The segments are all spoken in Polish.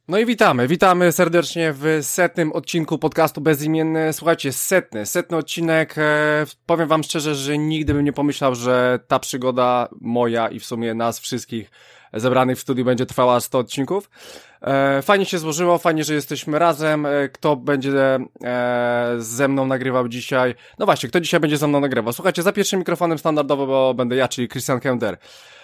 No i witamy serdecznie w 100. odcinku podcastu Bezimienny. Słuchajcie, setny odcinek. Powiem wam szczerze, że nigdy bym nie pomyślał, że ta przygoda moja i w sumie nas wszystkich zebranych w studiu będzie trwała 100 odcinków. Fajnie się złożyło, fajnie, że jesteśmy razem. Kto będzie ze mną nagrywał dzisiaj? No właśnie, kto dzisiaj będzie ze mną nagrywał? Słuchajcie, za pierwszym mikrofonem standardowo, bo będę ja, czyli Christian Kender.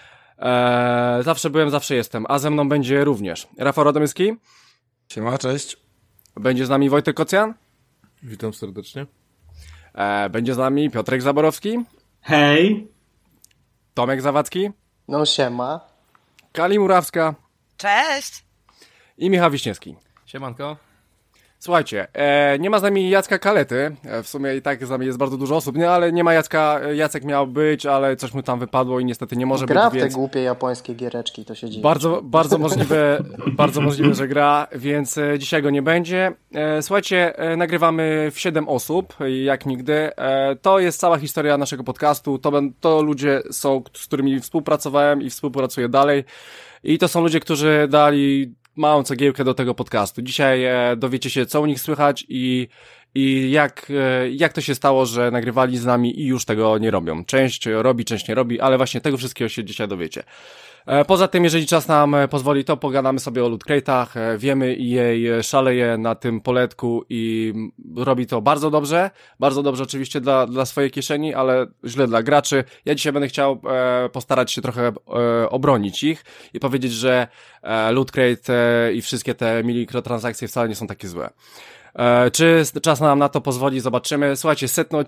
Zawsze byłem, zawsze jestem, a ze mną będzie również Rafał Radomyski. Siema, cześć. Będzie z nami Wojtek Kocjan. Witam serdecznie. Będzie z nami Piotrek Zaborowski. Hej. Tomek Zawadzki. No siema. Kali Murawska. Cześć. I Michał Wiśniewski. Siemanko. Słuchajcie, nie ma z nami Jacka Kalety, w sumie i tak z nami jest bardzo dużo osób, nie, ale nie ma Jacka, Jacek miał być, ale coś mu tam wypadło i niestety nie może gra być, w te więc... głupie japońskie giereczki, to się dzieje. Bardzo możliwe, że gra, więc dzisiaj go nie będzie. Słuchajcie, nagrywamy w 7 osób, jak nigdy. To jest cała historia naszego podcastu, to ludzie są, z którymi współpracowałem i współpracuję dalej i to są ludzie, którzy dali małą cegiełkę do tego podcastu. Dzisiaj dowiecie się, co u nich słychać i jak to się stało, że nagrywali z nami i już tego nie robią. Część robi, część nie robi, ale właśnie tego wszystkiego się dzisiaj dowiecie. Poza tym, jeżeli czas nam pozwoli, to pogadamy sobie o Loot Crate'ach. Wiemy, jej szaleje na tym poletku i robi to bardzo dobrze oczywiście dla swojej kieszeni, ale źle dla graczy. Ja dzisiaj będę chciał postarać się trochę obronić ich i powiedzieć, że Loot Crate i wszystkie te mikrotransakcje wcale nie są takie złe. Czy czas nam na to pozwoli? Zobaczymy. Słuchajcie, 100.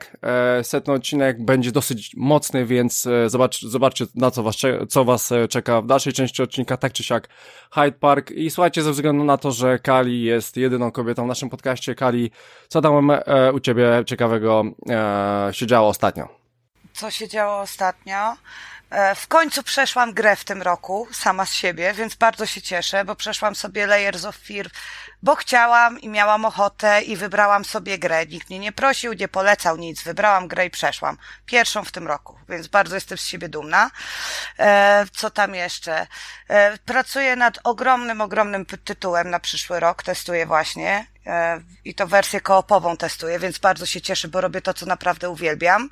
odcinek będzie dosyć mocny, więc zobaczcie na co was czeka w dalszej części odcinka, tak czy siak Hyde Park. I słuchajcie, ze względu na to, że Kali jest jedyną kobietą w naszym podcaście, Kali, co tam u ciebie ciekawego się działo ostatnio? Co się działo ostatnio? W końcu przeszłam grę w tym roku, sama z siebie, więc bardzo się cieszę, bo przeszłam sobie Layers of Fear, bo chciałam i miałam ochotę i wybrałam sobie grę. Nikt mnie nie prosił, nie polecał nic, wybrałam grę i przeszłam. Pierwszą w tym roku, więc bardzo jestem z siebie dumna. Co tam jeszcze? Pracuję nad ogromnym tytułem na przyszły rok, testuję właśnie i to wersję koopową testuję, więc bardzo się cieszę, bo robię to, co naprawdę uwielbiam.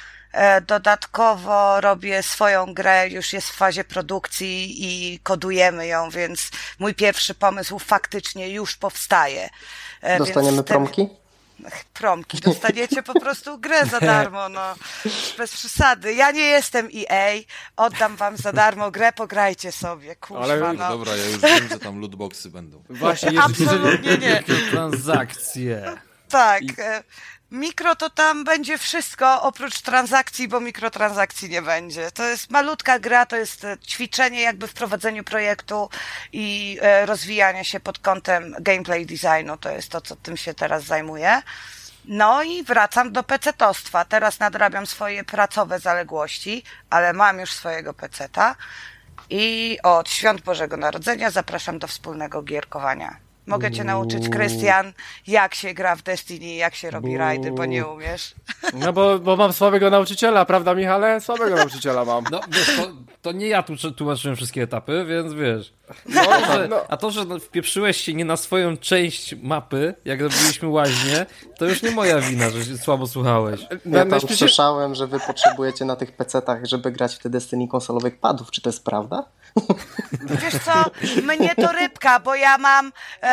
Dodatkowo robię swoją grę, już jest w fazie produkcji i kodujemy ją, więc mój pierwszy pomysł faktycznie już powstaje. Dostaniemy promki? Promki, dostaniecie po prostu grę za darmo, no, bez przesady. Ja nie jestem EA, oddam wam za darmo grę, pograjcie sobie, kurwa, Ale, no. Dobra, ja już wiem, że tam lootboxy będą. Właśnie, Absolutnie nie. Transakcje. Tak. Mikro to tam będzie wszystko oprócz transakcji, bo mikrotransakcji nie będzie. To jest malutka gra, to jest ćwiczenie jakby w prowadzeniu projektu i rozwijanie się pod kątem gameplay designu. To jest to, co tym się teraz zajmuję. No i wracam do pecetostwa. Teraz nadrabiam swoje pracowe zaległości, ale mam już swojego peceta i od Świąt Bożego Narodzenia zapraszam do wspólnego gierkowania. Mogę cię nauczyć, Krystian, jak się gra w Destiny, jak się robi rajdy, bo nie umiesz. No bo mam słabego nauczyciela, prawda, Michale? Słabego nauczyciela mam. No wiesz, to nie ja tłumaczyłem wszystkie etapy, więc wiesz. A to, że wpieprzyłeś się nie na swoją część mapy, jak robiliśmy łaźnię, to już nie moja wina, że się słabo słuchałeś. Ja tam słyszałem, że wy potrzebujecie na tych pecetach, żeby grać w te Destiny konsolowych padów. Czy to jest prawda? Wiesz co, mnie to rybka, bo ja mam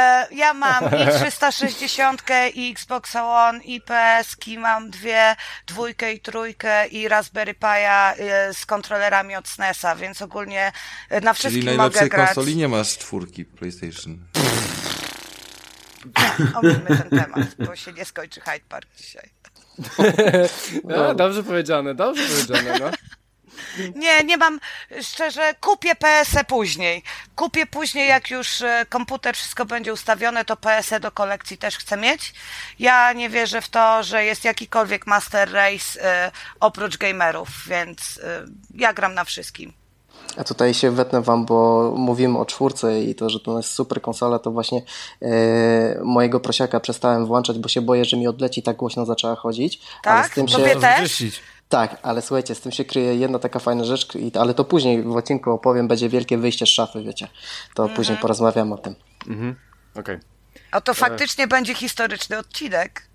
i 360, i Xbox One, i PS-ki, mam dwójkę i trójkę i Raspberry Pi'a z kontrolerami od SNES-a, więc ogólnie na wszystkim mogę grać. Czyli najlepszej konsoli nie masz 4 PlayStation. Omówmy ten temat, bo się nie skończy Hyde Park dzisiaj. No, dobrze powiedziane, no. Nie mam, szczerze, kupię PS-e później. Kupię później, jak już komputer, wszystko będzie ustawione, to PS-e do kolekcji też chcę mieć. Ja nie wierzę w to, że jest jakikolwiek Master Race oprócz gamerów, więc ja gram na wszystkim. A tutaj się wetnę wam, bo mówimy o 4 i to, że to jest super konsola, to właśnie mojego prosiaka przestałem włączać, bo się boję, że mi odleci, tak głośno zaczęła chodzić. Tak? Ale z tym Tobie się... też? Tak, ale słuchajcie, z tym się kryje jedna taka fajna rzecz, ale to później w odcinku opowiem, będzie wielkie wyjście z szafy, wiecie. To później porozmawiam o tym. Okej. O to faktycznie będzie historyczny odcinek.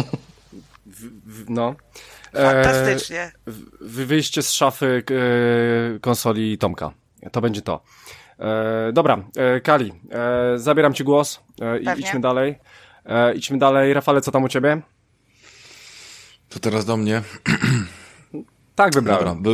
No. Fantastycznie. Wyjście z szafy konsoli Tomka. To będzie to. Dobra, Kali, zabieram ci głos i idźmy dalej. Idźmy dalej. Rafale, co tam u ciebie? To teraz do mnie. Tak, wybrałem. Dobra,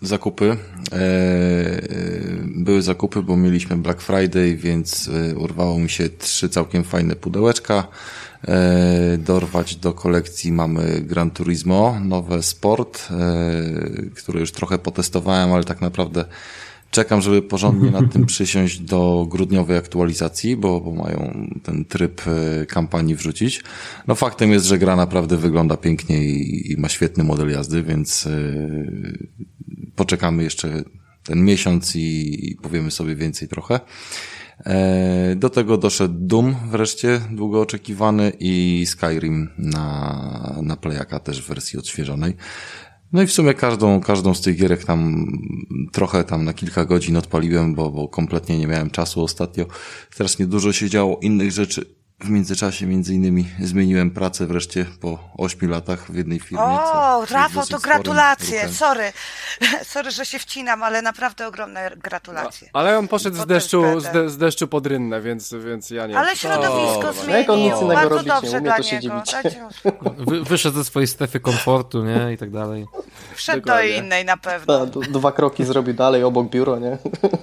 były zakupy, bo mieliśmy Black Friday, więc urwało mi się 3 całkiem fajne pudełeczka. Dorwać do kolekcji mamy Gran Turismo, nowe Sport, które już trochę potestowałem, ale tak naprawdę czekam, żeby porządnie nad tym przysiąść do grudniowej aktualizacji, bo mają ten tryb kampanii wrzucić. No faktem jest, że gra naprawdę wygląda pięknie i ma świetny model jazdy, więc poczekamy jeszcze ten miesiąc i powiemy sobie więcej trochę. Do tego doszedł Doom wreszcie, długo oczekiwany, i Skyrim na Playaka też w wersji odświeżonej. No i w sumie każdą z tych gierek trochę na kilka godzin odpaliłem, bo kompletnie nie miałem czasu ostatnio. Strasznie dużo się działo innych rzeczy. W międzyczasie między innymi zmieniłem pracę wreszcie po 8 latach w jednej firmie. O, Rafał, to gratulacje. Sorry, że się wcinam, ale naprawdę ogromne gratulacje. Ale on poszedł z deszczu pod rynnę, więc ja nie... Ale środowisko zmienił. On nic innego Bardzo robić dobrze nie umie, dla to się niego. dziwicie. Wyszedł ze swojej strefy komfortu, nie? I tak dalej. Wszedł do innej na pewno. 2 kroki zrobił dalej obok biuro, nie?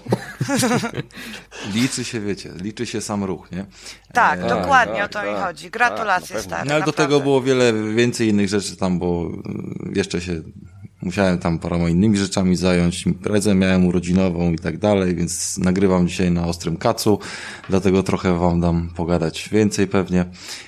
Liczy się sam ruch, nie? Tak, dokładnie o to mi chodzi. Gratulacje, stary. No ale do tego było więcej innych rzeczy tam, bo jeszcze musiałem tam paroma innymi rzeczami zająć, imprezę miałem urodzinową i tak dalej, więc nagrywam dzisiaj na ostrym kacu, dlatego trochę wam dam pogadać więcej pewnie.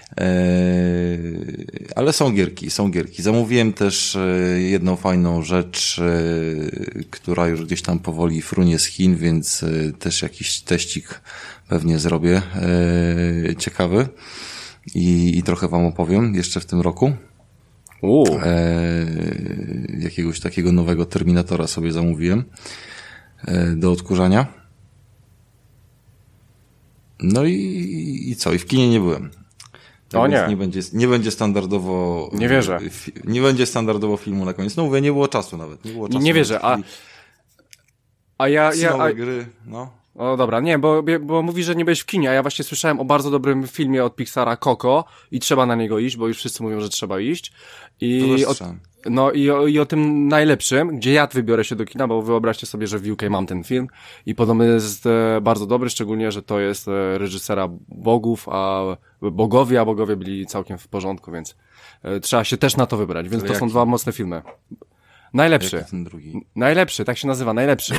Ale są gierki. Zamówiłem też jedną fajną rzecz, która już gdzieś tam powoli frunie z Chin, więc też jakiś teścik pewnie zrobię ciekawy i trochę wam opowiem jeszcze w tym roku. Jakiegoś takiego nowego Terminatora sobie zamówiłem do odkurzania. No i co? I w kinie nie byłem. Nie. Nie będzie standardowo... Nie wierzę. Nie będzie standardowo filmu na koniec. No mówię, nie było czasu nawet. Nie wierzę, a ja... gry, no. O dobra, nie, bo mówi, że nie byłeś w kinie, a ja właśnie słyszałem o bardzo dobrym filmie od Pixara, Coco, i trzeba na niego iść, bo już wszyscy mówią, że trzeba iść. I o tym najlepszym, gdzie ja wybiorę się do kina, bo wyobraźcie sobie, że w UK mam ten film i podobno jest bardzo dobry, szczególnie, że to jest reżysera bogów, a bogowie byli całkiem w porządku, więc trzeba się też na to wybrać, więc to są 2 mocne filmy. Najlepszy. Ten drugi? Najlepszy, tak się nazywa, najlepszy.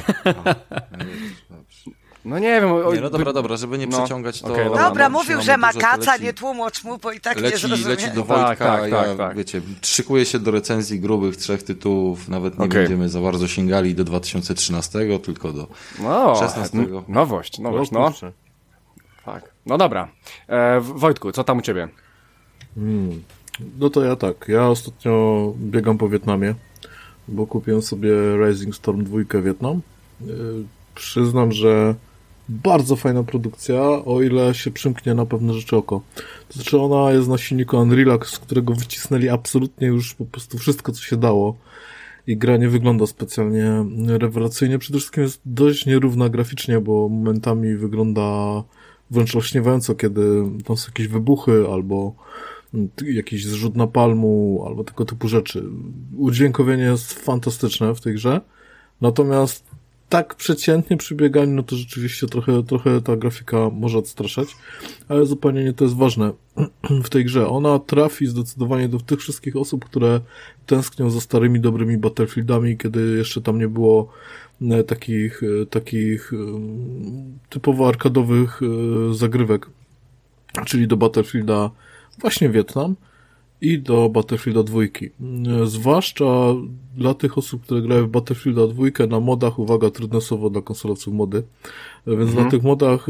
No nie wiem. No dobra, żeby nie przeciągać to... Okay, dobra, mówił, że ma kaca, nie tłumacz mu, bo i tak nie zrozumie. Leci do Wojtka, tak. Wiecie, szykuję się do recenzji grubych 3 tytułów, nawet nie będziemy za bardzo sięgali do 2013, tylko do 16. Nowość, no. Tak. No dobra. Wojtku, co tam u ciebie? No to ja ostatnio biegam po Wietnamie, bo kupiłem sobie Rising Storm 2 Wietnam. Przyznam, że bardzo fajna produkcja, o ile się przymknie na pewne rzeczy oko. To znaczy ona jest na silniku Unreal, z którego wycisnęli absolutnie już po prostu wszystko, co się dało. I gra nie wygląda specjalnie rewelacyjnie. Przede wszystkim jest dość nierówna graficznie, bo momentami wygląda wręcz olśniewająco, kiedy tam są jakieś wybuchy albo jakiś zrzut napalmu, albo tego typu rzeczy. Udźwiękowienie jest fantastyczne w tej grze. Natomiast tak przeciętnie przy bieganiu, no to rzeczywiście trochę ta grafika może odstraszać, ale zupełnie nie to jest ważne w tej grze. Ona trafi zdecydowanie do tych wszystkich osób, które tęsknią za starymi, dobrymi Battlefieldami, kiedy jeszcze tam nie było takich typowo arkadowych zagrywek, czyli do Battlefielda właśnie Wietnam i do Battlefielda 2. Zwłaszcza dla tych osób, które grają w Battlefielda 2 na modach, uwaga, trudnosowo dla konsolowców mody, więc na tych modach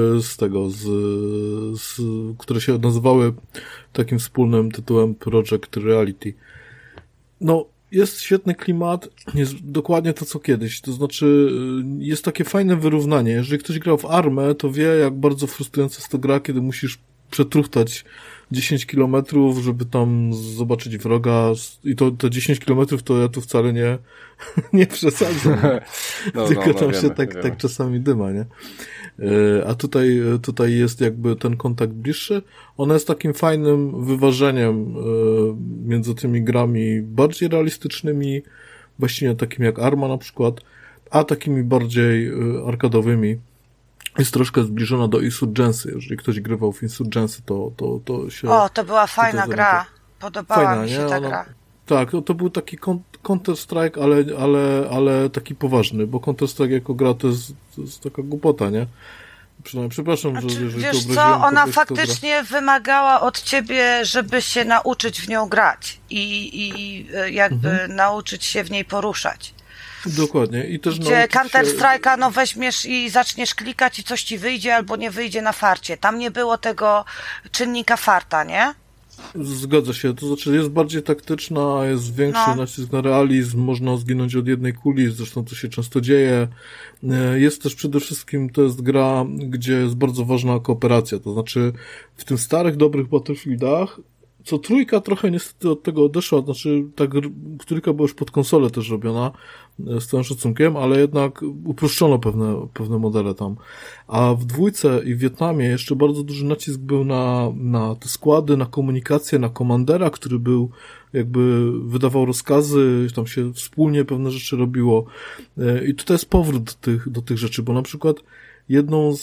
które się nazywały takim wspólnym tytułem Project Reality. No, jest świetny klimat, jest dokładnie to, co kiedyś. To znaczy, jest takie fajne wyrównanie. Jeżeli ktoś grał w Armę, to wie, jak bardzo frustrująca jest to gra, kiedy musisz przetruchtać 10 kilometrów, żeby tam zobaczyć wroga i to 10 kilometrów to ja tu wcale nie przesadzam. Tylko tam się tak czasami dyma, nie? A tutaj jest jakby ten kontakt bliższy. Ona jest takim fajnym wyważeniem między tymi grami bardziej realistycznymi, właściwie takimi jak Arma na przykład, a takimi bardziej arkadowymi. Jest troszkę zbliżona do Insurgency. Jeżeli ktoś grywał w Insurgency, to się... O, to była fajna gra. Podobała mi się ta gra. Tak, to był taki Counter-Strike, ale taki poważny, bo Counter-Strike jako gra to jest taka głupota, nie? Przynajmniej, przepraszam, że jeżeli wiesz co, ona faktycznie wymagała od ciebie, żeby się nauczyć w nią grać i jakby nauczyć się w niej poruszać. Dokładnie. I też gdzie Counter-Strike'a weźmiesz i zaczniesz klikać i coś ci wyjdzie albo nie wyjdzie na farcie. Tam nie było tego czynnika farta, nie? Zgadza się. To znaczy jest bardziej taktyczna, jest większy nacisk na realizm, można zginąć od jednej kuli, zresztą to się często dzieje. Jest też przede wszystkim, to jest gra, gdzie jest bardzo ważna kooperacja. To znaczy w tym starych, dobrych Battlefieldach co trójka trochę niestety od tego odeszła, znaczy ta trójka była już pod konsolę też robiona, z całym szacunkiem, ale jednak uproszczono pewne modele tam. A w dwójce i w Wietnamie jeszcze bardzo duży nacisk był na te składy, na komunikację, na komandera, który był jakby wydawał rozkazy, tam się wspólnie pewne rzeczy robiło. I tutaj jest powrót do tych rzeczy, bo na przykład jednym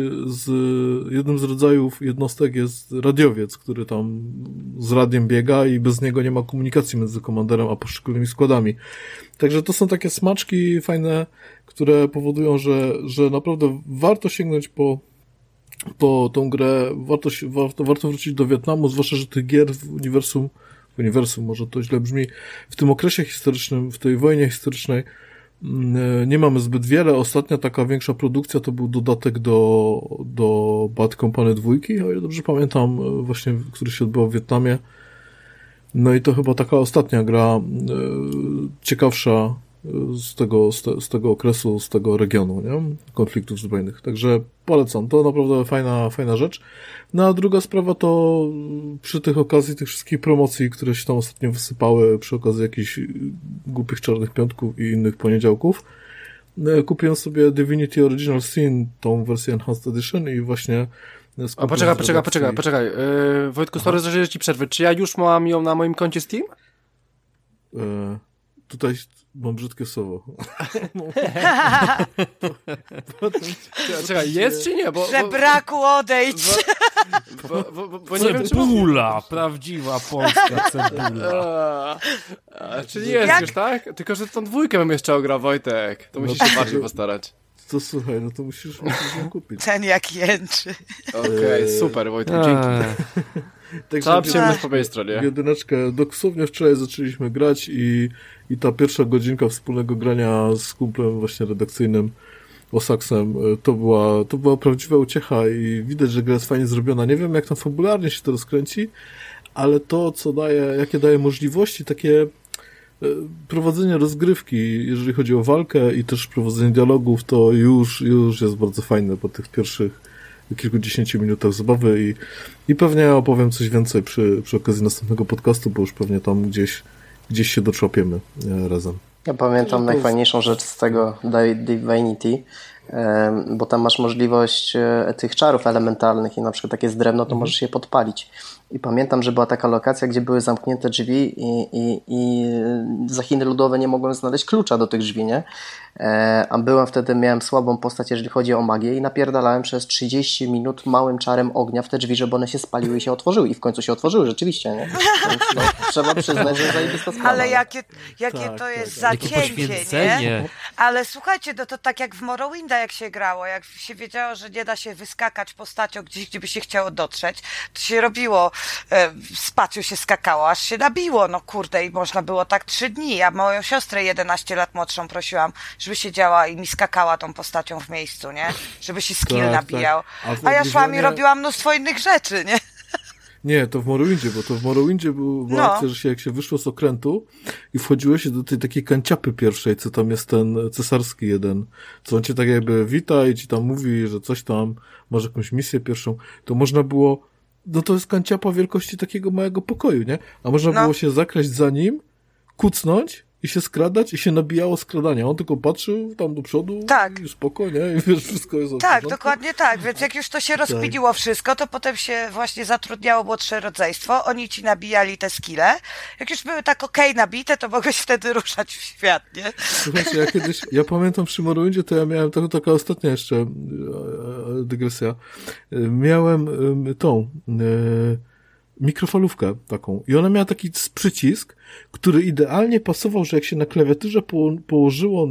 z rodzajów jednostek jest radiowiec, który tam z radiem biega i bez niego nie ma komunikacji między komanderem a poszczególnymi składami. Także to są takie smaczki fajne, które powodują, że naprawdę warto sięgnąć po tą grę, warto wrócić do Wietnamu, zwłaszcza, że tych gier w uniwersum, może to źle brzmi, w tym okresie historycznym, w tej wojnie historycznej nie mamy zbyt wiele. Ostatnia taka większa produkcja to był dodatek do Bad Company 2, o ile dobrze pamiętam, właśnie, który się odbywał w Wietnamie. No i to chyba taka ostatnia gra ciekawsza z tego okresu, z tego regionu, nie? Konfliktów zbrojnych. Także polecam. To naprawdę fajna rzecz. No a druga sprawa to przy tych okazji, tych wszystkich promocji, które się tam ostatnio wysypały przy okazji jakichś głupich czarnych piątków i innych poniedziałków, kupiłem sobie Divinity Original Sin, tą wersję Enhanced Edition i właśnie... A poczekaj. Wojtku, sorry, że ci przerwę. Czy ja już mam ją na moim koncie Steam? Tutaj mam brzydkie słowo. Czekaj, jest czy nie? Żebraku, odejdź! Bo nie wiem, czy cebula, prawdziwa polska cebula. Czyli jest już, tak? Tylko, że tą dwójkę bym jeszcze ograł, Wojtek. To musisz się bardziej postarać. To słuchaj, to musisz ją kupić. Ten jak jęczy. Okej, super, Wojtek, dzięki. Cała przyjemność po mojej stronie. Jedyneczkę, dosłownie wczoraj zaczęliśmy grać i ta pierwsza godzinka wspólnego grania z kumplem właśnie redakcyjnym Osaksem, to była prawdziwa uciecha i widać, że gra jest fajnie zrobiona. Nie wiem, jak tam fabularnie się to rozkręci, ale to, jakie daje możliwości, takie prowadzenie rozgrywki, jeżeli chodzi o walkę i też prowadzenie dialogów, to już jest bardzo fajne po tych pierwszych kilkudziesięciu minutach zabawy i pewnie opowiem coś więcej przy okazji następnego podcastu, bo już pewnie tam gdzieś się doczłapiemy razem. Ja pamiętam najfajniejszą rzecz z tego Divinity, bo tam masz możliwość tych czarów elementalnych i na przykład takie z drewno, to możesz je podpalić. I pamiętam, że była taka lokacja, gdzie były zamknięte drzwi i za Chiny Ludowe nie mogłem znaleźć klucza do tych drzwi, nie? A miałem słabą postać, jeżeli chodzi o magię i napierdalałem przez 30 minut małym czarem ognia w te drzwi, żeby one się spaliły i się otworzyły. I w końcu się otworzyły, rzeczywiście, nie? Więc, trzeba przyznać, że zajebista sprawa. Ale jakie to jest zacięcie, nie? Ale słuchajcie, to tak jak w Morrowinda jak się grało, jak się wiedziało, że nie da się wyskakać postacią gdzieś, gdzie by się chciało dotrzeć, to się robiło spacją się skakało, aż się nabiło, no kurde, i można było tak 3 dni. Ja moją siostrę 11 lat młodszą prosiłam, żeby siedziała i mi skakała tą postacią w miejscu, nie? Żeby się skill nabijał. Tak. A ja szłam i robiłam mnóstwo innych rzeczy, nie? Nie, to w Morrowindzie, bo to w Morrowindzie była akcja, że jak się wyszło z okrętu i wchodziło się do tej takiej kanciapy pierwszej, co tam jest ten cesarski jeden, co on cię tak jakby wita i ci tam mówi, że coś tam, masz jakąś misję pierwszą, to można było, no to jest kanciapa wielkości takiego małego pokoju, nie? A można było się zakraść za nim, kucnąć i się skradać i się nabijało skradania. On tylko patrzył tam do przodu i spoko, nie? I wiesz, wszystko jest tak, dokładnie tak. Więc jak już to się rozpiliło wszystko, to potem się właśnie zatrudniało młodsze rodzeństwo. Oni ci nabijali te skille. Jak już były tak nabite, to mogłeś wtedy ruszać w świat, nie? Słuchajcie, ja pamiętam przy Morrowindzie, to ja miałem taka ostatnia jeszcze dygresja. Miałem mikrofalówkę taką i ona miała taki przycisk, który idealnie pasował, że jak się na klawiaturze położyło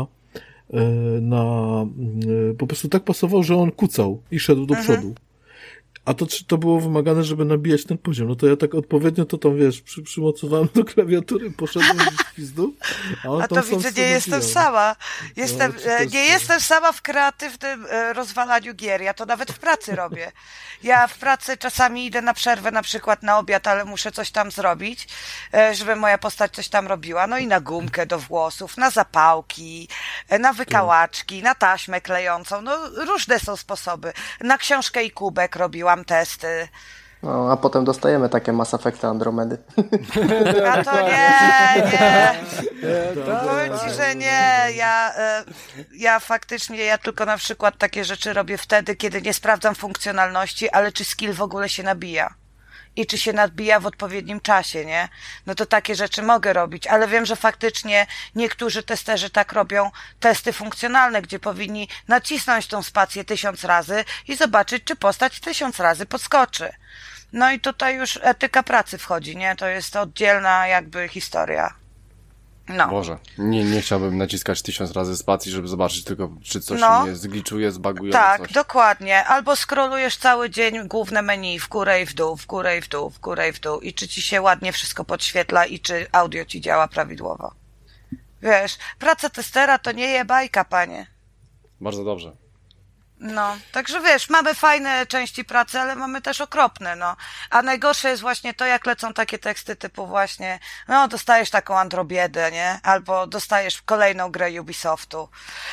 po prostu tak pasował, że on kucał i szedł do przodu. A to było wymagane, żeby nabijać ten poziom. No to ja tak odpowiednio to tam, wiesz, przymocowałem do klawiatury, poszedłem w pizdu, a to widzę, nie jestem sama. Jestem sama w kreatywnym rozwalaniu gier. Ja to nawet w pracy robię. Ja w pracy czasami idę na przerwę, na przykład na obiad, ale muszę coś tam zrobić, żeby moja postać coś tam robiła. No i na gumkę do włosów, na zapałki, na wykałaczki, na taśmę klejącą. No różne są sposoby. Na książkę i kubek robiłam testy. No, a potem dostajemy takie Mass Effecty Andromedy. A to nie. Powiem ci, że nie. Ja faktycznie, ja tylko na przykład takie rzeczy robię wtedy, kiedy nie sprawdzam funkcjonalności, ale czy skill w ogóle się nabija. I czy się nabija w odpowiednim czasie, nie? No to takie rzeczy mogę robić, ale wiem, że faktycznie niektórzy testerzy tak robią testy funkcjonalne, gdzie powinni nacisnąć tą spację 1000 razy i zobaczyć, czy postać 1000 razy podskoczy. No i tutaj już etyka pracy wchodzi, nie? To jest oddzielna jakby historia. No. Boże, nie chciałbym naciskać 1000 razy spacji, żeby zobaczyć tylko, czy coś nie zgliczuje, zbaguje. Tak, coś. Dokładnie. Albo scrollujesz cały dzień główne menu w górę i w dół, w górę i w dół, w górę i w dół i czy ci się ładnie wszystko podświetla i czy audio ci działa prawidłowo. Wiesz, praca testera to nie je bajka, panie. Bardzo dobrze. No, także wiesz, mamy fajne części pracy, ale mamy też okropne, no. A najgorsze jest właśnie to, jak lecą takie teksty typu właśnie, no, dostajesz taką androbiedę, nie? Albo dostajesz kolejną grę Ubisoftu.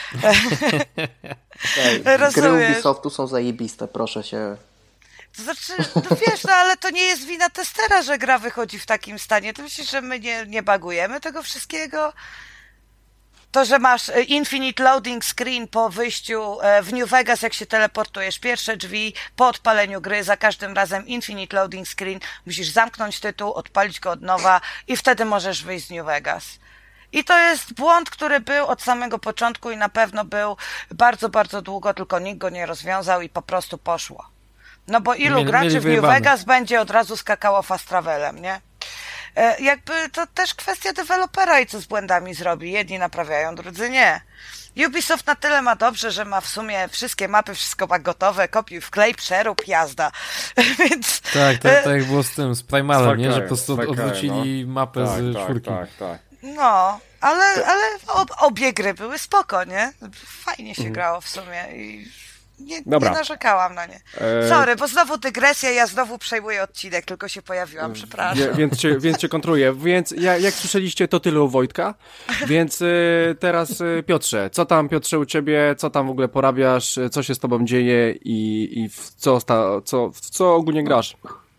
Gry Ubisoftu są zajebiste, proszę się. To znaczy, no wiesz, no ale to nie jest wina testera, że gra wychodzi w takim stanie. Ty myślisz, że my nie bagujemy tego wszystkiego? To, że masz infinite loading screen po wyjściu w New Vegas, jak się teleportujesz, pierwsze drzwi po odpaleniu gry, za każdym razem infinite loading screen, musisz zamknąć tytuł, odpalić go od nowa i wtedy możesz wyjść z New Vegas. I to jest błąd, który był od samego początku i na pewno był bardzo, bardzo długo, tylko nikt go nie rozwiązał i po prostu poszło. No bo ilu graczy w New Vegas będzie od razu skakało fast travelem, nie? Jakby to też kwestia dewelopera i co z błędami zrobi. Jedni naprawiają, drudzy nie. Ubisoft na tyle ma dobrze, że ma w sumie wszystkie mapy, wszystko ma gotowe, kopiuj, wklej, przerób, jazda. Więc... Tak jak było z tym, z Primalem, nie? Że po prostu odwrócili mapę z czwórki. Tak. No, ale obie gry były spoko, nie? Fajnie się grało w sumie i... Nie narzekałam na nie. Sorry, bo znowu dygresja, ja znowu przejmuję odcinek, tylko się pojawiłam, przepraszam. Więc cię kontroluję. Więc jak słyszeliście, to tyle u Wojtka. Więc teraz Piotrze, co tam Piotrze u ciebie, co tam w ogóle porabiasz, co się z tobą dzieje i w co ogólnie grasz?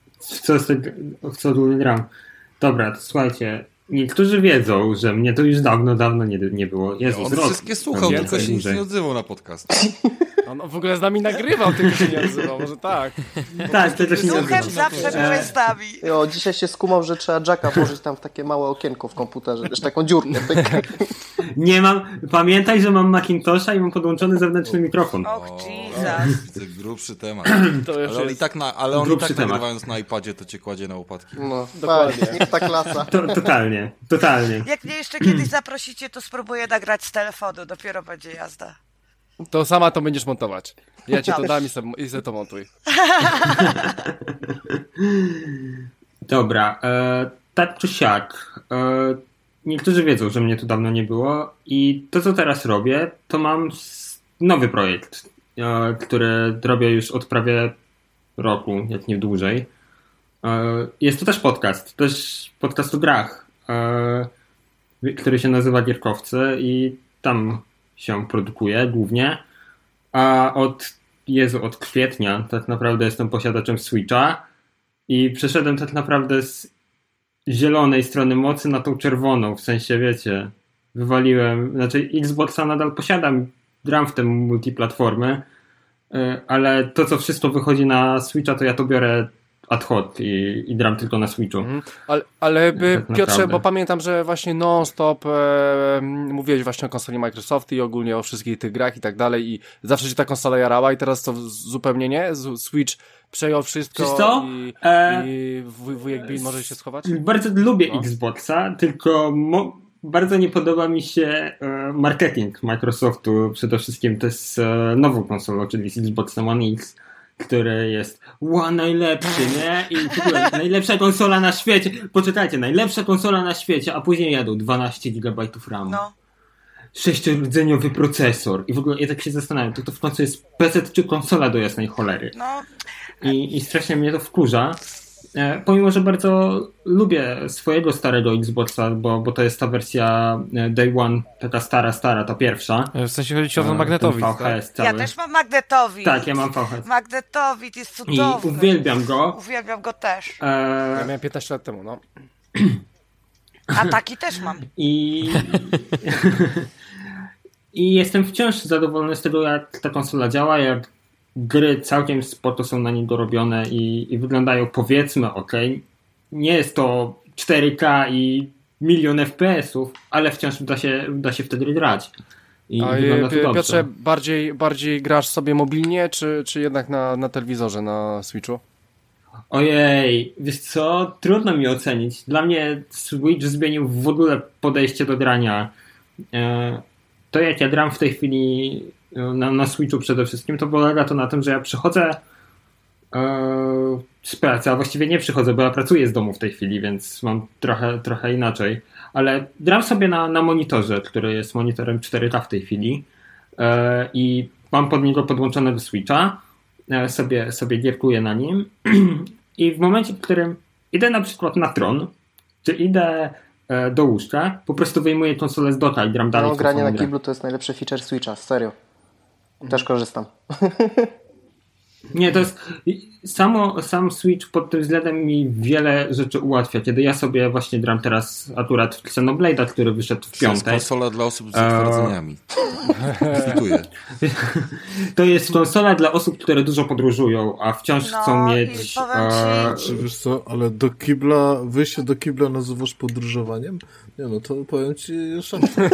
W co ogólnie gram? Dobra, to słuchajcie, niektórzy wiedzą, że mnie to już dawno nie było. Jezus, on wszystkie słuchał, tylko się nic nie odzywał na podcast. On w ogóle z nami nagrywał, tylko się nie odzywał, może tak. Tak, to też nie odzywał. Duchem zawsze byłeś z nami. Dzisiaj się skumał, że trzeba jacka włożyć tam w takie małe okienko w komputerze, wiesz, taką dziurkę. Nie mam, pamiętaj, że mam Macintosha i mam podłączony zewnętrzny mikrofon. Jesus. Grubszy temat. Ale on i tak nagrywając na iPadzie, to cię kładzie na łopatki. No, dokładnie. Niech ta klasa. Totalnie. Jak mnie jeszcze kiedyś zaprosicie, to spróbuję nagrać z telefonu, dopiero będzie jazda. To sama to będziesz montować. Ja cię to dam i se to montuj. Dobra, tak czy siak. Niektórzy wiedzą, że mnie tu dawno nie było i to, co teraz robię, to mam nowy projekt, który robię już od prawie roku, jak nie dłużej. Jest to też podcast o grach, który się nazywa Gierkowcy i tam się produkuje głównie. A od kwietnia tak naprawdę jestem posiadaczem Switcha i przeszedłem tak naprawdę z zielonej strony mocy na tą czerwoną, w sensie wiecie, Xboxa nadal posiadam, gram w te multiplatformy, ale to co wszystko wychodzi na Switcha to ja to biorę ad hoc i gram tylko na Switchu. Ale tak Piotrze, bo pamiętam, że właśnie non-stop mówiłeś właśnie o konsoli Microsoft i ogólnie o wszystkich tych grach i tak dalej i zawsze się ta konsola jarała i teraz to zupełnie nie? Switch przejął wszystko i wujek Bill może się schować? Bardzo lubię Xboxa, tylko bardzo nie podoba mi się marketing Microsoftu. Przede wszystkim to jest nową konsolą, czyli z Xboxem One X, który jest najlepszy, nie? I w ogóle najlepsza konsola na świecie. Poczekajcie, najlepsza konsola na świecie, a później jadą 12 GB RAM. No. 6-rdzeniowy procesor. I w ogóle ja tak się zastanawiam, to w końcu jest PC czy konsola do jasnej cholery. No. I strasznie mnie to wkurza. Pomimo, że bardzo lubię swojego starego Xboxa, bo to jest ta wersja Day One, taka stara, ta pierwsza. W sensie chodzi ci o magnetowid. VHS cały. Ja też mam magnetowid. Tak, ja mam VHS. Magnetowid jest cudowny. I uwielbiam go. Uwielbiam go też. Ja miałem 15 lat temu, no. A taki też mam. I jestem wciąż zadowolony z tego, jak ta konsola działa, jak gry całkiem spoko są na niej dorobione i wyglądają powiedzmy okej. Nie jest to 4K i milion FPS-ów, ale wciąż da się wtedy grać. I wygląda to dobrze. Piotrze, bardziej grasz sobie mobilnie, czy jednak na telewizorze, na Switchu? Ojej, wiesz co? Trudno mi ocenić. Dla mnie Switch zmienił w ogóle podejście do grania. To jak ja gram w tej chwili na Switchu przede wszystkim, to polega to na tym, że ja przychodzę z pracy, a właściwie nie przychodzę, bo ja pracuję z domu w tej chwili, więc mam trochę inaczej, ale gram sobie na monitorze, który jest monitorem 4K w tej chwili i mam pod niego podłączonego Switcha, sobie gierkuję na nim i w momencie, w którym idę na przykład na tron, czy idę do łóżka, po prostu wyjmuję konsolę z doka i gram dalej. No, granie na kiblu to jest najlepszy feature Switcha, serio. Też korzystam. Nie, to jest sam Switch pod tym względem mi wiele rzeczy ułatwia. Kiedy ja sobie właśnie gram teraz akurat w Xenoblade'a, który wyszedł w piątek. To jest konsola dla osób z utwardzeniami. Kwituję. To jest konsola dla osób, które dużo podróżują, a wciąż chcą mieć... Czy wiesz co, ale wyjście do kibla nazywasz podróżowaniem? Nie no, to powiem ci szansę.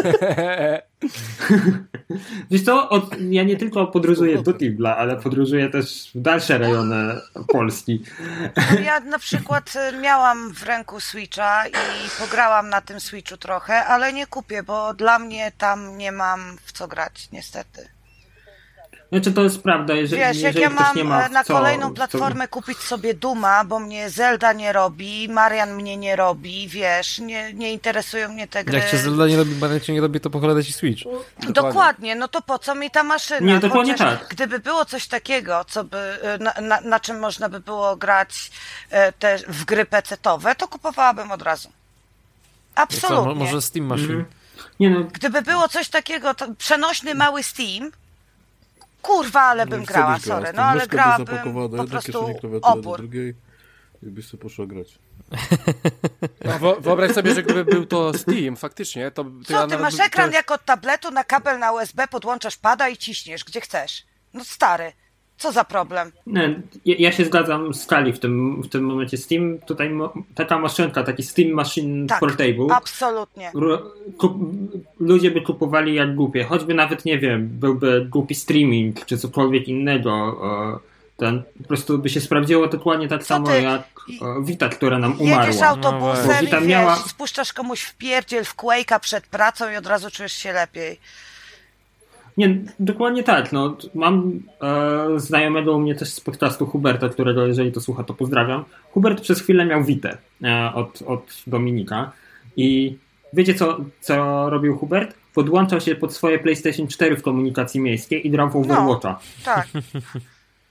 Wiesz co, ja nie tylko podróżuję do kibla, ale podróżuję też w dalsze rejony Polski. Ja na przykład miałam w ręku Switcha i pograłam na tym Switchu trochę, ale nie kupię, bo dla mnie tam nie mam w co grać, niestety. Znaczy to jest prawda, jeżeli jak ja mam na kolejną platformę kupić sobie Duma, bo mnie Zelda nie robi, Marian mnie nie robi, wiesz, nie interesują mnie te gry. Jak cię Zelda nie robi, Marian cię nie robi, to pocholera ci Switch. Dokładnie, no to po co mi ta maszyna? Nie, dokładnie tak. Gdyby było coś takiego, co by, na czym można by było grać w gry PC-towe, to kupowałabym od razu. Absolutnie. Co, może Steam Machine? Nie no. Gdyby było coś takiego, to przenośny mały Steam, kurwa, ale bym grała, sorry, no ale grałabym po prostu opór. Jakbyś sobie poszła grać. No, wyobraź sobie, że gdyby był to Steam, faktycznie, to... Co, ty masz ekran jak od tabletu, na kabel na USB podłączasz pada i ciśniesz, gdzie chcesz. No stary, co za problem? Nie, ja się zgadzam z Kali w tym momencie. Steam, tutaj taka maszynka, taki Steam Machine Portable. Absolutnie. Ludzie by kupowali jak głupie, choćby nawet, nie wiem, byłby głupi streaming, czy cokolwiek innego. Po prostu by się sprawdziło dokładnie tak samo jak Vita, która nam umarła. Jedziesz autobusem i spuszczasz komuś w pierdziel w Quake'a przed pracą i od razu czujesz się lepiej. Nie, dokładnie tak. No, mam znajomego u mnie też z podcastu Huberta, którego jeżeli to słucha, to pozdrawiam. Hubert przez chwilę miał Vitę od Dominika i wiecie co robił Hubert? Podłączał się pod swoje PlayStation 4 w komunikacji miejskiej i grał w Overwatcha. No, tak.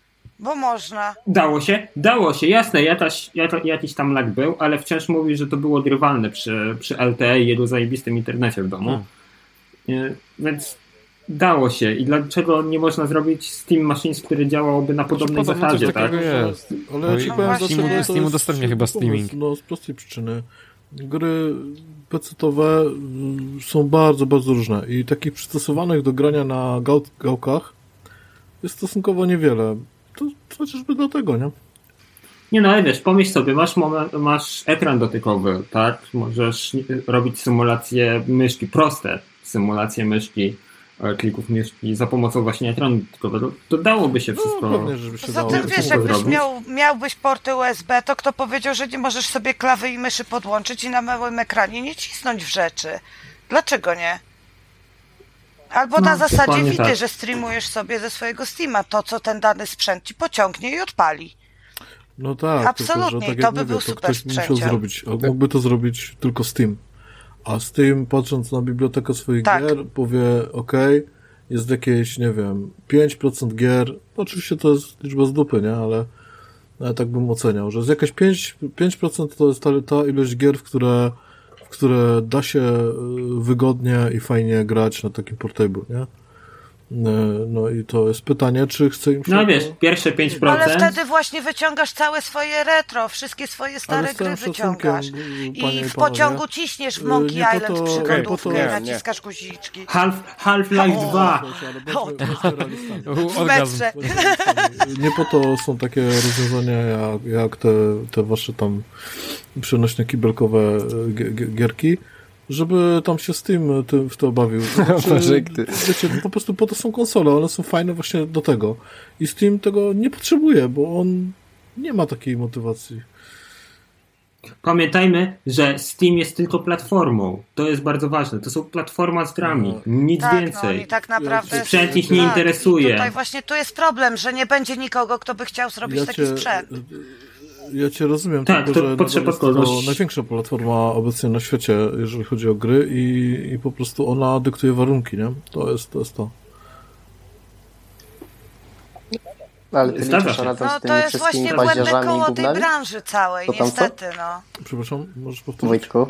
Bo można. Dało się, jasne, jakiś tam lag był, ale wciąż mówi, że to było grywalne przy LTE i jego zajebistym internecie w domu. Więc dało się. I dlaczego nie można zrobić Steam Machines, który działałoby na podobnej zasadzie, tak? Jest. Ale ja ci powiem, Steam udostępnia chyba streaming. No, z prostej przyczyny. Gry PC-towe są bardzo, bardzo różne i takich przystosowanych do grania na gałkach jest stosunkowo niewiele. To chociażby dlatego, nie? Nie no, ale wiesz, pomyśl sobie, masz ekran dotykowy, tak? Możesz robić symulacje myszki, proste symulacje myszki, klików myszki za pomocą właśnie ekranu dotykowego. To dałoby się wszystko. No, pewnie, żeby się dało. Zatem wiesz, jakbyś miałbyś porty USB, to kto powiedział, że nie możesz sobie klawy i myszy podłączyć i na małym ekranie nie cisnąć w rzeczy? Dlaczego nie? Albo na zasadzie widy, tak, że streamujesz sobie ze swojego Steama to, co ten dany sprzęt ci pociągnie i odpali. No tak. Absolutnie, tylko, że, tak to by mówię, był super sprzęcior. Mógłby to zrobić tylko Steam. A Steam, patrząc na bibliotekę swoich gier, powie, jest jakieś, nie wiem, 5% gier, oczywiście to jest liczba z dupy, nie, ale tak bym oceniał, że jest jakieś 5% to jest ta ilość gier, w które da się wygodnie i fajnie grać na takim portable, nie? No i to jest pytanie, czy chce im się... No wiesz, pierwsze 5%... Ale wtedy właśnie wyciągasz całe swoje retro, wszystkie swoje stare gry wyciągasz. I w pociągu ciśniesz w Monkey Island przygodówkę i naciskasz guziczki. Half-Life 2! W metrze. Nie po to są takie rozwiązania jak te wasze tam przenośne kibelkowe gierki, żeby tam się Steam w to bawił. Wiecie, po prostu po to są konsole, one są fajne właśnie do tego. I Steam tego nie potrzebuje, bo on nie ma takiej motywacji. Pamiętajmy, że Steam jest tylko platformą. To jest bardzo ważne. To są platforma z grami. Nic więcej. No i tak naprawdę sprzęt ich nie interesuje. Tutaj właśnie tu jest problem, że nie będzie nikogo, kto by chciał zrobić taki sprzęt. Ja cię rozumiem, tak, tylko, że potrzeba jest to największa platforma obecnie na świecie, jeżeli chodzi o gry i po prostu ona dyktuje warunki, nie? To jest to. Ale ty liczysz razem z tymi to jest właśnie błędne koło tej branży całej, niestety, no. Przepraszam, możesz powtórzyć? Wojtku,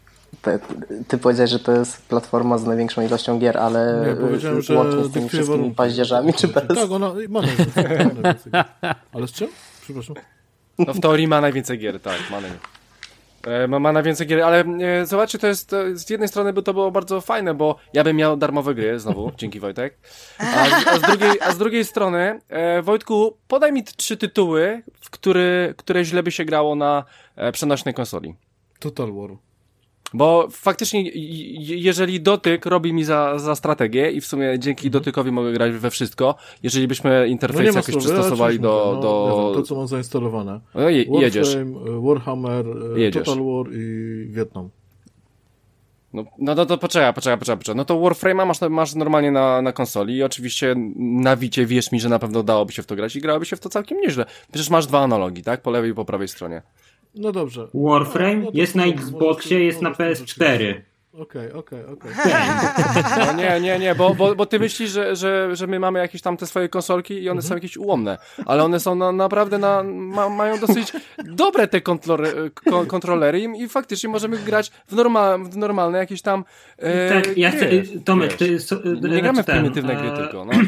ty powiedziałeś, że to jest platforma z największą ilością gier, ale nie, powiedziałem, że łącznie z tymi wszystkimi paździerzami, czy bez? Tak, ona ma najwięcej gier. Ale z czym? Przepraszam. No w teorii ma najwięcej gier, tak, ma najwięcej gier, ale zobaczcie, to jest z jednej strony by to było bardzo fajne, bo ja bym miał darmowe gry, znowu, dzięki Wojtek, a z drugiej strony, Wojtku, podaj mi 3 tytuły, które źle by się grało na przenośnej konsoli. Total War. Bo faktycznie, jeżeli dotyk robi mi za strategię i w sumie dzięki dotykowi mogę grać we wszystko, jeżeli byśmy interfejs jakoś przystosowali do... To, co mam zainstalowane. Jedziesz. Warhammer, Total War i Wietnam. No to poczekaj. No to Warframe'a masz normalnie na konsoli i oczywiście na Wicie wierz mi, że na pewno dałoby się w to grać i grałoby się w to całkiem nieźle. Przecież masz 2 analogi, tak? Po lewej i po prawej stronie. No dobrze. Warframe jest na Xboxie, jest na PS4. Okej. No nie, bo ty myślisz, że my mamy jakieś tam te swoje konsolki i one są jakieś ułomne, ale one są naprawdę mają dosyć dobre te kontrolery i faktycznie możemy grać w normalne jakieś tam tak, ja chcę, Tomek, nie gramy w prymitywne gry tylko, no.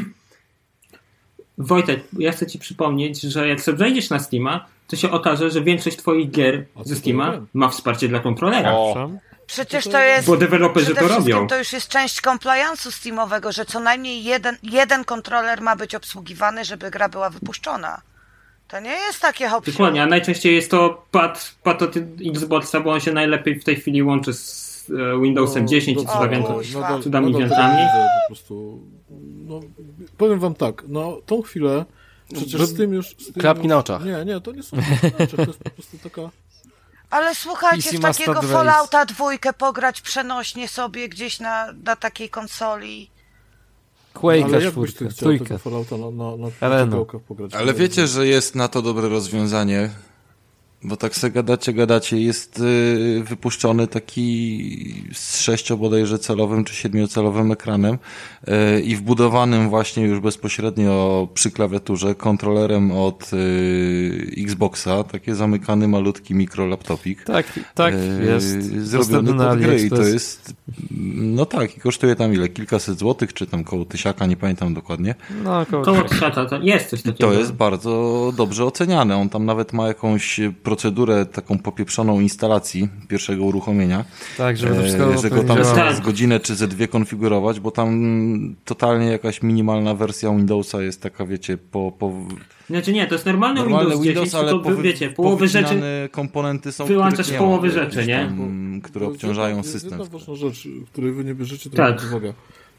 Wojtek, ja chcę ci przypomnieć, że jak sobie wejdziesz na Steama, to się okaże, że większość twoich gier ze Steama ma wsparcie dla kontrolera. Przecież to jest... Bo deweloperzy to robią. To już jest część compliance'u Steamowego, że co najmniej jeden kontroler ma być obsługiwany, żeby gra była wypuszczona. To nie jest takie hopsiu. Dokładnie, a najczęściej jest to pad od Xboxa, bo on się najlepiej w tej chwili łączy z Windowsem 10 i cudami wiątrami. Po prostu, powiem wam tak, tą chwilę przecież z tym już... Klapki na oczach. Nie, to nie są klapki na oczach, to jest po prostu taka... Ale słuchajcie, w takiego Fallouta 2 pograć przenośnie sobie gdzieś na takiej konsoli. Quake'a 4, tego Fallouta na gałkach pograć. Ale wiecie, że jest na to dobre rozwiązanie. Bo tak se gadacie, jest wypuszczony taki z 6 bodajże celowym czy 7-calowym ekranem i wbudowanym właśnie już bezpośrednio przy klawiaturze kontrolerem od Xboxa, taki zamykany malutki mikrolaptopik. Tak, jest. Zrobiony pod gry i to jest, no tak, i kosztuje tam ile? Kilkaset złotych, czy tam koło 1000, nie pamiętam dokładnie. No, koło 1000, to jest coś takiego. To jest bardzo dobrze oceniane. On tam nawet ma jakąś procedurę taką popieprzoną instalacji pierwszego uruchomienia. Tak, żeby to wszystko że go tam z godzinę czy ze 2 konfigurować, bo tam totalnie jakaś minimalna wersja Windowsa jest taka, wiecie, Znaczy nie, to jest normalny Windows 10, ale tylko wiecie, połowy rzeczy komponenty są, wyłączasz połowy rzeczy, nie? Tam, które obciążają system. To jest jedna ważna rzecz, której wy nie bierzecie trochę pod uwagę.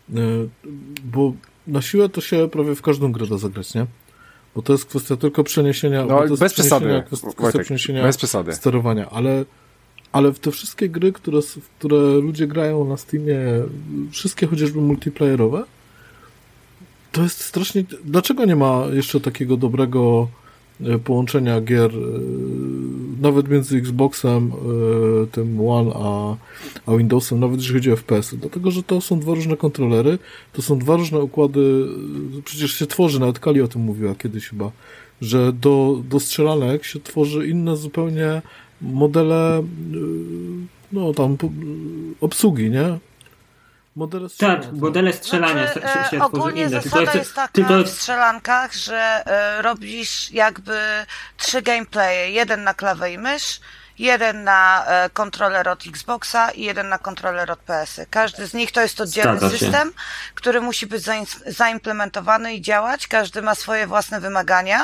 Bo na siłę to się prawie w każdą grę da zagrać, nie? Bo to jest kwestia tylko przeniesienia... No, bez przesady. Kwestia przeniesienia bez przesady. Sterowania, ale w te wszystkie gry, w które ludzie grają na Steamie, wszystkie chociażby multiplayerowe, to jest strasznie... Dlaczego nie ma jeszcze takiego dobrego połączenia gier nawet między Xboxem, tym One, a Windowsem, nawet jeśli chodzi o FPS-y? Dlatego, że to są 2 różne kontrolery, to są 2 różne układy, przecież się tworzy, nawet Kali o tym mówiła kiedyś chyba, że do strzelanek się tworzy inne zupełnie modele, no tam obsługi, nie? Modele strzelania. Tak, modele strzelania się ogólnie inne. Zasada jest taka w strzelankach, że robisz jakby 3 gameplaye. 1 na klawę i mysz, 1 na kontroler od Xboxa i 1 na kontroler od PS-y. Każdy z nich to jest oddzielny system, który musi być zaimplementowany i działać. Każdy ma swoje własne wymagania.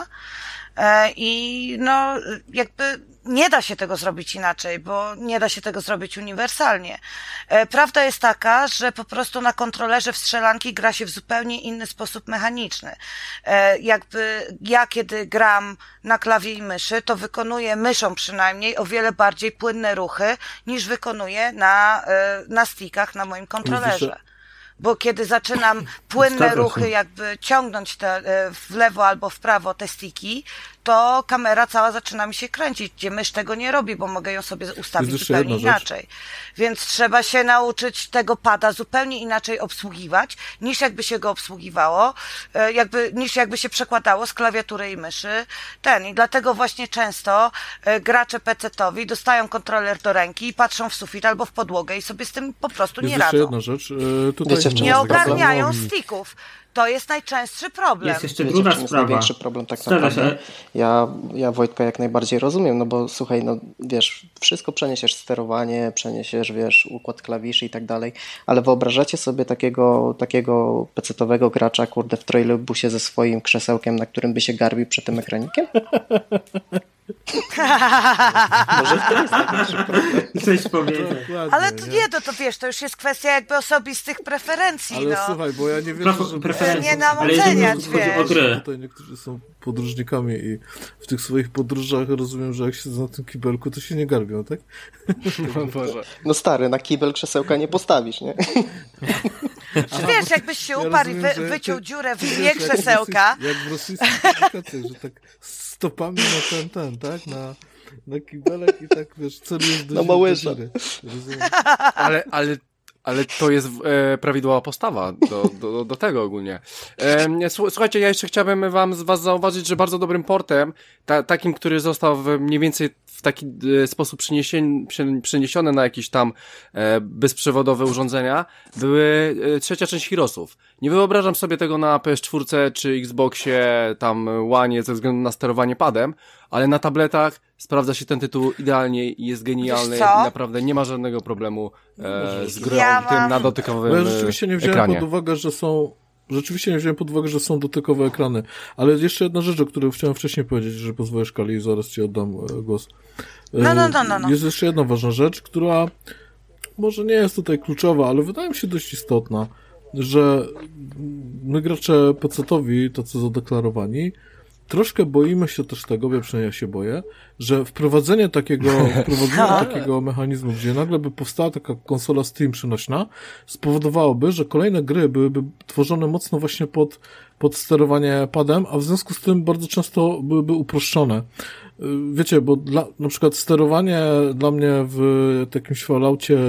I no jakby nie da się tego zrobić inaczej, bo nie da się tego zrobić uniwersalnie. Prawda jest taka, że po prostu na kontrolerze w strzelanki gra się w zupełnie inny sposób mechaniczny. Jakby ja kiedy gram na klawie i myszy, to wykonuję myszą przynajmniej o wiele bardziej płynne ruchy niż wykonuję na stickach na moim kontrolerze. Bo kiedy zaczynam płynne ruchy jakby ciągnąć w lewo albo w prawo te sticki, to kamera cała zaczyna mi się kręcić, gdzie mysz tego nie robi, bo mogę ją sobie ustawić zupełnie inaczej. Więc trzeba się nauczyć tego pada zupełnie inaczej obsługiwać, niż jakby się go obsługiwało, niż jakby się przekładało z klawiatury i myszy. I dlatego właśnie często gracze PC-towi dostają kontroler do ręki i patrzą w sufit albo w podłogę i sobie z tym po prostu nie radzą. Jedna rzecz. Tutaj nie ogarniają sticków. To jest najczęstszy problem. Jest jeszcze druga sprawa. Jest największy problem tak naprawdę. Ja Wojtka jak najbardziej rozumiem, no bo słuchaj, no wiesz, wszystko przeniesiesz, sterowanie, przeniesiesz, wiesz, układ klawiszy i tak dalej, ale wyobrażacie sobie takiego pecetowego gracza, kurde, w trolejbusie ze swoim krzesełkiem, na którym by się garbił przed tym ekranikiem? Może to jest największy problem. Coś powiedzieć. Ale to nie, to wiesz, to już jest kwestia jakby osobistych preferencji. Ale słuchaj, bo ja nie wiem, że... Nie nam oceniać, wiesz. Tutaj niektórzy są podróżnikami i w tych swoich podróżach rozumiem, że jak siedzą na tym kibelku, to się nie garbią, tak? No stary, na kibel krzesełka nie postawisz, nie? Czy wiesz, jakbyś się uparł i wyciął dziurę w dnie krzesełka. Jak w rosyjskich aplikacjach, że tak stopami na ten, tak? Na kibelek i tak, wiesz, celujesz do dziury. Ale to jest prawidłowa postawa do tego ogólnie. Słuchajcie, ja jeszcze chciałbym was zauważyć, że bardzo dobrym portem, takim, który został mniej więcej w taki sposób przeniesiony na jakieś tam bezprzewodowe urządzenia, były trzecia część Heroesów. Nie wyobrażam sobie tego na PS4 czy Xboxie, tam One ze względu na sterowanie padem, ale na tabletach sprawdza się ten tytuł idealnie i jest genialny i naprawdę nie ma żadnego problemu z grą tym na dotykowym ekranie. Ja rzeczywiście nie wziąłem pod uwagę, że są dotykowe ekrany. Ale jeszcze jedna rzecz, o której chciałem wcześniej powiedzieć, że pozwolisz, Kali, i zaraz ci oddam głos. No. Jest jeszcze jedna ważna rzecz, która może nie jest tutaj kluczowa, ale wydaje mi się dość istotna, że my gracze PC-towi, tacy zadeklarowani, troszkę boimy się też tego, ja przynajmniej się boję, że wprowadzenie takiego mechanizmu, gdzie nagle by powstała taka konsola Steam przenośna, spowodowałoby, że kolejne gry byłyby tworzone mocno właśnie pod pod sterowanie padem, a w związku z tym bardzo często byłyby uproszczone. Wiecie, bo na przykład sterowanie dla mnie w jakimś Falloutie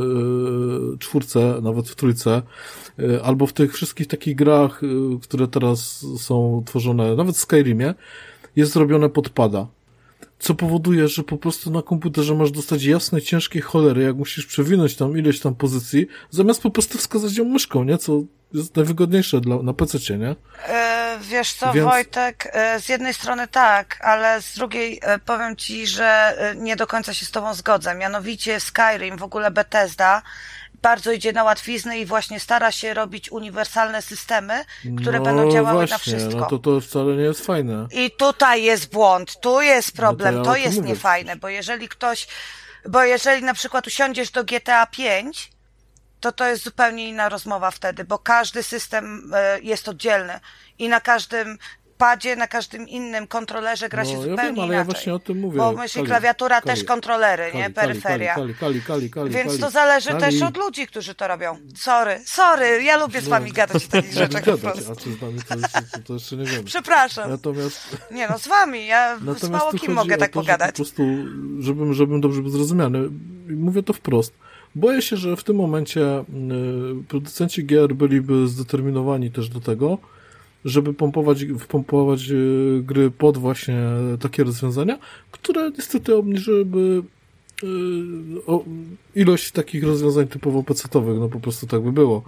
4, nawet w 3, albo w tych wszystkich takich grach, które teraz są tworzone, nawet w Skyrimie, jest zrobione pod pada. Co powoduje, że po prostu na komputerze masz dostać jasne, ciężkie cholery, jak musisz przewinąć tam ileś tam pozycji, zamiast po prostu wskazać ją myszką, nie? Co jest najwygodniejsze na PC-cie, nie? Wiesz co, Wojtek, z jednej strony tak, ale z drugiej powiem ci, że nie do końca się z tobą zgodzę. Mianowicie Skyrim, w ogóle Bethesda, bardzo idzie na łatwiznę i właśnie stara się robić uniwersalne systemy, które będą działały właśnie, na wszystko. No to wcale nie jest fajne. I tutaj jest błąd, tu jest problem, no to jest niefajne, bo jeżeli na przykład usiądziesz do GTA 5, to jest zupełnie inna rozmowa wtedy, bo każdy system jest oddzielny i na każdym padzie, na każdym innym kontrolerze gra się zupełnie inaczej. Ale ja właśnie o tym mówię. Bo myśli klawiatura też kontrolery, nie? Peryferia. Więc to zależy też od ludzi, którzy to robią. Sorry, ja lubię z wami gadać o takich rzeczach po prostu. A czy z wami to jeszcze nie wiem. Przepraszam. Natomiast... Nie z wami, ja z mało kim mogę tak pogadać. Po prostu, żebym dobrze był zrozumiany, mówię to wprost. Boję się, że w tym momencie producenci gier byliby zdeterminowani też do tego, żeby wpompować gry pod właśnie takie rozwiązania, które niestety obniżyłyby ilość takich rozwiązań typowo PC-towych, no po prostu tak by było.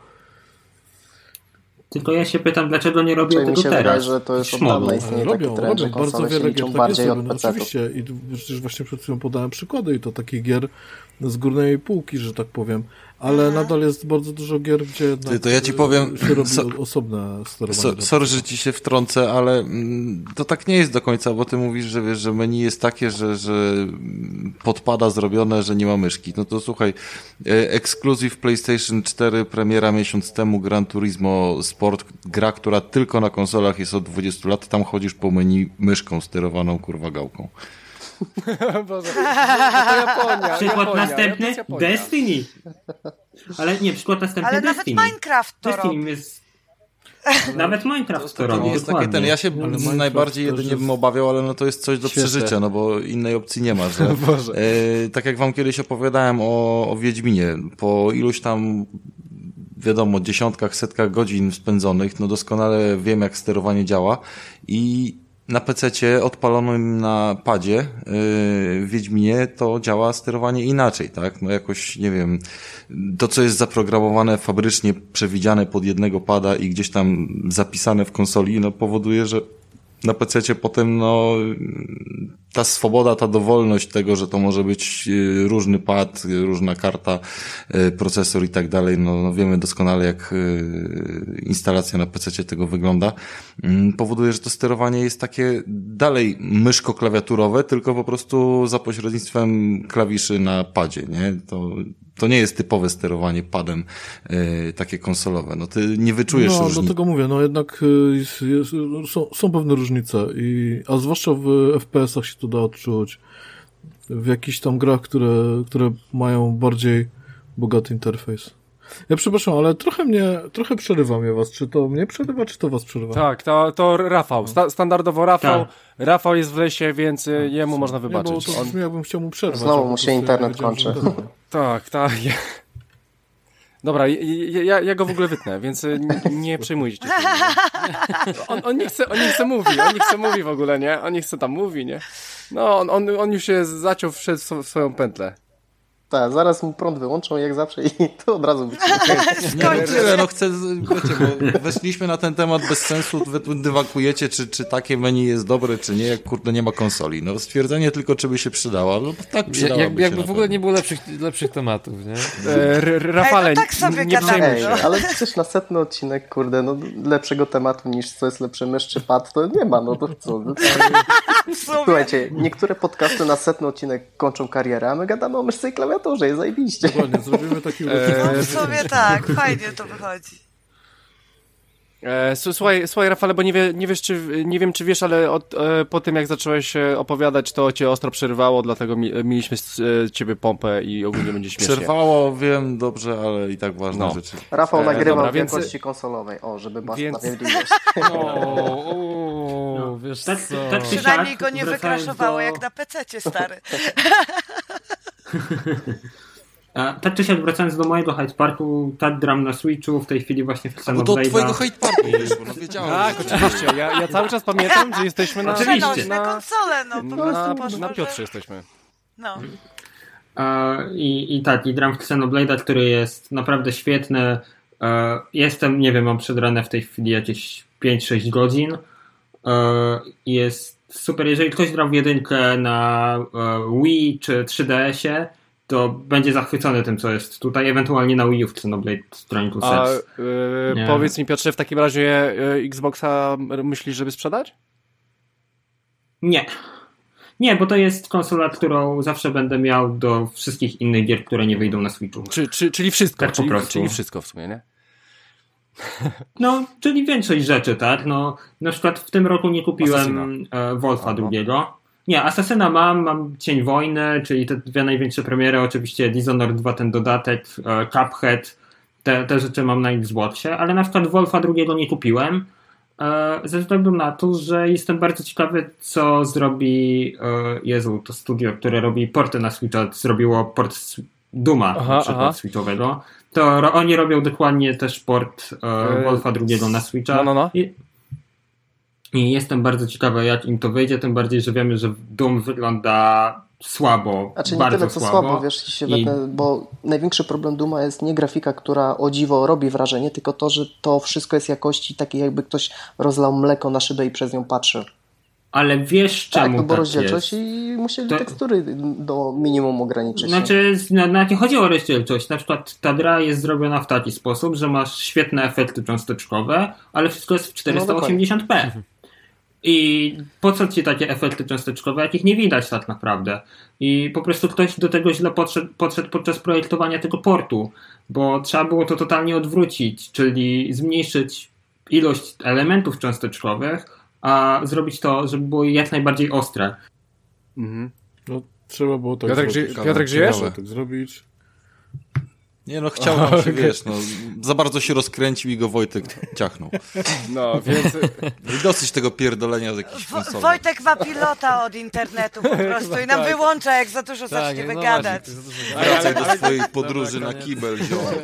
Tylko ja się pytam, dlaczego nie robią tego teraz? Wydaje, że to jest od dawna istnieje taki trend, że konsole się liczą bardziej od PC-ów. Oczywiście i przecież właśnie przed chwilą podałem przykłady i to takich gier z górnej półki, że tak powiem, ale nadal jest bardzo dużo gier, gdzie jednak to ja ci powiem, się robi osobne sterowanie. Sorry, że ci się wtrącę, ale to tak nie jest do końca, bo ty mówisz, że wiesz, że menu jest takie, że podpada zrobione, że nie ma myszki. No to słuchaj, Exclusive PlayStation 4, premiera miesiąc temu, Gran Turismo Sport, gra, która tylko na konsolach jest od 20 lat, tam chodzisz po menu myszką sterowaną, kurwa, gałką. Boże, to Japonia. Przykład następny, Destiny. Ale nie, przykład następny, ale Destiny. Nawet Minecraft to Destiny robi. Jest... Nawet Minecraft to robi, jest takie ja się najbardziej jedynie bym obawiał, ale no to jest coś do przeżycia, no bo innej opcji nie ma, że tak jak wam kiedyś opowiadałem o Wiedźminie, po iluś tam wiadomo, dziesiątkach, setkach godzin spędzonych, no doskonale wiem, jak sterowanie działa i na PC-cie odpalonym na padzie w Wiedźminie to działa sterowanie inaczej, tak? No jakoś, nie wiem, to co jest zaprogramowane fabrycznie, przewidziane pod jednego pada i gdzieś tam zapisane w konsoli, no powoduje, że na PC-cie potem, no, ta swoboda, ta dowolność tego, że to może być różny pad, różna karta, procesor i tak dalej, no wiemy doskonale, jak instalacja na PC-cie tego wygląda, powoduje, że to sterowanie jest takie dalej myszko-klawiaturowe, tylko po prostu za pośrednictwem klawiszy na padzie, nie? To nie jest typowe sterowanie padem takie konsolowe. No ty nie wyczujesz różnicy. No, do tego mówię, no jednak są pewne różnice a zwłaszcza w FPS-ach się to da odczuć. W jakichś tam grach, które mają bardziej bogaty interfejs. Ja przepraszam, ale trochę przerywam ja was. Czy to mnie przerywa, czy to was przerywa? Tak, to Rafał. Standardowo Rafał. Tak. Rafał jest w lesie, więc jemu można wybaczyć. Nie, bo to brzmi, jakbym chciał mu przerwać. Znowu mu się internet kończy. Tak. Dobra, ja go w ogóle wytnę, więc nie przejmujcie się. On nie chce mówi w ogóle, nie? On nie chce tam mówi, nie? No, on już się zaciął, wszedł w swoją pętlę. Tak, zaraz mu prąd wyłączą jak zawsze i to od razu nie tyle, no chcę, wiecie, bo weszliśmy na ten temat bez sensu, wy dywagujecie, czy takie menu jest dobre, czy nie, jak kurde nie ma konsoli. No stwierdzenie tylko, czy by się przydała, no tak przydałaby jakby w ogóle nie było lepszych tematów, nie? Rafale, no tak sobie nie przejmuj się. Ale przecież na 100 odcinek, kurde, no lepszego tematu niż co jest lepszy mysz czy pad, to nie ma, no to co? No, słuchajcie, niektóre podcasty na 100 odcinek kończą karierę, a my gadamy o myszce i klawiaturze, jest zajebiście. Dokładnie, zrobimy taki no w sumie tak, fajnie to wychodzi. Słuchaj Rafale, bo nie wiem czy wiesz, ale po tym jak zacząłeś opowiadać, to cię ostro przerwało, dlatego mieliśmy z ciebie pompę i ogólnie będzie śmiesznie. Przerwało, wiem dobrze, ale i tak ważne rzeczy. Rafał nagrywał w jakości konsolowej, żeby była sprawiedliwość. Wiesz co? Przynajmniej go nie wykraszowało jak na PC-cie, stary. Tak czy siak, wracając do mojego Hyde Parku, tak gram na Switchu, w tej chwili właśnie w Xenoblade'a. Bo do twojego Hyde Parku no wiedziałem. Tak, oczywiście. Ja cały czas pamiętam, że jesteśmy na... Oczywiście. Na konsolę, po prostu poszło, na Piotrze jesteśmy. No. I gram w Xenoblade'a, który jest naprawdę świetny. Jestem, nie wiem, mam przedrane w tej chwili jakieś 5-6 godzin. Jest super. Jeżeli ktoś grał w jedynkę na Wii czy 3DS-ie, to będzie zachwycony tym, co jest tutaj, ewentualnie na Wii U w Xenoblade Chronicles. Powiedz mi, Piotrze, w takim razie Xboxa myślisz, żeby sprzedać? Nie, bo to jest konsola, którą zawsze będę miał do wszystkich innych gier, które nie wyjdą na Switchu. Czyli wszystko, tak po prostu. Czyli wszystko w sumie, nie? No, czyli większość rzeczy, tak? No, na przykład w tym roku nie kupiłem Wolfa drugiego. Nie, Asasyna mam Cień Wojny, czyli te dwie największe premiery, oczywiście Dishonored 2, ten dodatek, Cuphead, te rzeczy mam na Xboxie, ale na przykład Wolfa drugiego nie kupiłem, ze względu na to, że jestem bardzo ciekawy, co zrobi to studio, które robi porty na Switcha, zrobiło port Duma Switchowego, to oni robią dokładnie też port Wolfa drugiego na Switcha. No. I jestem bardzo ciekawy, jak im to wyjdzie, tym bardziej, że wiemy, że Doom wygląda słabo, znaczy bardzo nie tyle co słabo, wiesz, bo największy problem Dooma jest nie grafika, która o dziwo robi wrażenie, tylko to, że to wszystko jest jakości takiej, jakby ktoś rozlał mleko na szybę i przez nią patrzy. Ale wiesz czemu bo tak rozdzielczość jest? I musieli tekstury do minimum ograniczyć. Znaczy, nie chodzi o rozdzielczość. Na przykład ta gra jest zrobiona w taki sposób, że masz świetne efekty cząsteczkowe, ale wszystko jest w 480p. I po co ci takie efekty cząsteczkowe, jakich nie widać tak naprawdę? I po prostu ktoś do tego źle podszedł podczas projektowania tego portu, bo trzeba było to totalnie odwrócić, czyli zmniejszyć ilość elementów cząsteczkowych, a zrobić to, żeby było jak najbardziej ostre. Mhm. No trzeba było tak zrobić. Piotrek, żyjesz? Tak zrobić. Nie no, chciał nam się, wiesz, za bardzo się rozkręcił i go Wojtek ciachnął. No, więc... I dosyć tego pierdolenia z jakichś konsolach. Wojtek ma pilota od internetu po prostu i nam wyłącza, jak za dużo zaczniemy gadać. Wracaj do swojej podróży na kibel,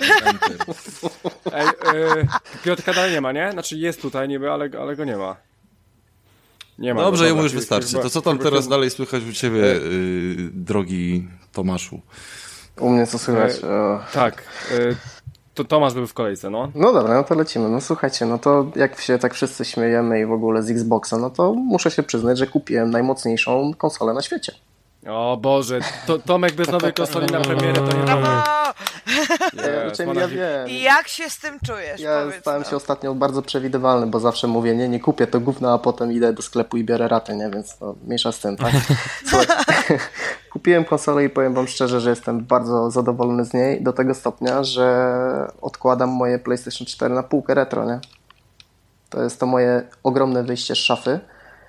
Piotrka dalej nie ma, nie? Znaczy jest tutaj niby, ale go nie ma. Nie ma. Dobrze, jemu już wystarczy. To co tam teraz dalej słychać u ciebie, drogi Tomaszu? U mnie co słychać? Tak. To Tomasz był w kolejce, no. No dobra, no to lecimy. No słuchajcie, no to jak się tak wszyscy śmiejemy i w ogóle z Xboxa, no to muszę się przyznać, że kupiłem najmocniejszą konsolę na świecie. O Boże, Tomek bez nowej konsoli na premierę to nie mamy. Ja wiem. I jak się z tym czujesz? Ja stałem się ostatnio bardzo przewidywalny, bo zawsze mówię, nie kupię to gówno, a potem idę do sklepu i biorę raty, nie? Więc to mniejsza z tym, tak? Słuchaj, kupiłem konsolę i powiem wam szczerze, że jestem bardzo zadowolony z niej do tego stopnia, że odkładam moje PlayStation 4 na półkę retro, nie? To jest to moje ogromne wyjście z szafy.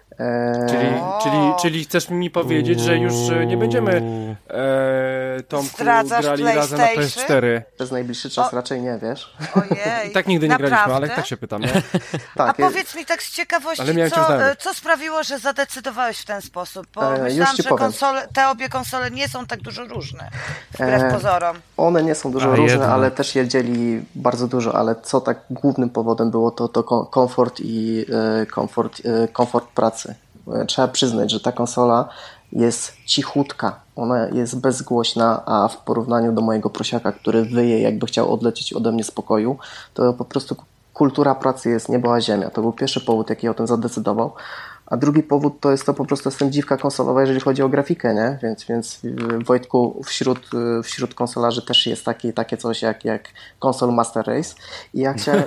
Czyli chcesz mi powiedzieć, że już nie będziemy Tomku grali razem na PS4? Przez najbliższy czas raczej nie, wiesz? Ojej, I tak nigdy nie graliśmy, ale tak się pytam, nie? Tak, a powiedz mi tak z ciekawości, co sprawiło, że zadecydowałeś w ten sposób? Bo myślałam, że te obie konsole nie są tak dużo różne, wbrew pozorom. One nie są dużo różne, ale też je dzieli bardzo dużo, ale co tak głównym powodem było, to komfort i komfort pracy. Trzeba przyznać, że ta konsola jest cichutka, ona jest bezgłośna, a w porównaniu do mojego prosiaka, który wyje, jakby chciał odlecieć ode mnie z pokoju, to po prostu kultura pracy jest niebo a ziemia. To był pierwszy powód, jaki o tym zadecydował. A drugi powód to jest to po prostu jestem dziwka konsolowa, jeżeli chodzi o grafikę, nie? Więc Wojtku, wśród konsolarzy też jest takie coś jak Console Master Race. I ja chciałem...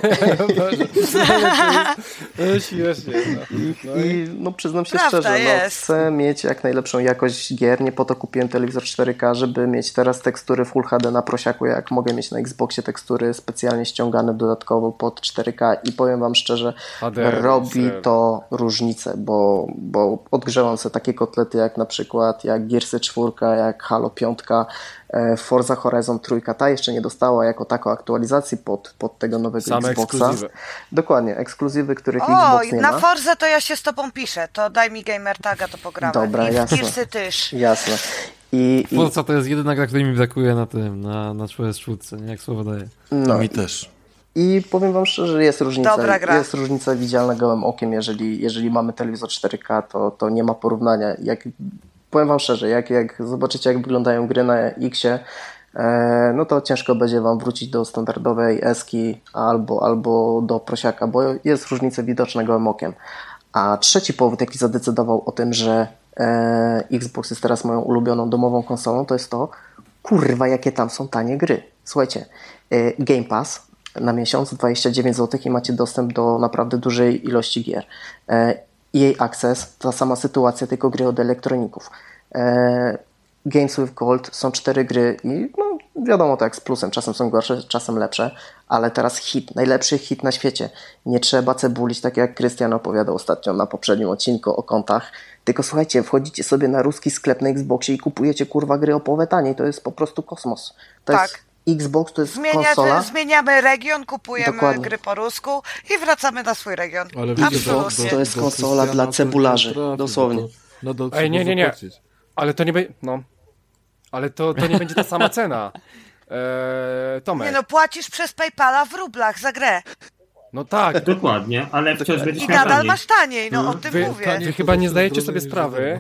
Śmiesznie. No przyznam się szczerze, chcę mieć jak najlepszą jakość gier, nie po to kupiłem telewizor 4K, żeby mieć teraz tekstury Full HD na prosiaku, jak mogę mieć na Xboxie tekstury specjalnie ściągane dodatkowo pod 4K i powiem wam szczerze, robi to różnicę, bo odgrzewam sobie takie kotlety jak na przykład jak Gearsy 4, jak Halo 5, Forza Horizon 3, ta jeszcze nie dostała jako taką aktualizacji pod tego nowego same Xboxa. Ekskluzywy. Dokładnie, ekskluzywy, których Xbox nie ma. Na Forze to ja się z tobą piszę, to daj mi gamer taga, to pogramy. Dobra, i jasne. Gearsy też. Jasne. Forza to jest jedyna gra, której mi brakuje na tym, na PS4, nie jak słowo daje. No. Mi też. I powiem wam szczerze, jest różnica. Dobra gra. Jest różnica widzialna gołym okiem, jeżeli mamy telewizor 4K, to nie ma porównania. Powiem wam szczerze, jak zobaczycie, jak wyglądają gry na X-ie, no to ciężko będzie wam wrócić do standardowej S-ki albo do prosiaka, bo jest różnica widoczna gołym okiem. A trzeci powód, jaki zadecydował o tym, że Xbox jest teraz moją ulubioną domową konsolą, to jest to, kurwa, jakie tam są tanie gry. Słuchajcie, Game Pass na miesiąc 29 zł i macie dostęp do naprawdę dużej ilości gier. EA Access, ta sama sytuacja, tylko gry od elektroników. Games with Gold, są 4 gry i no wiadomo, to jak z plusem, czasem są gorsze, czasem lepsze, ale teraz hit, najlepszy hit na świecie. Nie trzeba cebulić, tak jak Krystian opowiadał ostatnio na poprzednim odcinku o kontach, tylko słuchajcie, wchodzicie sobie na ruski sklep na Xboxie i kupujecie kurwa gry o połowę taniej, to jest po prostu kosmos. To jest Xbox, to jest konsola. Zmieniamy region, kupujemy Dokładnie. gry po rusku i wracamy na swój region. Ale absolutnie. To jest konsola dla cebularzy, dosłownie. Ej, nie. Ale to nie będzie... No. Ale to nie będzie ta sama cena. Tomek. Nie no, płacisz przez PayPala w rublach za grę. No tak. Dokładnie, ale wciąż będziesz I miał nadal taniej. masz taniej, no o tym Wy mówię. chyba nie zdajecie sobie sprawy.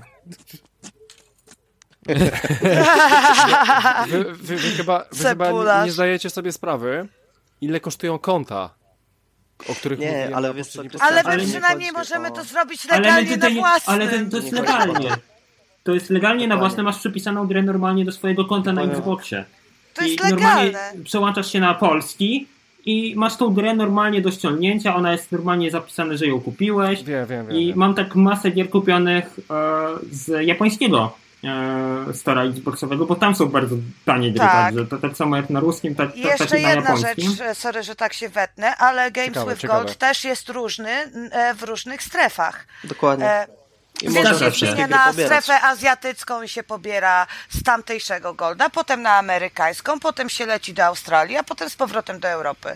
Wy chyba nie zdajecie sobie sprawy, ile kosztują konta, o których mówiłem. Ale wiesz co, Ale Ale my nie przynajmniej chodzi możemy o- to zrobić Ale legalnie my tutaj, na własnym. ale to jest legalnie. To jest legalnie na własne, masz przypisaną grę normalnie do swojego konta na Xboxie. To jest I normalnie legalne. przełączasz się na polski i masz tą grę normalnie do ściągnięcia, ona jest normalnie zapisane, że ją kupiłeś. Wiem. I mam tak masę gier kupionych z japońskiego stora Xboxowego, bo tam są bardzo tanie gry, Tak. także to tak samo jak na ruskim, tak I i jeszcze na jedna japońskim. rzecz, sorry, że tak się wetnę, ale Games with Ciekawe. Gold też jest różny w różnych strefach. Dokładnie. I Więc można się wszystkie wciśnie gry na pobierać. strefę azjatycką i się pobiera z tamtejszego Golda, potem na amerykańską, potem się leci do Australii, a potem z powrotem do Europy.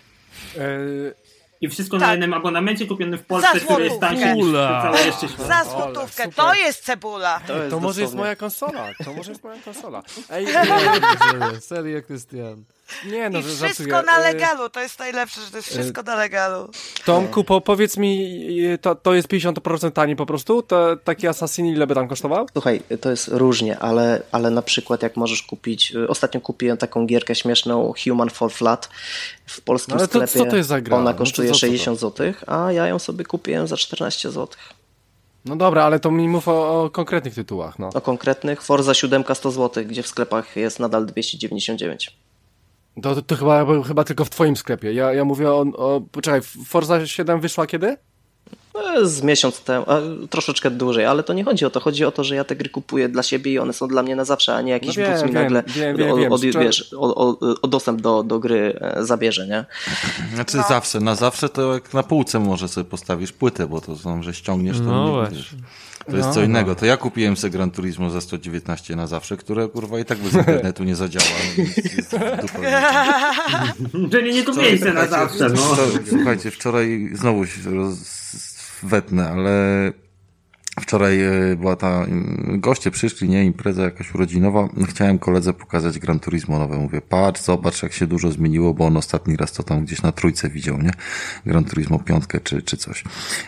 I wszystko Tak. na jednym abonamencie kupionym w Polsce, Za który jest złotówkę. tańszy niż Ula. cały jeszcze świat. Za złotówkę, super. to jest cebula. To może jest dosłownie. moja konsola. Ej, Serio, Krystian. nie no, I że wszystko żartuję. na legalu, to jest najlepsze, że to jest wszystko na legalu. Tomku, powiedz mi, to jest 50% taniej po prostu? Taki Assassin ile by tam kosztował? Słuchaj, to jest różnie, ale na przykład jak możesz kupić, ostatnio kupiłem taką gierkę śmieszną Human Fall Flat w polskim No ale to sklepie. co to jest za gra? Ona No to kosztuje co to? 60 zł, a ja ją sobie kupiłem za 14 zł. No dobra, ale to mi mów o konkretnych tytułach, no. O konkretnych Forza 7 100 zł, gdzie w sklepach jest nadal 299. To chyba tylko w twoim sklepie. Ja mówię poczekaj, Forza 7 wyszła kiedy? Z miesiąc temu, troszeczkę dłużej, ale to nie chodzi o to. Chodzi o to, że ja te gry kupuję dla siebie i one są dla mnie na zawsze, a nie jakiś No wiem, wódz mi wiem, nagle wiem. o dostęp do gry zabierze, nie? Znaczy zawsze, na zawsze to jak na półce może sobie postawisz płytę, bo to znam, że ściągniesz to No nie właśnie. wiesz. To jest co innego. To ja kupiłem sobie Gran Turismo za 119 na zawsze, które kurwa i tak bez internetu nie zadziała. Więc jest w dupę. Czyli nie kupiłeś się na zawsze, no. Słuchajcie, wczoraj znowu się wetnę, ale wczoraj była goście przyszli, nie, impreza jakaś urodzinowa. Chciałem koledze pokazać Gran Turismo nowe. Mówię, patrz, zobacz jak się dużo zmieniło, bo on ostatni raz to tam gdzieś na trójce widział, nie? Gran Turismo 5 czy coś.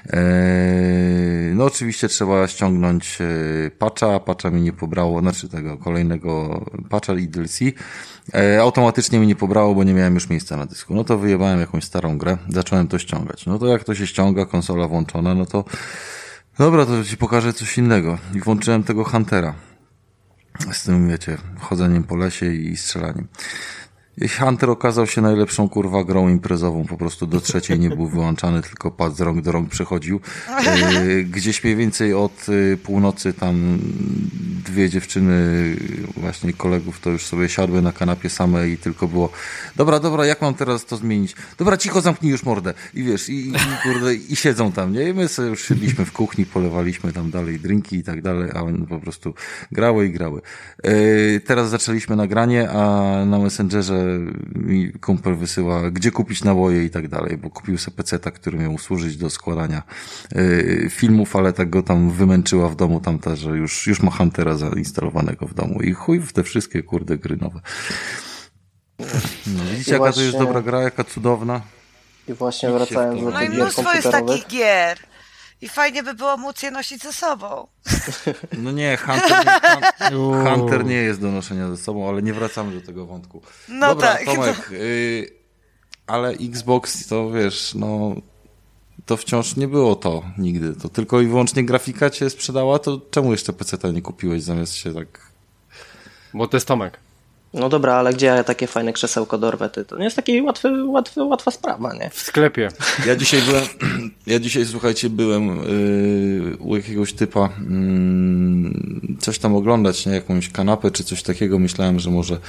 No oczywiście trzeba ściągnąć patcha mi nie pobrało, znaczy tego kolejnego patcha i DLC. Automatycznie mi nie pobrało, bo nie miałem już miejsca na dysku. No to wyjebałem jakąś starą grę, zacząłem to ściągać. No to jak to się ściąga, konsola włączona, no to Dobra, to ci pokażę coś innego. I włączyłem tego Huntera. Z tym, wiecie, chodzeniem po lesie i strzelaniem. Hunter okazał się najlepszą, kurwa, grą imprezową. Po prostu do trzeciej nie był wyłączany, tylko pad z rąk do rąk przechodził. Gdzieś mniej więcej od północy tam dwie dziewczyny, właśnie kolegów, to już sobie siadły na kanapie same i tylko było dobra, jak mam teraz to zmienić? Dobra, cicho, zamknij już mordę. I wiesz, kurde, i siedzą tam, nie? I my sobie już siedliśmy w kuchni, polewaliśmy tam dalej drinki i tak dalej, a one po prostu grały. Teraz zaczęliśmy nagranie, a na Messengerze mi kumpel wysyła, gdzie kupić naboje i tak dalej, bo kupił sobie peceta, który miał służyć do składania filmów, ale tak go tam wymęczyła w domu tamta, że już ma Huntera zainstalowanego w domu i chuj w te wszystkie, kurde, gry nowe. No, widzicie, jaka to jest dobra gra, jaka cudowna. I właśnie wracając do No i tych gier mnóstwo jest komputerowych. takich gier. I fajnie by było móc je nosić ze sobą. No nie, Hunter nie jest do noszenia ze sobą, ale nie wracamy do tego wątku. No dobra, tak. Tomek, ale Xbox, to wiesz, no to wciąż nie było to nigdy. To tylko i wyłącznie grafika cię sprzedała, to czemu jeszcze PC-ta nie kupiłeś zamiast się tak... Bo to jest Tomek. No dobra, ale gdzie ja takie fajne krzesełko dorwę? To nie jest taki łatwa sprawa, nie? W sklepie. Ja dzisiaj, słuchajcie, byłem u jakiegoś typa coś tam oglądać, nie? Jakąś kanapę czy coś takiego. Myślałem, że może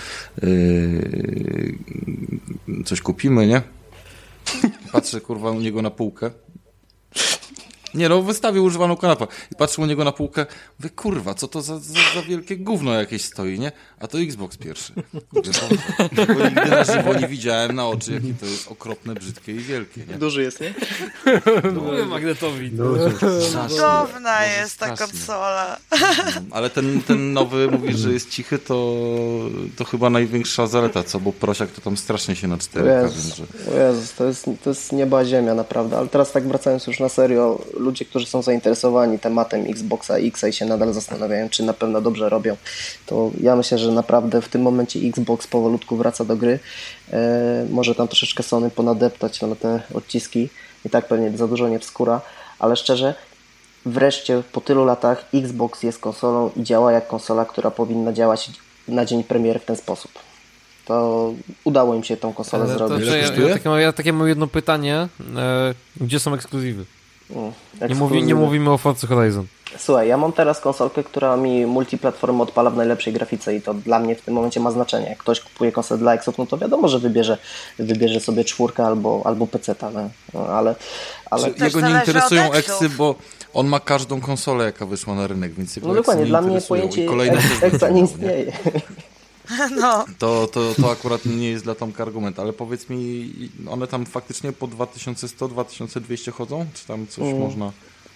coś kupimy, nie? Patrzę, kurwa, u niego na półkę. Nie no, wystawił używaną kanapę. I patrzę u niego na półkę, mówię, kurwa, co to za wielkie gówno jakieś stoi, nie? A to Xbox pierwszy. Bo nigdy na żywo nie widziałem na oczy, jakie to jest okropne, brzydkie i wielkie, nie? Duży jest, nie? Mówię magnetowid. Cudowna jest ta konsola. Ale ten nowy mówi, że jest cichy, to chyba największa zaleta, co? Bo prosiak to tam strasznie się na 4K, więc że... Jezus, to jest nieba ziemia, naprawdę. Ale teraz tak wracając już na serio, ludzie, którzy są zainteresowani tematem Xboxa X i się nadal zastanawiają, czy na pewno dobrze robią, to ja myślę, że naprawdę w tym momencie Xbox powolutku wraca do gry. Może tam troszeczkę Sony ponadeptać na te odciski i tak pewnie za dużo nie wskóra, ale szczerze, wreszcie po tylu latach Xbox jest konsolą i działa jak konsola, która powinna działać na dzień premiery w ten sposób. To udało im się tą konsolę zrobić. Ja takie mam jedno pytanie. Gdzie są ekskluzywy? Nie mówimy o Forza Horizon. Słuchaj, ja mam teraz konsolkę, która mi multiplatformę odpala w najlepszej grafice i to dla mnie w tym momencie ma znaczenie. Jak ktoś kupuje konsolę dla Xbox, no to wiadomo, że wybierze sobie 4 albo PC-ta, no, ale jego nie interesują eksy, bo on ma każdą konsolę, jaka wyszła na rynek, więc jego no dokładnie, dla mnie interesują. pojęcie eksa nie istnieje. No. To akurat nie jest dla Tomka argument, ale powiedz mi, one tam faktycznie po 2100-2200 chodzą? Czy tam coś można...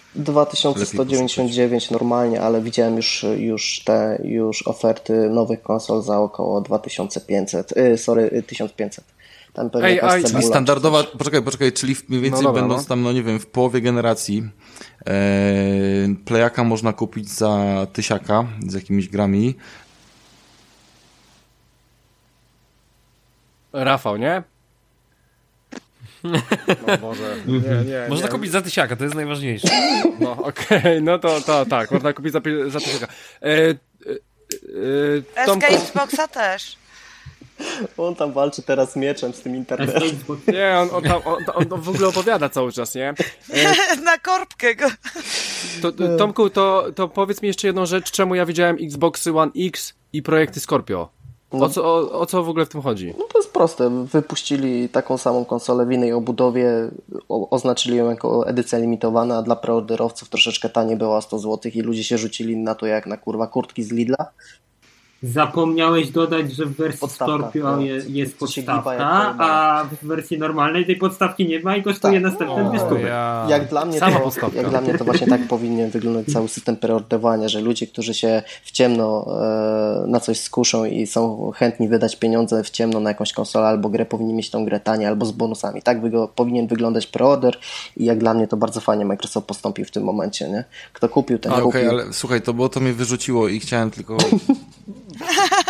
2199 normalnie, ale widziałem już oferty nowych konsol za około 2500. 1500. Tam pewnie czyli standardowa, poczekaj, czyli mniej więcej będąc tam, no nie wiem, w połowie generacji Playaka można kupić za 1000 z jakimiś grami. Rafał, nie? No Boże, nie. Można kupić za 1000, to jest najważniejsze. No okej, no to tak, można kupić za 1000. SK Xboxa też. On tam walczy teraz mieczem z tym internetem. Nie, on w ogóle opowiada cały czas, nie? Na korbkę go. Tomku, to powiedz mi jeszcze jedną rzecz, czemu ja widziałem Xboxy One X i projekty Scorpio? O co w ogóle w tym chodzi? No to jest proste. Wypuścili taką samą konsolę w innej obudowie, oznaczyli ją jako edycja limitowana, a dla preorderowców troszeczkę taniej była 100 zł i ludzie się rzucili na to jak na kurwa kurtki z Lidla. Zapomniałeś dodać, że w wersji Scorpio jest podstawka, a w wersji normalnej tej podstawki nie ma i kosztuje następne 200. Jak dla mnie to właśnie tak powinien wyglądać cały system preorderowania, że ludzie, którzy się w ciemno na coś skuszą i są chętni wydać pieniądze w ciemno na jakąś konsolę albo grę, powinni mieć tą grę tanie albo z bonusami. Tak powinien wyglądać preorder i jak dla mnie to bardzo fajnie Microsoft postąpił w tym momencie, nie? Kto kupił, ten kupił. Ale słuchaj, bo to mnie wyrzuciło i chciałem tylko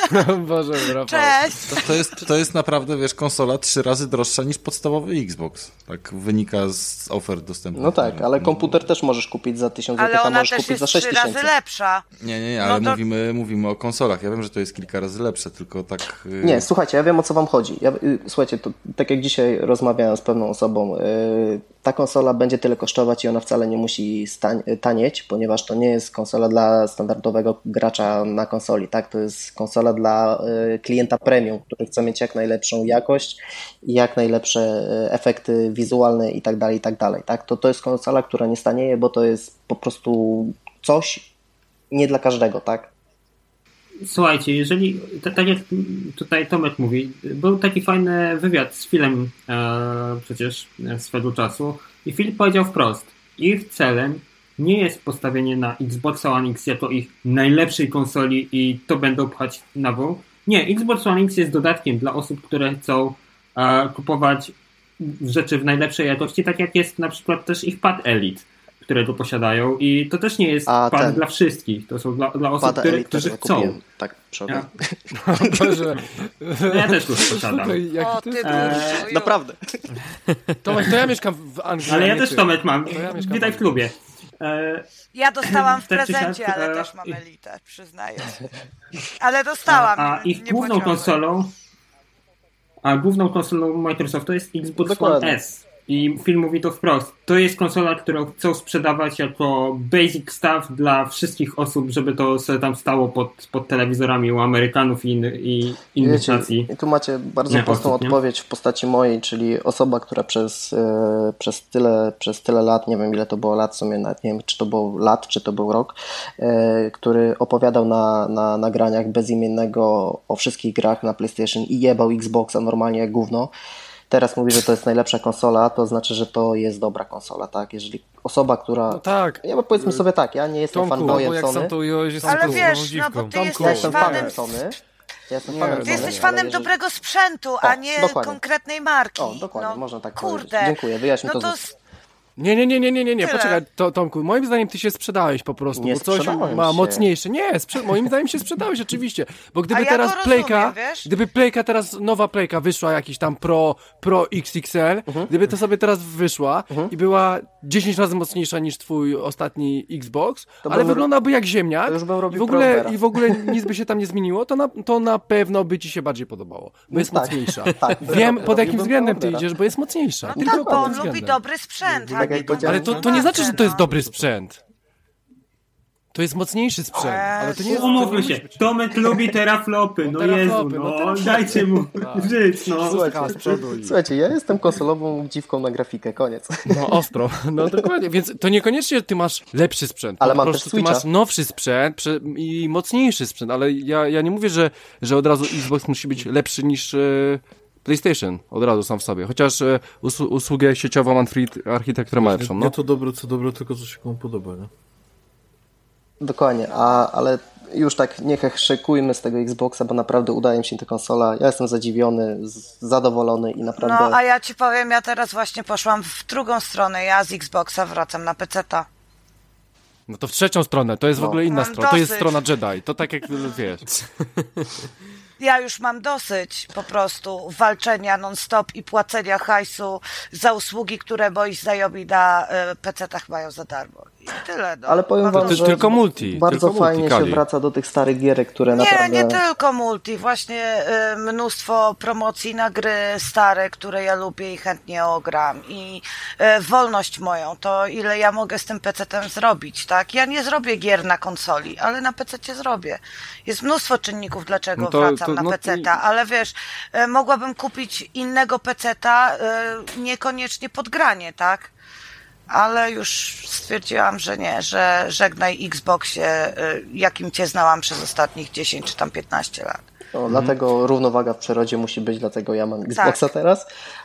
Boże, Rafał. Cześć! To jest naprawdę, wiesz, konsola 3 razy droższa niż podstawowy Xbox. Tak wynika z ofert dostępnych. No tak, ale komputer też możesz kupić za 1000 zł, Ale a ona możesz też kupić jest za 3 6000. razy lepsza. Nie, ale No to- mówimy o konsolach. Ja wiem, że to jest kilka razy lepsze, tylko tak... Nie, słuchajcie, ja wiem, o co wam chodzi. Słuchajcie, to tak jak dzisiaj rozmawiałem z pewną osobą, ta konsola będzie tyle kosztować i ona wcale nie musi tanieć, ponieważ to nie jest konsola dla standardowego gracza na konsoli, tak? To jest konsola dla klienta premium, który chce mieć jak najlepszą jakość i jak najlepsze efekty wizualne i tak dalej, tak? To jest konsola, która nie stanieje, bo to jest po prostu coś nie dla każdego, tak? Słuchajcie, jeżeli, tak jak tutaj Tomek mówi, był taki fajny wywiad z Philem przecież swego czasu i Phil powiedział wprost, ich celem nie jest postawienie na Xbox One X jako ich najlepszej konsoli i to będą pchać na wół. Nie, Xbox One X jest dodatkiem dla osób, które chcą kupować rzeczy w najlepszej jakości, tak jak jest na przykład też ich Pad Elite, którego posiadają i to też nie jest pad dla wszystkich, to są dla osób, którzy chcą. Kupiłem. Tak, przepraszam. Boże. No ja też już posiadam. Słuchaj, jaki ty jest... Naprawdę. Tomek, to ja mieszkam w Anglii. Ale ja też Tomek mam. mieszkam Witaj w klubie. Ja dostałam w Tak czy siak, prezencie, ale też mam Elitę, przyznaję. Ale dostałam. A ich nie główną płaciłam. konsolą Microsoftu jest Xbox Dokładnie. One S. I film mówi to wprost. To jest konsola, którą chcą sprzedawać jako basic stuff dla wszystkich osób, żeby to sobie tam stało pod telewizorami u Amerykanów i innych nacji. I tu macie bardzo prostą odpowiedź w postaci mojej, czyli osoba, która przez tyle lat, nie wiem ile to było lat, w sumie nawet nie wiem czy to był lat, czy to był rok, który opowiadał na nagraniach bezimiennego o wszystkich grach na PlayStation i jebał Xboxa normalnie jak gówno. Teraz mówi, że to jest najlepsza konsola, to znaczy, że to jest dobra konsola, tak? Jeżeli osoba, która... No tak. Ja powiedzmy sobie tak, ja nie jestem fanboyem Sony. Ale wiesz, no bo ty Ja jestem fanem fanem Sony. Ty jesteś fanem dobrego sprzętu, a nie konkretnej marki. O, dokładnie, no, można tak kurde. powiedzieć. Dziękuję, wyjaśnię to. Nie, poczekaj, Tomku, moim zdaniem ty się sprzedałeś po prostu, Nie bo coś sprzedałem ma się. mocniejsze. Nie, moim zdaniem się sprzedałeś oczywiście, bo gdyby ja teraz to rozumiem, gdyby Playka teraz, nowa Playka wyszła, jakiś tam Pro XXL, gdyby to sobie teraz wyszła i była 10 razy mocniejsza niż twój ostatni Xbox, ale wyglądałby jak ziemniak i w ogóle nic by się tam nie zmieniło, to na pewno by ci się bardziej podobało, bo jest mocniejsza. Tak, wiem, pod jakim względem ty idziesz, bo jest mocniejsza. No tak, bo on lubi dobry sprzęt. Ale to nie znaczy, że to jest dobry sprzęt. To jest mocniejszy sprzęt, ale to nie jest... Umówmy się, Tomek lubi teraflopy, no Jezu, dajcie mu żyć, no. Słuchajcie, ja jestem konsolową dziwką na grafikę, koniec. No ostro, no dokładnie, więc to niekoniecznie, że ty masz lepszy sprzęt, ale po prostu ty masz nowszy sprzęt i mocniejszy sprzęt, ale ja nie mówię, że od razu Xbox musi być lepszy niż... PlayStation od razu sam w sobie, chociaż usługę sieciową Manfred architekturę ma lepszą. Nie to dobre, co dobre, tylko co się komu podoba, nie? Dokładnie, ale już tak nie heheszykujmy z tego Xboxa, bo naprawdę udaje mi się ta konsola. Ja jestem zadziwiony, zadowolony i naprawdę... No, a ja ci powiem, ja teraz właśnie poszłam w drugą stronę, ja z Xboxa wracam na PC-ta. No to w trzecią stronę, to jest w ogóle inna strona, to jest strona Jedi, to tak jak wiesz... Ja już mam dosyć po prostu walczenia non-stop i płacenia hajsu za usługi, które moi znajomi na PC-tach mają za darmo. I tyle. No. Ale powiem wam, że tylko multi, bardzo fajnie się wraca do tych starych gierek, które naprawdę... Nie tylko multi. Właśnie mnóstwo promocji na gry stare, które ja lubię i chętnie ogram. I wolność moją, to ile ja mogę z tym PC-tem zrobić, tak? Ja nie zrobię gier na konsoli, ale na PC-cie zrobię. Jest mnóstwo czynników, dlaczego wracam na PC-ta, ale wiesz, mogłabym kupić innego PC-ta, niekoniecznie pod granie, tak? Ale już stwierdziłam, że nie, że żegnaj Xboxie, jakim cię znałam przez ostatnich 10 czy tam 15 lat. No, dlatego równowaga w przyrodzie musi być, dlatego ja mam Xboxa teraz.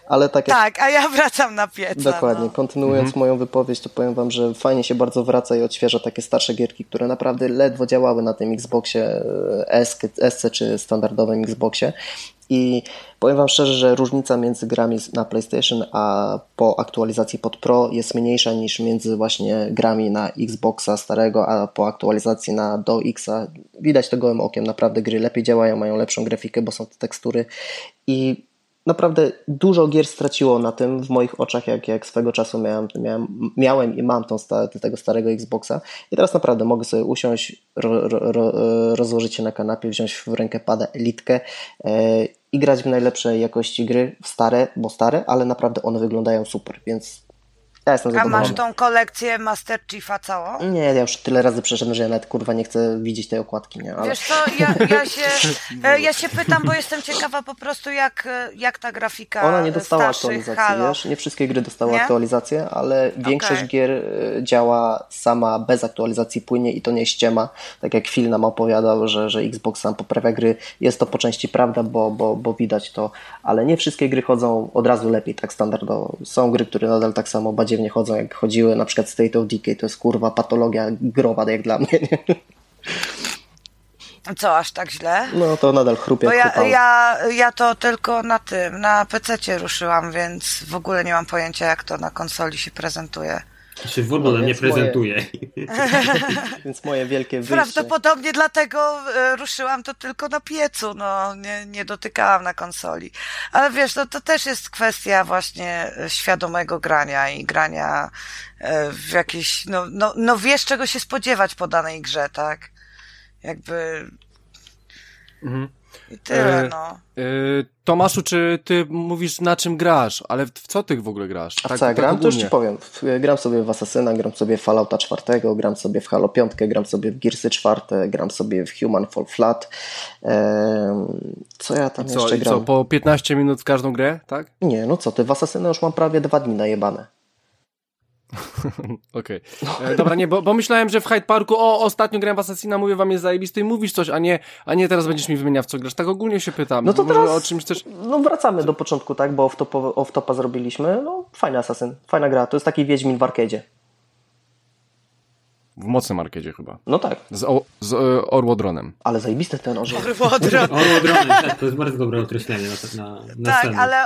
Ale tak, a ja wracam na pieca. Dokładnie. Kontynuując moją wypowiedź, to powiem wam, że fajnie się bardzo wraca i odświeża takie starsze gierki, które naprawdę ledwo działały na tym Xboxie SC czy standardowym Xboxie. I powiem wam szczerze, że różnica między grami na PlayStation a po aktualizacji pod Pro jest mniejsza niż między właśnie grami na Xboxa starego, a po aktualizacji do Xa. Widać to gołym okiem, naprawdę gry lepiej działają, mają lepszą grafikę, bo są te tekstury i naprawdę dużo gier straciło na tym w moich oczach, jak swego czasu miałem i mam tego starego Xboxa i teraz naprawdę mogę sobie usiąść, rozłożyć się na kanapie, wziąć w rękę pada Elitkę i grać w najlepszej jakości gry, bo stare, ale naprawdę one wyglądają super, więc ja jestem zadowolony. A masz tą kolekcję Master Chiefa całą? Nie, ja już tyle razy przeszedłem, że ja nawet kurwa nie chcę widzieć tej okładki, nie? Ale... Wiesz co, ja się pytam, bo jestem ciekawa po prostu jak ta grafika Ona nie dostała aktualizacji, wiesz? Nie wszystkie gry dostały aktualizację, ale większość gier działa sama bez aktualizacji płynnie i to nie ściema. Tak jak Phil nam opowiadał, że Xbox sam poprawia gry. Jest to po części prawda, bo widać to, ale nie wszystkie gry chodzą od razu lepiej, tak standardowo. Są gry, które nadal tak samo badziewnie chodzą, jak chodziły, na przykład State of Decay, to jest kurwa patologia growa, jak dla mnie, nie? Co, aż tak źle? No to nadal chrupie. Bo ja to tylko na PC-cie ruszyłam, więc w ogóle nie mam pojęcia, jak to na konsoli się prezentuje. Się w ogóle nie prezentuje. Więc moje wielkie wyjście. Prawdopodobnie dlatego ruszyłam to tylko na piecu, nie dotykałam na konsoli. Ale wiesz, to też jest kwestia właśnie świadomego grania i grania w jakieś, wiesz czego się spodziewać po danej grze, tak? Jakby... I tyle, Tomaszu, czy ty mówisz, na czym grasz? Ale w co ty w ogóle grasz? A co ja gram? To już ci powiem. Gram sobie w Assassina, gram sobie w Fallouta 4, gram sobie w Halo 5, gram sobie w Gearsy 4, gram sobie w Human Fall Flat. Co ja tam jeszcze gram? Co, po 15 minut w każdą grę, tak? Nie, co ty, w Assassina już mam prawie 2 dni najebane. Okej. Dobra, nie, bo myślałem, że w Hyde Parku ostatnio grałem w Assassina, mówię wam, jest zajebisty i mówisz coś, a nie teraz będziesz mi wymieniał, w co grasz. Tak ogólnie się pytam. No to teraz o czymś też... wracamy do początku, tak, bo off-topa zrobiliśmy. Fajny Assassin, fajna gra. To jest taki Wiedźmin w arcade'zie. W mocnym arcade'zie chyba. No tak. Z Orłodronem. Ale zajebisty ten orzeł. Orłodron, tak, to jest bardzo dobre określenie na tak, scenę. ale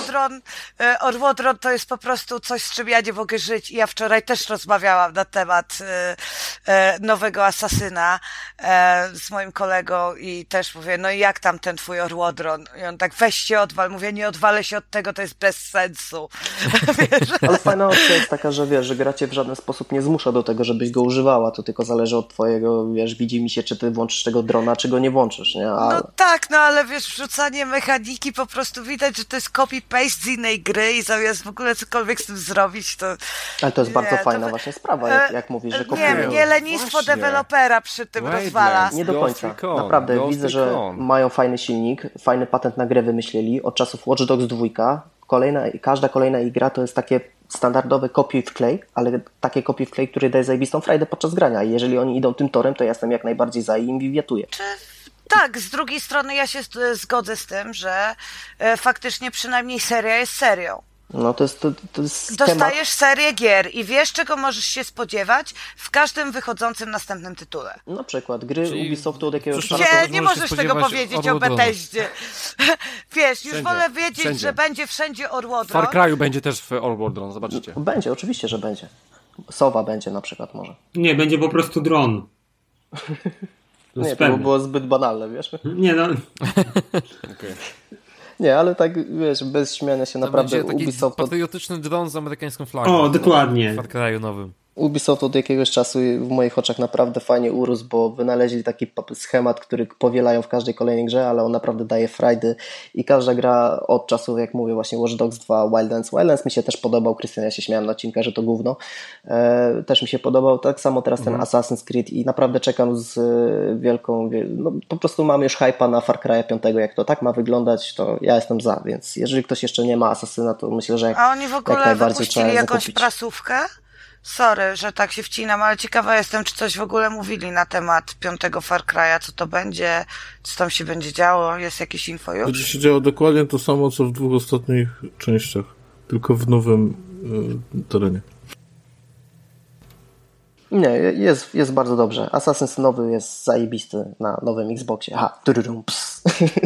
Orłodron to jest po prostu coś, z czym ja nie mogę żyć. I ja wczoraj też rozmawiałam na temat nowego Asasyna z moim kolegą i też mówię, i jak tam ten twój Orłodron? I on tak, weź się odwal. Mówię, nie odwalę się od tego, to jest bez sensu. Ale fajna opcja jest taka, że wiesz, że gra cię w żaden sposób nie zmusza do tego, żebyś go używała, to tylko zależy od twojego, widzi mi się, czy ty włączysz tego drona, czy go nie włączysz, nie? Ale... No tak, ale wiesz, wrzucanie mechaniki po prostu widać, że to jest copy-paste z innej gry i zamiast w ogóle cokolwiek z tym zrobić, to... Ale to jest bardzo fajna właśnie sprawa, jak mówisz, że kopiują. Nie, lenistwo dewelopera przy tym rozwala. Nie do końca. Naprawdę, widzę, że mają fajny silnik, fajny patent na grę wymyślili, od czasów Watch Dogs 2, każda kolejna ich gra to jest takie standardowe kopiuj w klej, ale takie kopiuj w klej, które daje zajebistą frajdę podczas grania i jeżeli oni idą tym torem, to ja jestem jak najbardziej za i im wiwiatuję. Tak, z drugiej strony ja się zgodzę z tym, że faktycznie przynajmniej seria jest serią. No to jest Dostajesz serię gier i wiesz, czego możesz się spodziewać w każdym wychodzącym następnym tytule. Na przykład gry Ubisoftu od jakiegoś czasu... Nie możesz tego powiedzieć o Bethesdzie. Wiesz, już wolę wiedzieć, że będzie wszędzie Orłodron. W Far Cry'u będzie też w Orłodron, zobaczycie. Będzie, oczywiście, że będzie. Sowa będzie na przykład może. Nie, będzie po prostu dron. Nie, to by było zbyt banalne, wiesz? Nie, Okay. Nie, ale tak, wiesz, bez śmiania się to naprawdę Ubisoft... patriotyczny dron z amerykańską flagą. O, dokładnie. W Far Cry'u nowym. Ubisoft od jakiegoś czasu w moich oczach naprawdę fajnie urósł, bo wynaleźli taki schemat, który powielają w każdej kolejnej grze, ale on naprawdę daje frajdy i każda gra od czasu, jak mówię, właśnie Watch Dogs 2, Wildlands mi się też podobał, Krystian, ja się śmiałem na odcinkach, że to gówno, też mi się podobał, tak samo teraz ten Assassin's Creed i naprawdę czekam z wielką, po prostu mam już hype'a na Far Cry'a 5, jak to tak ma wyglądać, to ja jestem za, więc jeżeli ktoś jeszcze nie ma Assassina, to myślę, że A oni w ogóle wypuścili jakąś prasówkę Sorry, że tak się wcinam, ale ciekawa jestem, czy coś w ogóle mówili na temat 5. Far Cry'a, co to będzie, co tam się będzie działo, jest jakieś info już? Będzie się działo dokładnie to samo, co w 2 ostatnich częściach, tylko w nowym terenie. Nie, jest bardzo dobrze. Assassin's nowy jest zajebisty na nowym Xboxie. Aha, ps.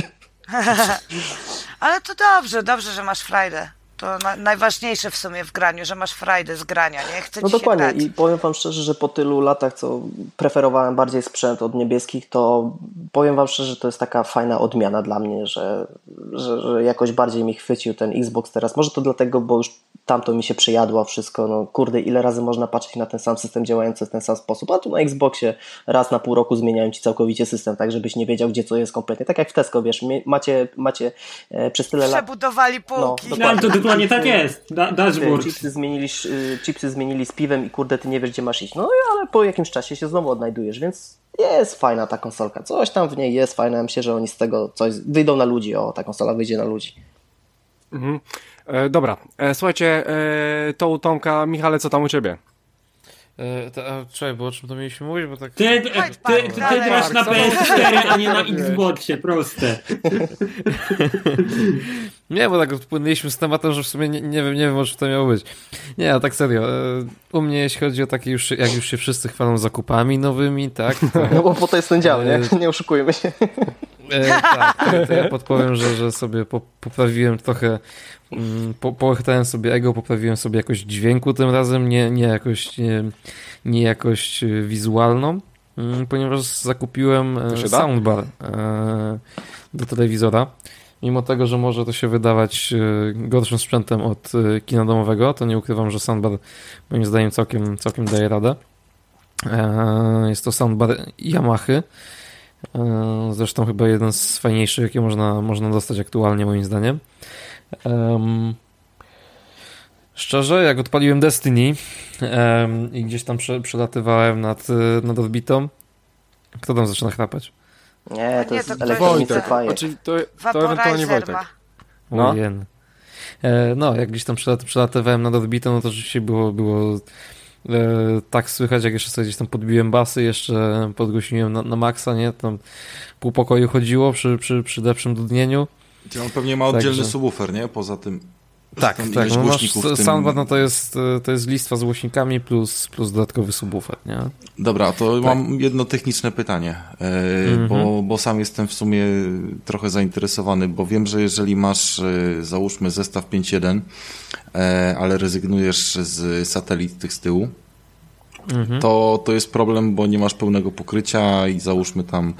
Ale to dobrze, że masz frajdę. To najważniejsze w sumie w graniu, że masz frajdę z grania, nie? Chcę No ci się dokładnie grać. i powiem wam szczerze, że po tylu latach, co preferowałem bardziej sprzęt od niebieskich, to powiem wam szczerze, że to jest taka fajna odmiana dla mnie, że jakoś bardziej mi chwycił ten Xbox teraz. Może to dlatego, bo już tamto mi się przyjadło wszystko, no kurde, ile razy można patrzeć na ten sam system działający w ten sam sposób, a tu na Xboxie raz na pół roku zmieniają ci całkowicie system, tak żebyś nie wiedział, gdzie co jest kompletnie. Tak jak w Tesco, wiesz, macie przez tyle lat... Przebudowali półki. No, to dokładnie tak jest. Dashboard. Chipsy zmienili z piwem i kurde, ty nie wiesz, gdzie masz iść. No ale po jakimś czasie się znowu odnajdujesz, więc jest fajna ta konsolka. Coś tam w niej jest fajne. Ja myślę, że oni z tego coś wyjdą na ludzi. O, ta konsola wyjdzie na ludzi. Mhm. Dobra, słuchajcie, to u Tomka. Michale, co tam u ciebie? Czekaj, bo o czym to mieliśmy mówić? Bo tak... Ty grasz na PS4, a nie na Xboxie, proste. Nie, bo tak odpłynęliśmy z tematem, że w sumie nie wiem, o czym to miało być. Nie, a tak serio. U mnie, jeśli chodzi o takie już, jak już się wszyscy chwalą zakupami nowymi, tak? To, no bo po to jest ten dział, nie? Nie oszukujmy się. Tak, to ja podpowiem, że sobie poprawiłem trochę, połechtałem sobie ego, poprawiłem sobie jakość dźwięku tym razem, nie jakość wizualną, ponieważ zakupiłem soundbar do telewizora. Mimo tego, że może to się wydawać gorszym sprzętem od kina domowego, to nie ukrywam, że soundbar moim zdaniem całkiem daje radę. Jest to soundbar Yamahy. Zresztą chyba jeden z fajniejszych, jakie można dostać aktualnie moim zdaniem. Szczerze, jak odpaliłem Destiny i gdzieś tam przelatywałem nad orbitą, kto tam zaczyna chrapać? Nie, to Nie, jest to elektronicy fajer. Znaczy, to ewentualnie Wojtek. No. No, jak gdzieś tam przelatywałem nad orbitą, no to rzeczywiście było tak słychać, jak jeszcze sobie gdzieś tam podbiłem basy, jeszcze podgłośniłem na maksa, nie? Tam pół pokoju chodziło przy lepszym dudnieniu. On pewnie ma oddzielny subwoofer, nie? Poza tym... Tak. No masz soundbar, no to jest listwa z głośnikami plus dodatkowy subwoofer, nie? Dobra, to mam jedno techniczne pytanie, bo sam jestem w sumie trochę zainteresowany, bo wiem, że jeżeli masz, załóżmy, zestaw 5.1, ale rezygnujesz z satelit tych z tyłu, to jest problem, bo nie masz pełnego pokrycia i załóżmy tam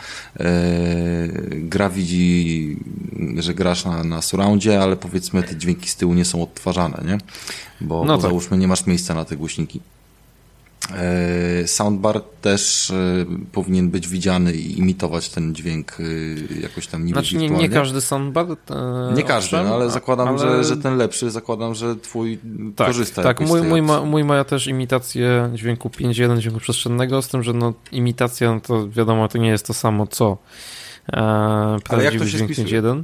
gra widzi, że grasz na surroundzie, ale powiedzmy te dźwięki z tyłu nie są odtwarzane, nie? Bo załóżmy nie masz miejsca na te głośniki. Soundbar też powinien być widziany i imitować ten dźwięk jakoś tam niby wirtualnie. Nie każdy soundbar. Nie każdy, no, ale zakładam, że ten lepszy, zakładam, że twój korzysta. Tak, mój ma też imitację dźwięku 5.1, dźwięku przestrzennego, z tym, że imitacja, no to wiadomo, to nie jest to samo, co prawdziwy dźwięk 5.1.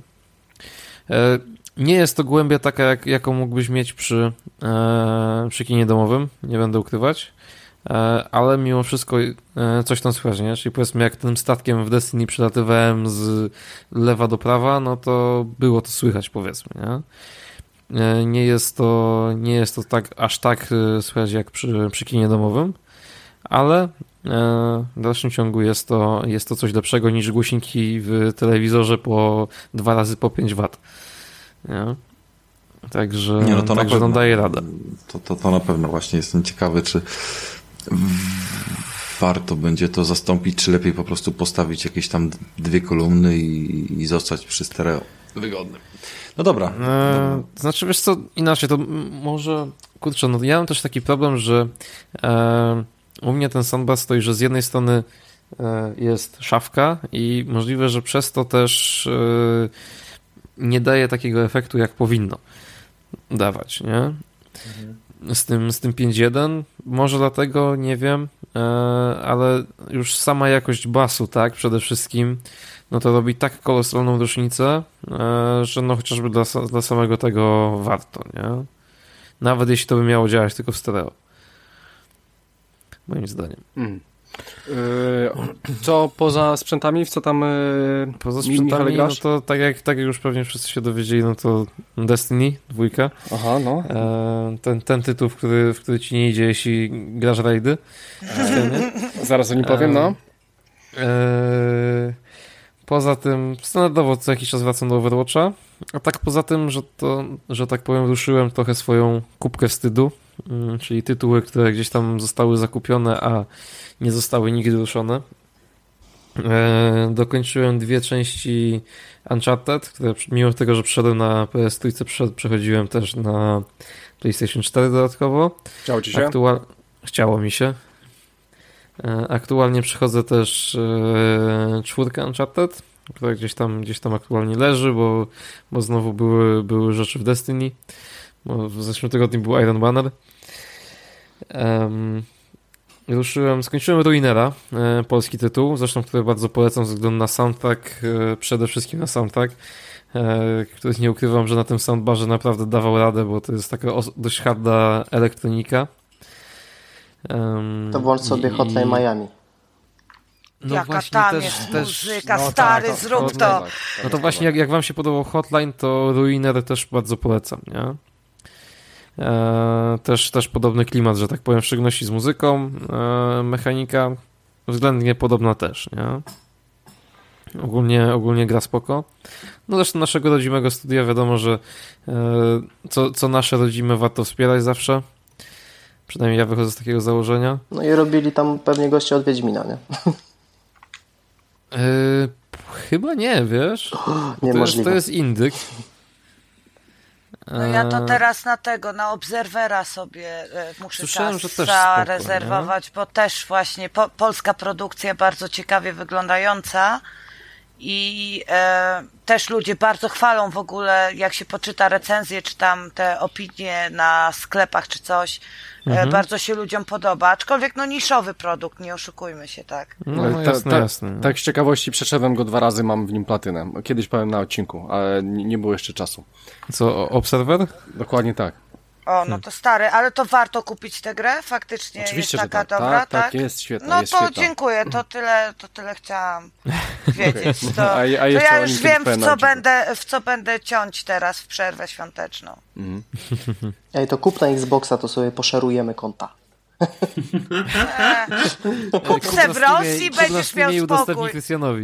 Nie jest to głębia taka, jaką mógłbyś mieć przy kinie domowym, nie będę ukrywać. Ale mimo wszystko coś tam słychać, nie? Czyli powiedzmy, jak tym statkiem w Destiny przelatywałem z lewa do prawa, no to było to słychać, powiedzmy, nie? Nie jest to aż tak słychać jak przy kinie domowym, ale w dalszym ciągu jest to coś lepszego niż głośniki w telewizorze po 2 razy po 5 W. Nie? Także to daje radę. To na pewno właśnie jestem ciekawy, czy warto będzie to zastąpić, czy lepiej po prostu postawić jakieś tam 2 kolumny i zostać przy stereo. Wygodnym. No dobra. Znaczy, wiesz co, inaczej, to może, kurczę, no ja mam też taki problem, że u mnie ten soundbar stoi, że z jednej strony jest szafka i możliwe, że przez to też nie daje takiego efektu, jak powinno dawać, nie? Z tym 5.1, może dlatego, nie wiem, ale już sama jakość basu, tak, przede wszystkim, no to robi tak kolosalną różnicę, że no chociażby dla samego tego warto, nie? Nawet jeśli to by miało działać tylko w stereo. moim zdaniem. Co poza sprzętami, w co tam poza sprzętami, no to tak jak już pewnie wszyscy się dowiedzieli, no to Destiny 2. Aha, no. Ten tytuł, w który ci nie idzie, jeśli grasz rajdy. Zaraz o nim powiem, no. Poza tym standardowo co jakiś czas wracam do Overwatcha, a tak poza tym, że tak powiem, ruszyłem trochę swoją kubkę wstydu, czyli tytuły, które gdzieś tam zostały zakupione, a nie zostały nigdy ruszone. Dokończyłem 2 części Uncharted, które mimo tego, że przeszedłem na PS3, przechodziłem też na PlayStation 4 dodatkowo. Chciało ci się? Chciało mi się. Aktualnie przechodzę też 4 Uncharted, która gdzieś tam aktualnie leży, bo znowu były rzeczy w Destiny. Bo w zeszłym tygodniu był Iron Banner. Skończyłem Ruinera, polski tytuł, zresztą który bardzo polecam ze względu na soundtrack, przede wszystkim na soundtrack, który nie ukrywam, że na tym soundbarze naprawdę dawał radę, bo to jest taka dość harda elektronika. To włącz sobie Hotline Miami. No jaka właśnie, tam jest muzyka, no stary, tak, zrób to. Tak, no to właśnie, jak wam się podobał Hotline, to Ruiner też bardzo polecam, nie? Też podobny klimat, że tak powiem, w szczególności z muzyką, mechanika względnie podobna też, nie? Ogólnie gra spoko. No zresztą naszego rodzimego studia wiadomo, że co nasze rodzime warto wspierać zawsze. Przynajmniej ja wychodzę z takiego założenia. No i robili tam pewnie goście od Wiedźmina, nie? Chyba nie, wiesz? Niemożliwe. To jest indyk. No ja to teraz na Obserwera sobie muszę Słyszałem, czas że też zarezerwować, bo też właśnie polska produkcja bardzo ciekawie wyglądająca i też ludzie bardzo chwalą w ogóle, jak się poczyta recenzje, czy tam te opinie na sklepach, czy coś, bardzo się ludziom podoba, aczkolwiek no niszowy produkt, nie oszukujmy się, tak. No jasne. Tak z ciekawości przeszedłem go 2 razy, mam w nim platynę. Kiedyś powiem na odcinku, ale nie było jeszcze czasu. Co, Observer? Dokładnie tak. O, no to stary, ale to warto kupić tę grę? Faktycznie oczywiście, jest taka że tak. dobra, tak? jest świetna. No jest to świetna. dziękuję, to tyle chciałam wiedzieć. To, a to jeszcze ja już wiem, w co będzie. będę ciąć teraz w przerwę świąteczną. Ej, to kup na Xboxa, to sobie poszerujemy konta. Kup se w Rosji, będziesz miał spokój. Krystianowi.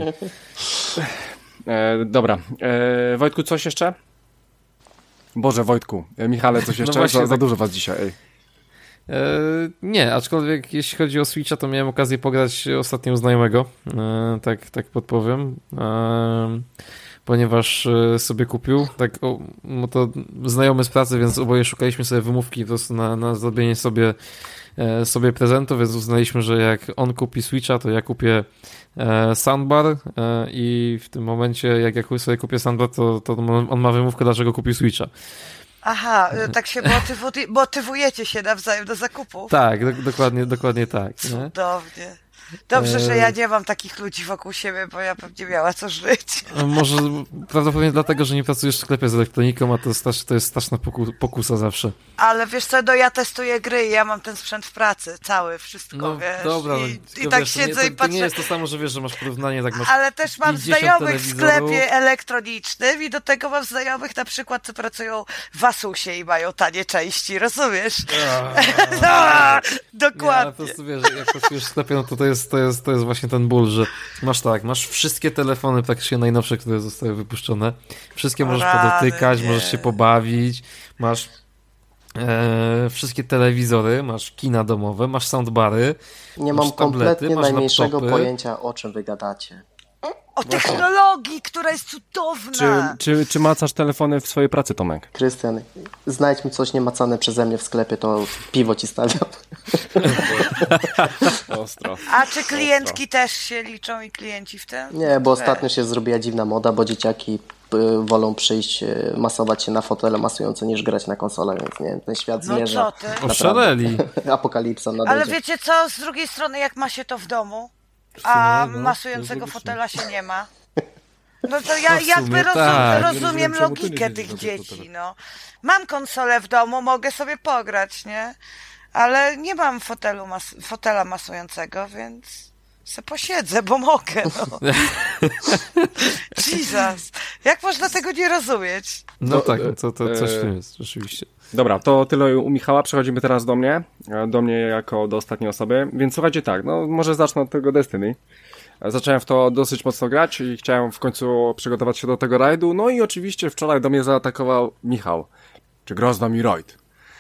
Dobra. Wojtku, coś jeszcze? Boże, Wojtku. Michale, coś jeszcze? No właśnie, za dużo was dzisiaj. Ej. Nie, aczkolwiek jeśli chodzi o Switcha, to miałem okazję pograć ostatnio u znajomego. Tak podpowiem. Ponieważ sobie kupił, no to znajomy z pracy, więc oboje szukaliśmy sobie wymówki po prostu na zrobienie sobie prezentu, więc uznaliśmy, że jak on kupi Switcha, to ja kupię soundbar i w tym momencie, jak ja sobie kupię soundbar, to on ma wymówkę, dlaczego kupił Switcha. Aha, tak się motywujecie się nawzajem do zakupów. Tak, dokładnie tak. Cudownie. Dobrze, że ja nie mam takich ludzi wokół siebie, bo ja pewnie miała co żyć. Może prawdopodobnie dlatego, że nie pracujesz w sklepie z elektroniką, a to jest straszna pokusa zawsze. Ale wiesz co, no ja testuję gry i ja mam ten sprzęt w pracy, cały, wszystko, no, wiesz. Dobra, I tak siedzę i patrzę. To nie jest to samo, że wiesz, że masz porównanie, tak masz. Ale też mam znajomych w sklepie elektronicznym i do tego mam znajomych na przykład, co pracują w Asusie i mają tanie części, rozumiesz? Dokładnie. Nie, po prostu wiesz, jak pracujesz w sklepie, no to jest właśnie ten ból, że masz wszystkie telefony praktycznie najnowsze, które zostały wypuszczone. Wszystkie możesz podotykać, możesz się pobawić, masz wszystkie telewizory, masz kina domowe, masz soundbary, nie masz mam tablety, kompletnie masz najmniejszego laptopy. pojęcia, o czym wy gadacie. O technologii, która jest cudowna. Czy macasz telefony w swojej pracy, Tomek? Krystian, znajdź mi coś niemacane przeze mnie w sklepie, to piwo ci stawiam. Ostro. A czy klientki też się liczą i klienci w tym? Nie, bo ostatnio się zrobiła dziwna moda, bo dzieciaki wolą przyjść, masować się na fotele masujące niż grać na konsolę, więc nie wiem, ten świat zmierza. No co ty? Oszaleli. Apokalipsa nadejdzie. Ale wiecie co, z drugiej strony jak ma się to w domu, a masującego fotela się nie ma. No to ja jakby rozumiem logikę tych dzieci, no. Mam konsolę w domu, mogę sobie pograć, nie? ale nie mam fotela masującego, więc se posiedzę, bo mogę, no. Jesus, jak można tego nie rozumieć? No tak, to coś w tym jest, rzeczywiście. Dobra, to tyle u Michała, przechodzimy teraz do mnie jako do ostatniej osoby, więc słuchajcie tak, no może zacznę od tego Destiny. Zacząłem w to dosyć mocno grać i chciałem w końcu przygotować się do tego rajdu, no i oczywiście wczoraj do mnie zaatakował Michał. Czy gra z nami rajd?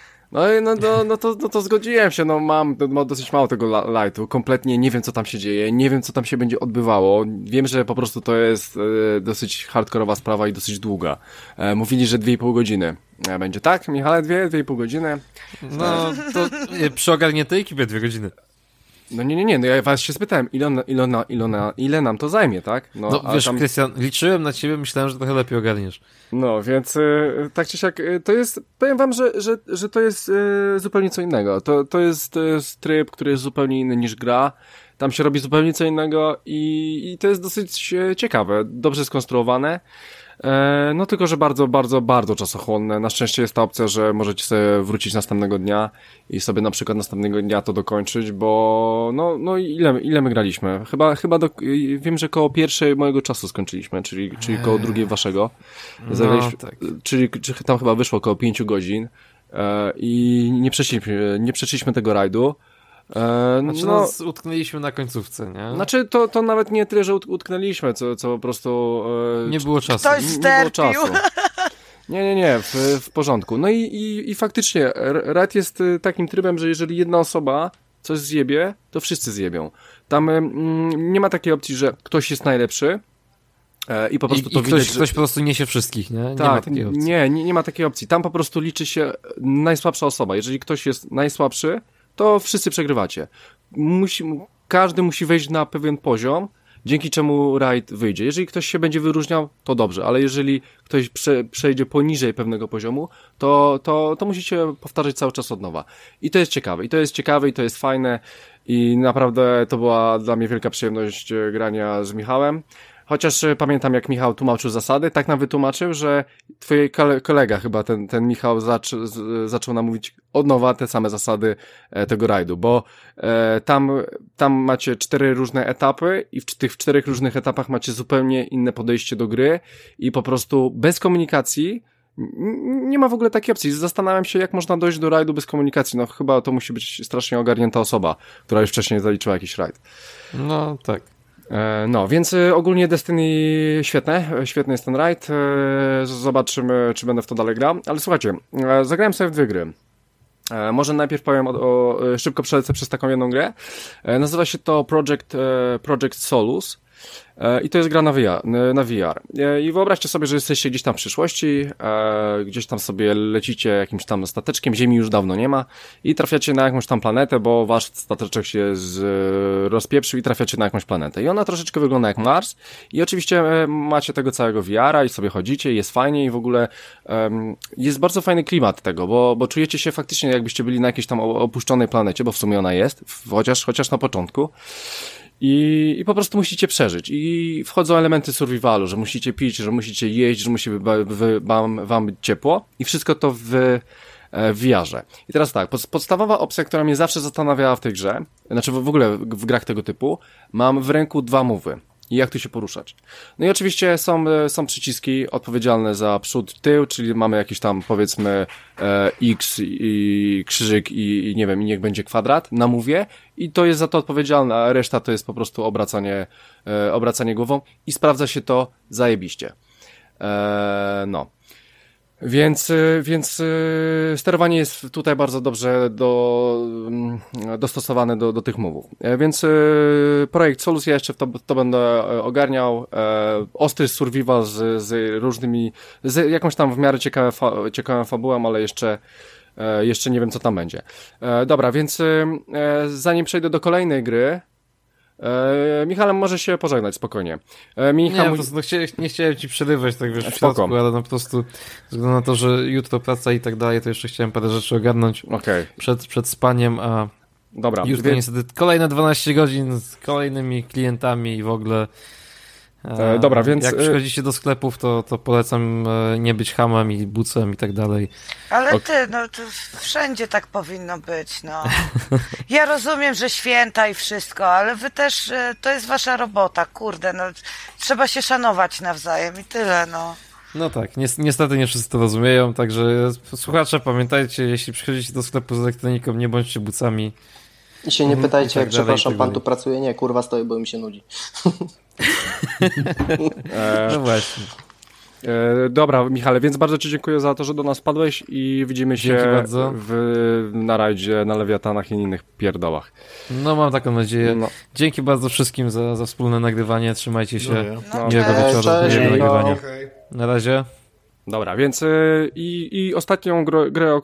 No to zgodziłem się, mam dosyć mało tego lightu, kompletnie nie wiem co tam się dzieje, nie wiem co tam się będzie odbywało, wiem, że po prostu to jest dosyć hardkorowa sprawa i dosyć długa. Mówili, że 2,5 godziny będzie, tak Michale? 2,5 godziny? No to przy ogarniętej ekipie 2 godziny. No nie, no ja was się spytałem, ile nam to zajmie, tak? No wiesz, Krystian, liczyłem na ciebie, myślałem, że trochę lepiej ogarniesz. No, więc tak czy siak, to jest, powiem wam, że to jest zupełnie co innego. To jest tryb, który jest zupełnie inny niż gra. Tam się robi zupełnie co innego i to jest dosyć ciekawe, dobrze skonstruowane. No tylko, że bardzo, bardzo, bardzo czasochłonne. Na szczęście jest ta opcja, że możecie sobie wrócić następnego dnia i sobie na przykład następnego dnia to dokończyć, bo no ile my graliśmy? Chyba wiem, że koło pierwszej mojego czasu skończyliśmy, czyli koło drugiej waszego. Tak. Czyli tam chyba wyszło koło 5 godzin i nie przeszliśmy tego rajdu. Utknęliśmy na końcówce, nie? Znaczy, to nawet nie tyle, że utknęliśmy, co po prostu... nie było czasu. Ktoś sterpił. Nie było czasu. Nie, w porządku. No i faktycznie, raid jest takim trybem, że jeżeli jedna osoba coś zjebie, to wszyscy zjebią. Tam nie ma takiej opcji, że ktoś jest najlepszy i po prostu to widać, ktoś po prostu niesie wszystkwszystkich, nie? Nie tak, ma takiej opcji. Nie ma takiej opcji. Tam po prostu liczy się najsłabsza osoba. Jeżeli ktoś jest najsłabszy, to wszyscy przegrywacie. Każdy musi wejść na pewien poziom, dzięki czemu raid wyjdzie. Jeżeli ktoś się będzie wyróżniał, to dobrze, ale jeżeli ktoś przejdzie poniżej pewnego poziomu, to musicie powtarzać cały czas od nowa. I to jest ciekawe, i to jest fajne i naprawdę to była dla mnie wielka przyjemność grania z Michałem. Chociaż pamiętam, jak Michał tłumaczył zasady, tak nam wytłumaczył, że twój kolega chyba, ten Michał zaczął nam mówić od nowa te same zasady tego rajdu, bo tam macie 4 różne etapy i w tych 4 różnych etapach macie zupełnie inne podejście do gry i po prostu bez komunikacji nie ma w ogóle takiej opcji. Zastanawiam się, jak można dojść do rajdu bez komunikacji. No chyba to musi być strasznie ogarnięta osoba, która już wcześniej zaliczyła jakiś rajd. No tak. No, więc ogólnie Destiny świetny jest ten raid, zobaczymy, czy będę w to dalej grał, ale słuchajcie, zagrałem sobie w 2 gry. Może najpierw powiem szybko przelecę przez taką jedną grę, nazywa się to Project Solus. I to jest gra na VR. I wyobraźcie sobie, że jesteście gdzieś tam w przyszłości, gdzieś tam sobie lecicie jakimś tam stateczkiem, Ziemi już dawno nie ma i trafiacie na jakąś tam planetę, bo wasz stateczek się rozpieprzył i trafiacie na jakąś planetę. I ona troszeczkę wygląda jak Mars i oczywiście macie tego całego VR-a i sobie chodzicie i jest fajnie i w ogóle jest bardzo fajny klimat tego, bo czujecie się faktycznie jakbyście byli na jakiejś tam opuszczonej planecie, bo w sumie ona jest, chociaż na początku. I po prostu musicie przeżyć. I wchodzą elementy survivalu, że musicie pić, że musicie jeść, że musi wam być ciepło. I wszystko to w VR-ze. I teraz tak, podstawowa opcja, która mnie zawsze zastanawiała w tej grze, znaczy w ogóle w grach tego typu, mam w ręku 2 move'y. I jak tu się poruszać. No i oczywiście są przyciski odpowiedzialne za przód, tył, czyli mamy jakiś tam powiedzmy X i krzyżyk i nie wiem, i niech będzie kwadrat na move'ie i to jest za to odpowiedzialne, a reszta to jest po prostu obracanie głową i sprawdza się to zajebiście. No. Więc sterowanie jest tutaj bardzo dobrze dostosowane do tych move'ów. Więc projekt Solus ja jeszcze to będę ogarniał. Ostry survival z różnymi, z jakąś tam w miarę ciekawą fabułą, ale jeszcze nie wiem co tam będzie. Dobra, więc zanim przejdę do kolejnej gry, Michale, może się pożegnać spokojnie. Michał... Nie chciałem ci przerywać, tak wiesz, w środku, ale no po prostu ze względu na to, że jutro praca i tak dalej, to jeszcze chciałem parę rzeczy ogarnąć przed spaniem, a dobra, jutro niestety kolejne 12 godzin z kolejnymi klientami i w ogóle Dobra, więc... Jak przychodzicie do sklepów, to polecam nie być hamem i bucem i tak dalej. Ale to wszędzie tak powinno być, no. Ja rozumiem, że święta i wszystko, ale wy też, to jest wasza robota, kurde, no. Trzeba się szanować nawzajem i tyle, no. No tak, niestety nie wszyscy to rozumieją, także słuchacze, pamiętajcie, jeśli przychodzicie do sklepu z elektroniką, nie bądźcie bucami. I się nie pytajcie, tak jak przepraszam, tak pan tu pracuje? Nie, kurwa, stoję, bo mi się nudzi. No właśnie. Dobra, Michale, więc bardzo ci dziękuję za to, że do nas padłeś i widzimy się na rajdzie, na Lewiatanach i innych pierdołach. No, mam taką nadzieję. No. Dzięki bardzo wszystkim za wspólne nagrywanie. Trzymajcie się. Miłego wieczoru, miłego nagrywania. Okay. Na razie. Dobra, więc i ostatnią grę,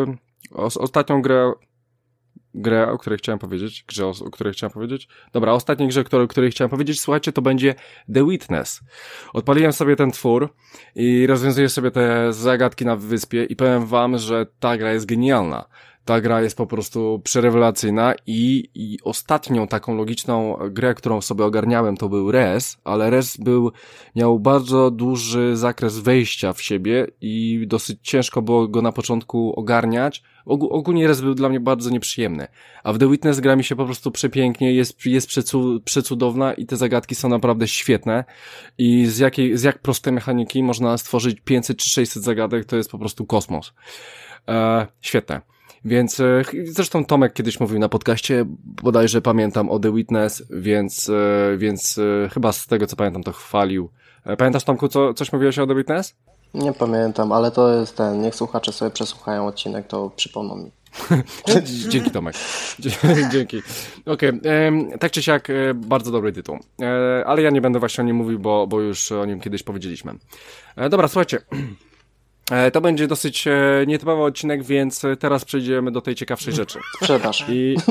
o której chciałem powiedzieć. Dobra, ostatniej grze, o której chciałem powiedzieć, słuchajcie, to będzie The Witness. Odpaliłem sobie ten twór i rozwiązuję sobie te zagadki na wyspie i powiem wam, że ta gra jest genialna. Ta gra jest po prostu przerewelacyjna i ostatnią taką logiczną grę, którą sobie ogarniałem, to był Res, ale Res miał bardzo duży zakres wejścia w siebie i dosyć ciężko było go na początku ogarniać. Ogólnie Res był dla mnie bardzo nieprzyjemny, a w The Witness gra mi się po prostu przepięknie, jest przecudowna i te zagadki są naprawdę świetne i z jak prostej mechaniki można stworzyć 500 czy 600 zagadek, to jest po prostu kosmos. Świetne. Więc zresztą Tomek kiedyś mówił na podcaście, bodajże pamiętam o The Witness, więc chyba z tego co pamiętam to chwalił. Pamiętasz, Tomku, coś mówiłeś o The Witness? Nie pamiętam, ale to jest niech słuchacze sobie przesłuchają odcinek, to przypomną mi. Dzięki, Tomek. Dzięki. Okej, tak czy siak bardzo dobry tytuł. Ale ja nie będę właśnie o nim mówił, bo już o nim kiedyś powiedzieliśmy. Dobra, słuchajcie. To będzie dosyć nietypowy odcinek, więc teraz przejdziemy do tej ciekawszej rzeczy. Sprzedaż.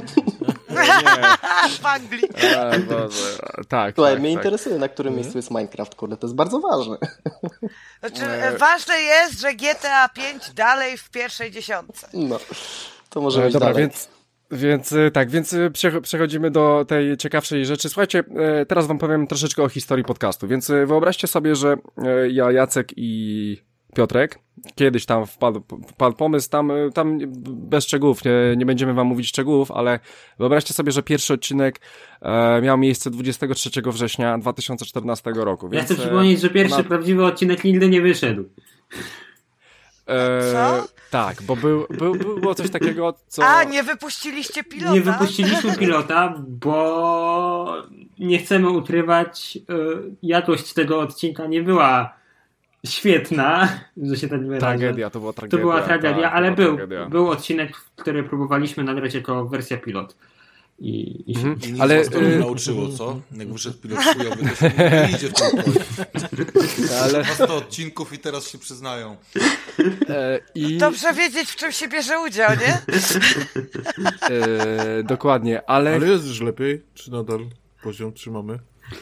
W Anglii. Tak. Słuchaj, mnie interesuje, na którym miejscu jest Minecraft, kurde, to jest bardzo ważne. Znaczy, ważne jest, że GTA 5 dalej w pierwszej dziesiątce. No, to może być dobra, dalej. Więc przechodzimy do tej ciekawszej rzeczy. Słuchajcie, teraz wam powiem troszeczkę o historii podcastu, więc wyobraźcie sobie, że ja, Jacek i Piotrek, kiedyś tam wpadł pomysł, tam bez szczegółów, nie będziemy wam mówić szczegółów, ale wyobraźcie sobie, że pierwszy odcinek miał miejsce 23 września 2014 roku. Ja chcę przypomnieć, że pierwszy prawdziwy odcinek nigdy nie wyszedł. Co? Tak, bo było coś takiego, co... A, nie wypuściliście pilota? Nie wypuściliśmy pilota, bo nie chcemy ukrywać, jakość tego odcinka nie była świetna, że się tak wyrażę. Tragedia, to była tragedia. To była tragedia, tak, ale tragedia. był odcinek, który próbowaliśmy nagrać jako wersja pilot. I ale was to nauczyło, co? Jak wyszedł pilot chujowy, to się nie idzie w ten projekt. Ale 100 odcinków i teraz się przyznają. Dobrze wiedzieć, w czym się bierze udział, nie? Dokładnie, ale jest już lepiej? Czy nadal poziom trzymamy?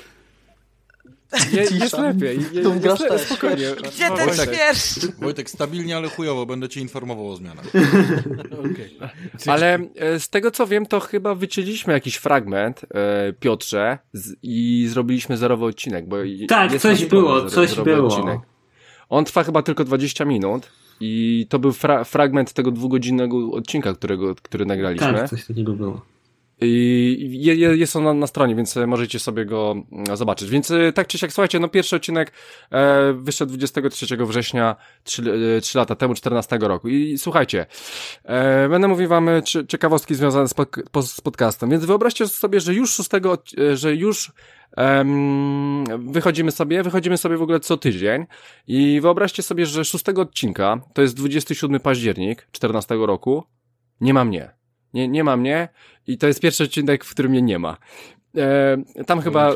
Jest lepiej. Spokojnie. Gdzie ten śmierć? Wojtek, stabilnie, ale chujowo. Będę cię informował o zmianach. Okay. Ale z tego co wiem, to chyba wycięliśmy jakiś fragment, Piotrze, i zrobiliśmy zerowy odcinek. Bo tak, coś było. Odcinek. On trwa chyba tylko 20 minut i to był fragment tego 2-godzinnego odcinka, który nagraliśmy. Tak, coś takiego było. I jest on na stronie, więc możecie sobie go zobaczyć. Więc tak czy siak, słuchajcie, pierwszy odcinek wyszedł 23 września 3 lata temu, 14 roku. I słuchajcie, będę mówił wam ciekawostki związane z podcastem, więc wyobraźcie sobie, że już wychodzimy sobie w ogóle co tydzień i wyobraźcie sobie, że 6 odcinka, to jest 27 październik 14 roku, nie ma mnie. Nie ma mnie i to jest pierwszy odcinek, w którym mnie nie ma. Tam chyba...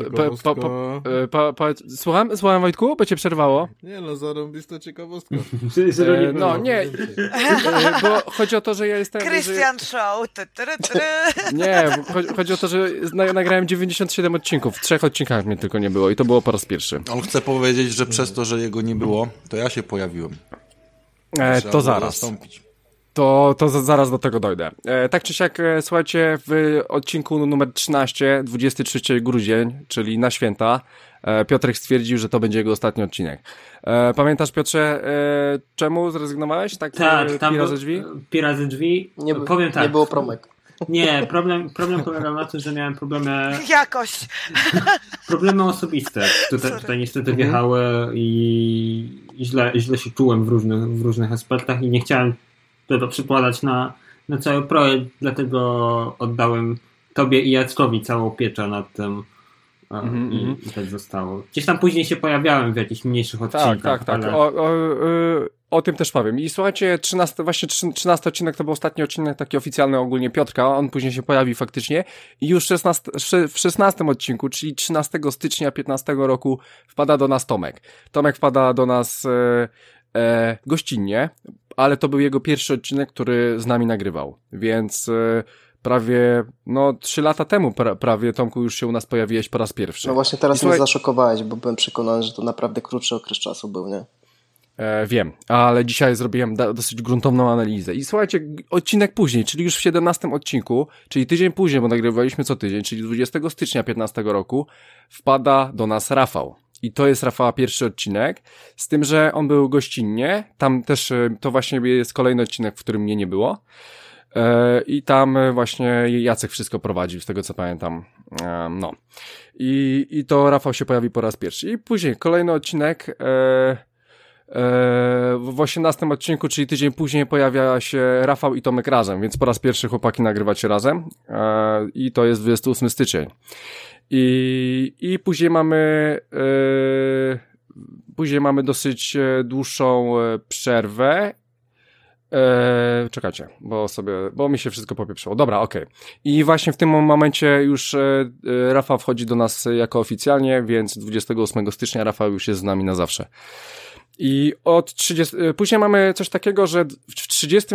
Słucham, Wojtku? Bo cię przerwało? Nie no, zarąbista ciekawostka. Nie. Bo chodzi o to, że ja jestem... Christian Show. Nie, chodzi o to, że nagrałem 97 odcinków. W 3 odcinkach mnie tylko nie było i to było po raz pierwszy. On chce powiedzieć, że przez to, że jego nie było, to ja się pojawiłem. To zaraz. Zastąpić. To zaraz do tego dojdę. Tak czy siak, słuchajcie, w odcinku numer 13, 23 grudzień, czyli na święta, Piotrek stwierdził, że to będzie jego ostatni odcinek. Pamiętasz, Piotrze, czemu zrezygnowałeś? Tak, tam Pira ze drzwi? Pira ze drzwi. Powiem tak. Nie było promek. Nie, problem polegał na tym, że miałem problemy... Jakość. Problemy osobiste. Tutaj niestety wjechały i źle się czułem w różnych aspektach i nie chciałem tego przykładać na cały projekt, dlatego oddałem tobie i Jackowi całą pieczę nad tym i tak zostało. Gdzieś tam później się pojawiałem w jakichś mniejszych odcinkach. Tak. Ale... O tym też powiem. I słuchajcie, 13 odcinek to był ostatni odcinek taki oficjalny ogólnie Piotrka, on później się pojawi faktycznie i już w 16 odcinku, czyli 13 stycznia 15 roku wpada do nas Tomek. Tomek wpada do nas gościnnie, ale to był jego pierwszy odcinek, który z nami nagrywał, więc prawie 3 lata temu prawie, Tomku, już się u nas pojawiłeś po raz pierwszy. No właśnie teraz mnie zaszokowałeś, bo byłem przekonany, że to naprawdę krótszy okres czasu był, nie? Wiem, ale dzisiaj zrobiłem dosyć gruntowną analizę. I słuchajcie, odcinek później, czyli już w 17 odcinku, czyli tydzień później, bo nagrywaliśmy co tydzień, czyli 20 stycznia 15 roku, wpada do nas Rafał. I to jest Rafała pierwszy odcinek, z tym, że on był gościnnie. Tam też to właśnie jest kolejny odcinek, w którym mnie nie było. I tam właśnie Jacek wszystko prowadził, z tego co pamiętam. I to Rafał się pojawi po raz pierwszy. I później kolejny odcinek... w 18 odcinku, czyli tydzień później, pojawia się Rafał i Tomek razem, więc po raz pierwszy chłopaki nagrywacie razem i to jest 28 styczeń. I później mamy dosyć dłuższą przerwę. Czekajcie, bo mi się wszystko popieprzyło. Dobra, okej. I właśnie w tym momencie już Rafał wchodzi do nas jako oficjalnie, więc 28 stycznia Rafał już jest z nami na zawsze. I później mamy coś takiego, że w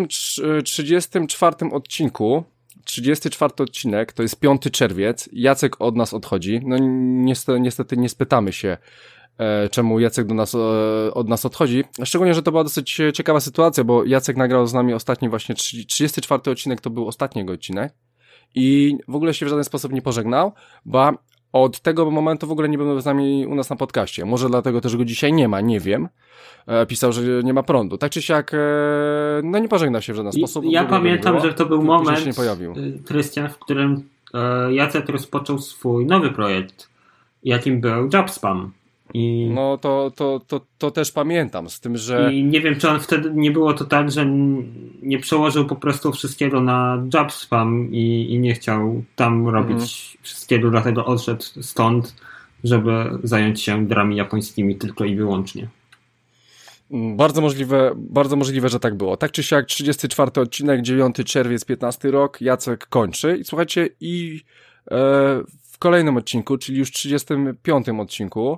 34 odcinku, 34 odcinek, to jest 5 czerwiec, Jacek od nas odchodzi. No niestety nie spytamy się, czemu Jacek od nas odchodzi. Szczególnie, że to była dosyć ciekawa sytuacja, bo Jacek nagrał z nami ostatni właśnie 34 odcinek, to był ostatni jego odcinek i w ogóle się w żaden sposób nie pożegnał, bo od tego momentu w ogóle nie był z nami u nas na podcaście. Może dlatego też go dzisiaj nie ma, nie wiem. Pisał, że nie ma prądu. Tak czy siak, nie pożegnał się w żaden sposób. Ja pamiętam, że to był moment, Krystian, w którym Jacek rozpoczął swój nowy projekt, jakim był Jobspam. No to też pamiętam, z tym, że... I nie wiem, czy on wtedy nie było to tak, że nie przełożył po prostu wszystkiego na Jobspam i nie chciał tam robić wszystkiego, dlatego odszedł stąd, żeby zająć się grami japońskimi tylko i wyłącznie. Bardzo możliwe, że tak było. Tak czy siak 34 odcinek, 9 czerwiec, 15 rok, Jacek kończy. I słuchajcie, w kolejnym odcinku, czyli już 35 odcinku,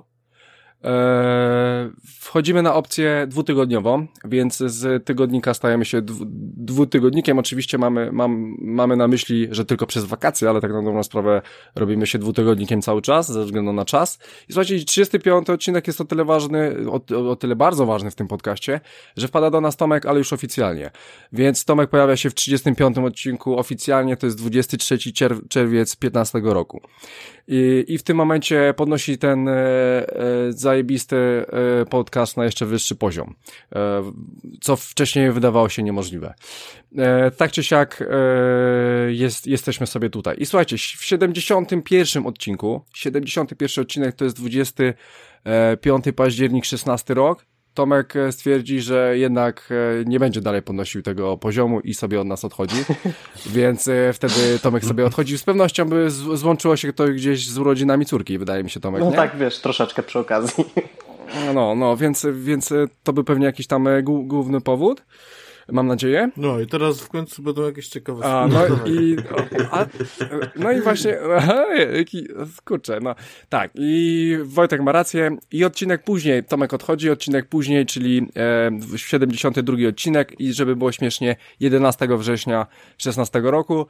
wchodzimy na opcję dwutygodniową, więc z tygodnika stajemy się dwutygodnikiem. Oczywiście mamy na myśli, że tylko przez wakacje, ale tak na dobrą sprawę robimy się dwutygodnikiem cały czas, ze względu na czas. I słuchajcie, 35 odcinek jest o tyle ważny, o tyle bardzo ważny w tym podcaście, że wpada do nas Tomek, ale już oficjalnie. Więc Tomek pojawia się w 35 odcinku oficjalnie, to jest 23 czerwiec 15 roku. I w tym momencie podnosi ten zajebisty podcast na jeszcze wyższy poziom, co wcześniej wydawało się niemożliwe. Tak czy siak jesteśmy sobie tutaj. I słuchajcie, w 71 odcinku, 71 odcinek to jest 25 październik 16 rok, Tomek stwierdzi, że jednak nie będzie dalej podnosił tego poziomu i sobie od nas odchodzi, więc wtedy Tomek sobie odchodzi. Z pewnością by złączyło się to gdzieś z urodzinami córki, wydaje mi się, Tomek, nie? No tak, wiesz, troszeczkę przy okazji. Więc to był pewnie jakiś tam główny powód. Mam nadzieję. No i teraz w końcu będą jakieś ciekawe No i właśnie, kurczę, no tak, i Wojtek ma rację i odcinek później, Tomek odchodzi, odcinek później, czyli 72 odcinek i żeby było śmiesznie 11 września 16 roku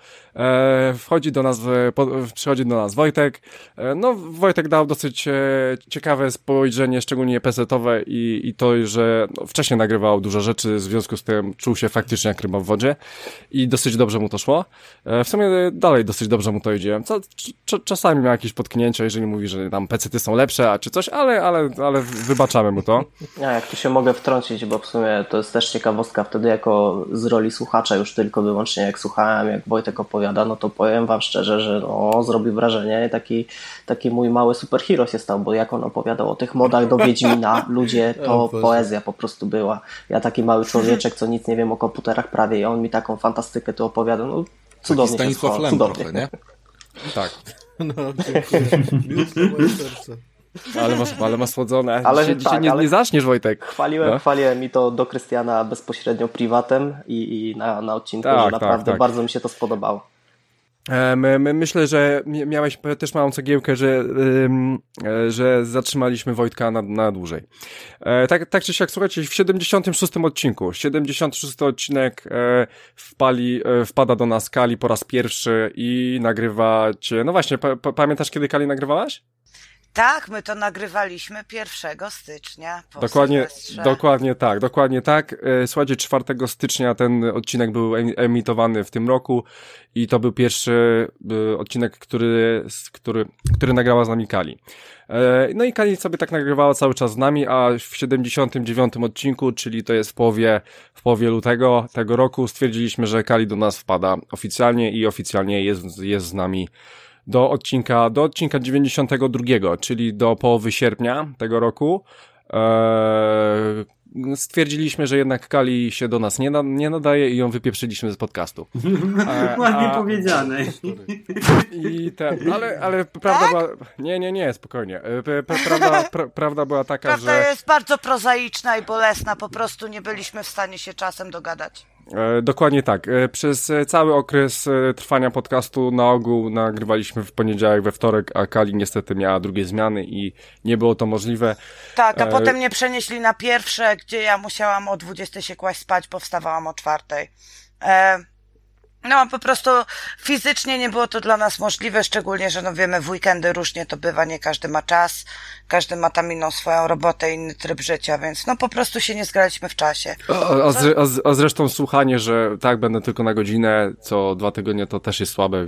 przychodzi do nas Wojtek. No Wojtek dał dosyć ciekawe spojrzenie, szczególnie pesetowe i to, że wcześniej nagrywał dużo rzeczy, w związku z tym czuł czuł się faktycznie jak ryba w wodzie i dosyć dobrze mu to szło. W sumie dalej dosyć dobrze mu to idzie. Czasami miał jakieś potknięcia, jeżeli mówi, że tam pecety są lepsze, czy coś, ale wybaczamy mu to. Ja jak tu się mogę wtrącić, bo w sumie to jest też ciekawostka, wtedy jako z roli słuchacza już tylko wyłącznie jak słuchałem, jak Wojtek opowiada, no to powiem wam szczerze, że no, zrobił wrażenie, taki mój mały superhero się stał, bo jak on opowiadał o tych modach do Wiedźmina, ludzie, to poezja po prostu była. Ja taki mały człowieczek, co nic nie wiem o komputerach prawie i on mi taką fantastykę tu opowiadał, no cudownie się Stanisław Lem trochę, nie? Tak. No, dziękuję. Miód na moje serce. Ale masz słodzone. Ale dzisiaj nie zaczniesz, Wojtek. Chwaliłem mi to do Krystiana bezpośrednio privatem i na odcinku, że naprawdę bardzo mi się to spodobało. Myślę, że miałeś też małą cegiełkę, że zatrzymaliśmy Wojtka na dłużej. Tak czy siak, słuchajcie, w 76. odcinku, 76. odcinek wpada do nas Kali po raz pierwszy i nagrywacie. No właśnie, pamiętasz, kiedy Kali nagrywałaś? Tak, my to nagrywaliśmy 1 stycznia. Dokładnie tak. Słuchajcie, 4 stycznia ten odcinek był emitowany w tym roku i to był pierwszy odcinek, który nagrała z nami Kali. No i Kali sobie tak nagrywała cały czas z nami, a w 79. odcinku, czyli to jest w połowie lutego tego roku, stwierdziliśmy, że Kali do nas wpada oficjalnie i oficjalnie jest z nami do odcinka 92, czyli do połowy sierpnia tego roku. Stwierdziliśmy, że jednak Kali się do nas nie nadaje i ją wypieprzyliśmy z podcastu. Ładnie powiedziane. Ale prawda była... Nie, spokojnie. Prawda była taka, Prawda jest bardzo prozaiczna i bolesna, po prostu nie byliśmy w stanie się czasem dogadać. Dokładnie tak. Przez cały okres trwania podcastu na ogół nagrywaliśmy w poniedziałek, we wtorek, a Kali niestety miała drugie zmiany i nie było to możliwe. Tak, a potem mnie przenieśli na pierwsze, gdzie ja musiałam o 20 się kłaść spać, bo wstawałam o 4. No, po prostu fizycznie nie było to dla nas możliwe, szczególnie, że no wiemy, w weekendy różnie to bywa, nie każdy ma czas, każdy ma tam inną swoją robotę, inny tryb życia, więc no po prostu się nie zgraliśmy w czasie. A zresztą słuchanie, że tak, będę tylko na godzinę, co 2 tygodnie, to też jest słabe,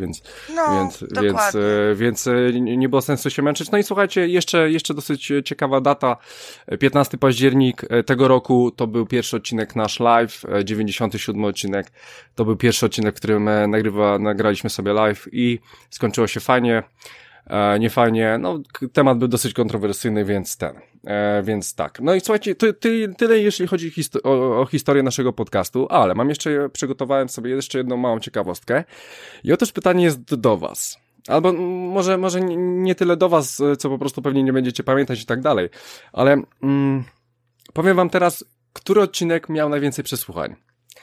więc nie było sensu się męczyć. No i słuchajcie, jeszcze dosyć ciekawa data, 15 październik tego roku to był pierwszy odcinek nasz live, 97 odcinek, to był pierwszy odcinek, w którym nagraliśmy sobie live i skończyło się fajnie, nie fajnie, no temat był dosyć kontrowersyjny, więc tak. No i słuchajcie, tyle jeśli chodzi o historię naszego podcastu, ale przygotowałem sobie jeszcze jedną małą ciekawostkę i otóż pytanie jest do was. Albo może nie tyle do was, co po prostu pewnie nie będziecie pamiętać i tak dalej, ale powiem wam teraz, który odcinek miał najwięcej przesłuchań.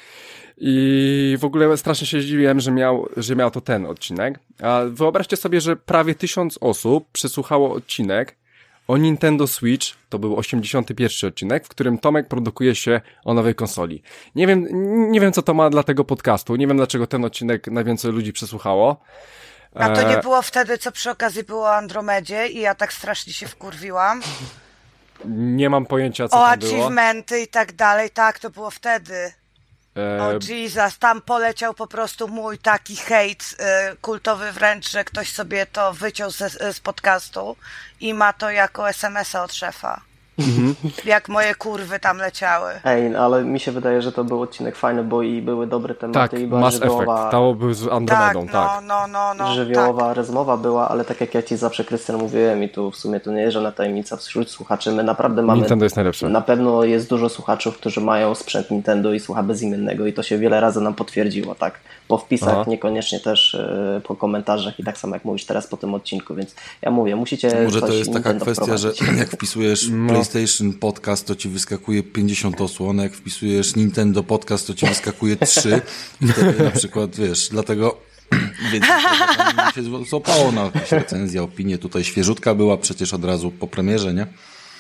I w ogóle strasznie się zdziwiłem, że miał to ten odcinek. A wyobraźcie sobie, że prawie 1000 osób przesłuchało odcinek o Nintendo Switch. To był 81 odcinek, w którym Tomek produkuje się o nowej konsoli. Nie wiem, co to ma dla tego podcastu. Nie wiem, dlaczego ten odcinek najwięcej ludzi przesłuchało. A to nie było wtedy, co przy okazji było o Andromedzie i ja tak strasznie się wkurwiłam? Nie mam pojęcia, co tam było. O achievementy i tak dalej. Tak, to było wtedy. O Jesus, tam poleciał po prostu mój taki hejt kultowy wręcz, że ktoś sobie to wyciął z podcastu i ma to jako SMS-a od szefa. Jak moje kurwy tam leciały. Ej, ale mi się wydaje, że to był odcinek fajny, bo i były dobre tematy, tak, i była Mass żywiołowa... Effect, to był z Andromedą, tak. Żywiołowa rozmowa była, ale tak jak ja ci zawsze, Krystian, mówiłem i tu w sumie to nie jest żadna tajemnica wśród słuchaczy, my naprawdę mamy... Nintendo jest najlepsze. Na pewno jest dużo słuchaczów, którzy mają sprzęt Nintendo i słucha bezimiennego i to się wiele razy nam potwierdziło, tak? Po wpisach, niekoniecznie też po komentarzach i tak samo jak mówisz teraz po tym odcinku, więc ja mówię, musicie może coś to jest taka Nintendo kwestia, wprowadzić. że jak wpisujesz PlayStation Podcast, to ci wyskakuje 50 osłon, jak wpisujesz Nintendo Podcast, to ci wyskakuje 3 i wtedy na przykład, wiesz, dlatego więc się złapało na jakieś recenzje, opinie, tutaj świeżutka była przecież od razu po premierze, nie?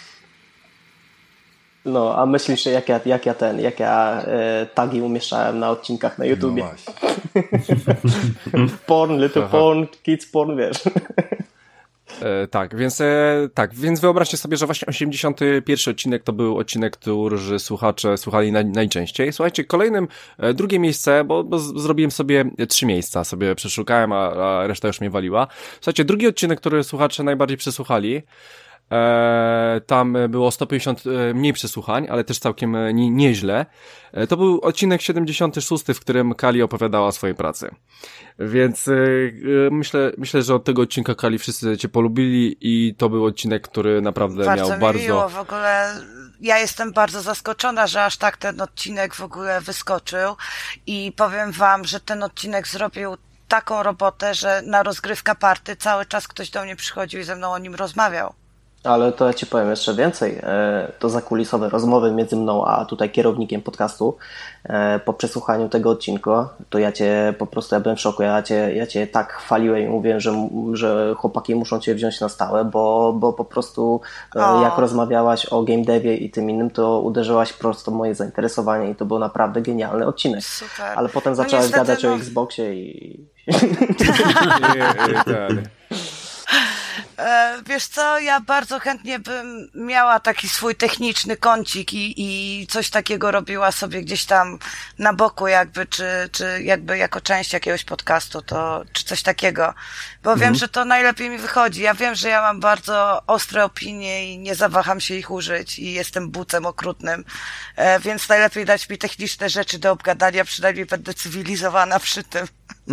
No, a myślisz, jak ja tagi umieszczałem na odcinkach na YouTubie? No Porn, little porn, kids porn, wiesz. Więc wyobraźcie sobie, że właśnie 81 odcinek to był odcinek, który słuchacze słuchali najczęściej. Słuchajcie, drugie miejsce, bo zrobiłem sobie 3 miejsca, sobie przeszukałem, a reszta już mnie waliła. Słuchajcie, drugi odcinek, który słuchacze najbardziej przesłuchali, tam było 150 mniej przesłuchań, ale też całkiem nieźle. To był odcinek 76, w którym Kali opowiadała o swojej pracy. Więc myślę, że od tego odcinka Kali wszyscy cię polubili i to był odcinek, który naprawdę miał bardzo... miło. W ogóle ja jestem bardzo zaskoczona, że aż tak ten odcinek w ogóle wyskoczył i powiem wam, że ten odcinek zrobił taką robotę, że na rozgrywka party cały czas ktoś do mnie przychodził i ze mną o nim rozmawiał. Ale to ja ci powiem jeszcze więcej. To zakulisowe rozmowy między mną a tutaj kierownikiem podcastu po przesłuchaniu tego odcinka, to ja byłem w szoku. Ja cię tak chwaliłem i mówiłem, że chłopaki muszą cię wziąć na stałe, bo po prostu jak rozmawiałaś o game devie i tym innym, to uderzyłaś prosto w moje zainteresowanie i to był naprawdę genialny odcinek. Super. Ale potem zaczęłaś gadać o Xboxie i... Wiesz co, ja bardzo chętnie bym miała taki swój techniczny kącik i coś takiego robiła sobie gdzieś tam na boku jakby, czy jakby jako część jakiegoś podcastu, czy coś takiego, bo wiem, że to najlepiej mi wychodzi. Ja wiem, że ja mam bardzo ostre opinie i nie zawaham się ich użyć i jestem bucem okrutnym, więc najlepiej dać mi techniczne rzeczy do obgadania, przynajmniej będę cywilizowana przy tym.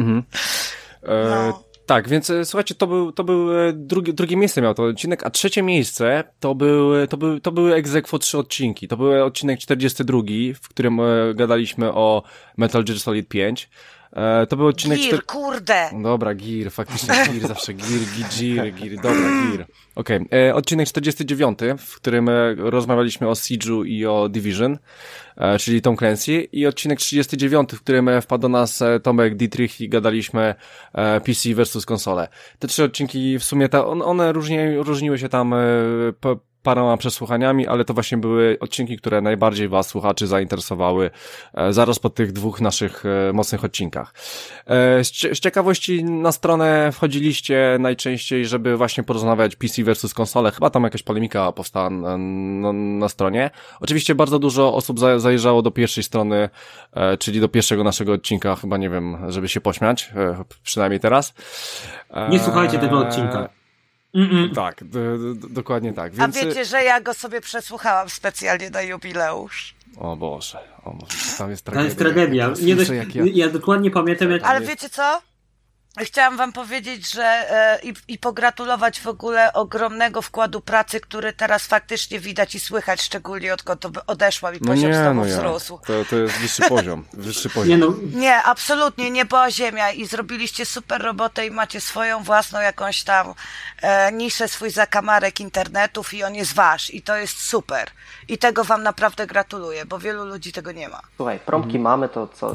Tak, więc słuchajcie, to był drugie miejsce miał to odcinek, a trzecie miejsce to były ex aequo 3 odcinki. To był odcinek 42, w którym gadaliśmy o Metal Gear Solid 5. To był odcinek... Gear, kurde! Dobra, Gear, faktycznie Gear, zawsze Gear, dobra, Gear. Okej. Odcinek 49, w którym rozmawialiśmy o Siege'u i o Division, czyli Tom Clancy, i odcinek 39, w którym wpadł do nas Tomek Dietrich i gadaliśmy PC versus konsole. Te 3 odcinki w sumie, one różniły się tam paroma przesłuchaniami, ale to właśnie były odcinki, które najbardziej was, słuchaczy, zainteresowały zaraz po tych 2 naszych mocnych odcinkach. Z ciekawości na stronę wchodziliście najczęściej, żeby właśnie porozmawiać PC versus konsole. Chyba tam jakaś polemika powstała na stronie. Oczywiście bardzo dużo osób zajrzało do pierwszej strony, czyli do pierwszego naszego odcinka, chyba nie wiem, żeby się pośmiać, przynajmniej teraz. Nie słuchajcie tego odcinka. Tak, dokładnie tak. Więc... A wiecie, że ja go sobie przesłuchałam specjalnie na jubileusz. O Boże, tam jest tragedia. To jest tragedia. Ja dokładnie pamiętam, jak... Ale wiecie co? Chciałam wam powiedzieć, że i pogratulować w ogóle ogromnego wkładu pracy, który teraz faktycznie widać i słychać, szczególnie odkąd odeszłam i poziom znowu wzrósł. To jest wyższy poziom. Nie, absolutnie, niebo a ziemia i zrobiliście super robotę i macie swoją własną jakąś tam niszę, swój zakamarek internetów i on jest wasz i to jest super. I tego wam naprawdę gratuluję, bo wielu ludzi tego nie ma. Słuchaj, promki mamy, to co?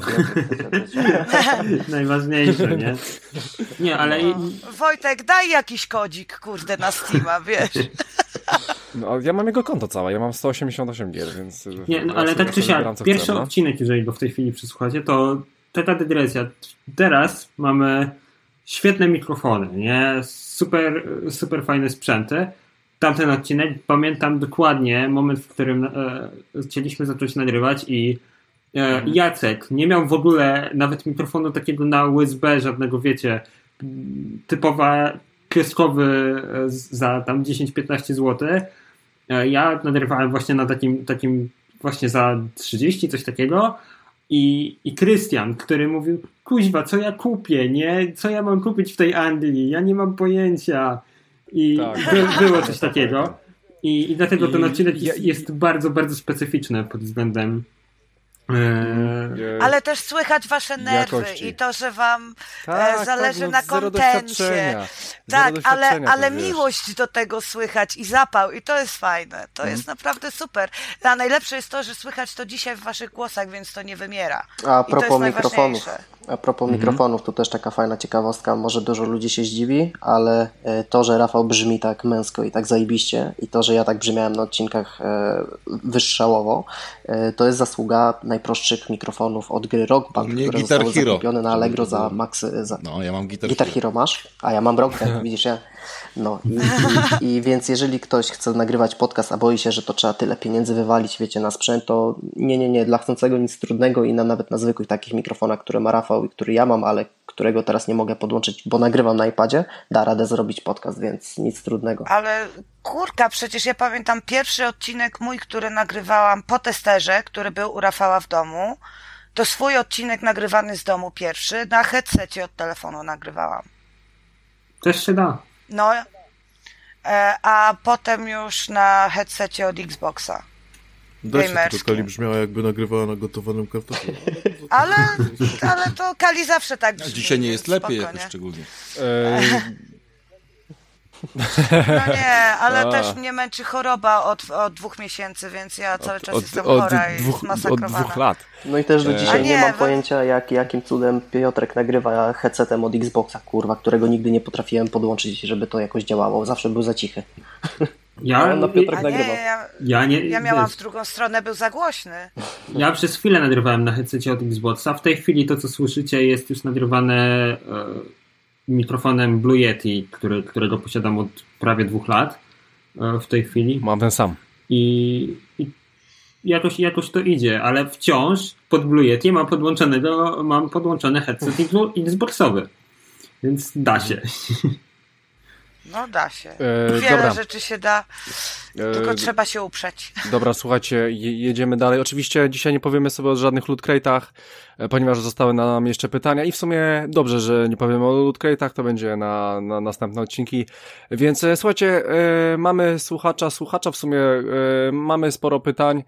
Najważniejsze, nie? Nie, ale... Wojtek, daj jakiś kodzik, kurde, na Steama, wiesz. No, ja mam jego konto całe, ja mam 188 gier, więc... Nie, no ale tak czy siak, pierwszy odcinek, jeżeli go w tej chwili przesłuchacie, to ta dygresja. Teraz mamy świetne mikrofony, nie? Super fajne sprzęty. Tamten odcinek, pamiętam dokładnie moment, w którym chcieliśmy zacząć nagrywać i Jacek nie miał w ogóle nawet mikrofonu takiego na USB, żadnego, wiecie, typowa kioskowy za tam 10-15 zł. Ja nagrywałem właśnie na takim właśnie za 30, coś takiego. I Krystian, który mówił, kuźwa, co ja kupię, nie? Co ja mam kupić w tej Anglii? Ja nie mam pojęcia. I tak. Było coś takiego. I dlatego ten odcinek jest bardzo, bardzo specyficzny pod względem ale też słychać wasze nerwy jakości. I to, że wam zależy na kontencie. Tak, ale miłość do tego słychać i zapał i to jest fajne. To jest naprawdę super. A najlepsze jest to, że słychać to dzisiaj w waszych głosach, więc to nie wymiera. A propos mikrofonów. A propos mikrofonów, tu też taka fajna ciekawostka, może dużo ludzi się zdziwi, ale to, że Rafał brzmi tak męsko i tak zajebiście i to, że ja tak brzmiałem na odcinkach wystrzałowo, to jest zasługa najprostszych mikrofonów od gry Rock Band, które zostały zakupione na Allegro za maksy. No, ja mam Guitar Hero masz, a ja mam Rock Band, widzisz, ja... No i więc jeżeli ktoś chce nagrywać podcast, a boi się, że to trzeba tyle pieniędzy wywalić, wiecie, na sprzęt, to nie, dla chcącego nic trudnego i nawet na zwykłych takich mikrofonach, które ma Rafał i który ja mam, ale którego teraz nie mogę podłączyć, bo nagrywam na iPadzie, da radę zrobić podcast, więc nic trudnego. Ale kurka, przecież ja pamiętam pierwszy odcinek mój, który nagrywałam po testerze, który był u Rafała w domu, to swój odcinek nagrywany z domu pierwszy, na headsetie od telefonu nagrywałam. Też się da. No, a potem już na headsetie od Xboxa. Da się, tylko Kali brzmiała jakby nagrywała na gotowanym kartoflu. Ale to Kali zawsze tak brzmi. Dzisiaj nie jest lepiej jakoś szczególnie. No nie, ale też mnie męczy choroba od 2 miesięcy, więc ja cały czas jestem chora i zmasakrowana. Od 2 lat. No i też do dzisiaj nie mam pojęcia, jakim cudem Piotrek nagrywa headsetem od Xboxa, kurwa, którego nigdy nie potrafiłem podłączyć, żeby to jakoś działało. Zawsze był za cichy. Ja miałam w drugą stronę, był za głośny. Ja przez chwilę nagrywałem na headsetie od Xboxa. W tej chwili to, co słyszycie, jest już nagrywane mikrofonem Blue Yeti, którego posiadam od prawie 2 lat w tej chwili. Mam ten sam. I jakoś to idzie, ale wciąż pod Blue Yeti mam podłączony headset Xboxowy. Więc da się. No da się. Wiele rzeczy się da, tylko trzeba się uprzeć. Dobra, słuchajcie, jedziemy dalej. Oczywiście dzisiaj nie powiemy sobie o żadnych loot crate'ach, ponieważ zostały nam jeszcze pytania i w sumie dobrze, że nie powiemy o loot crate'ach, to będzie na następne odcinki. Więc słuchajcie, mamy słuchacza w sumie mamy sporo pytań,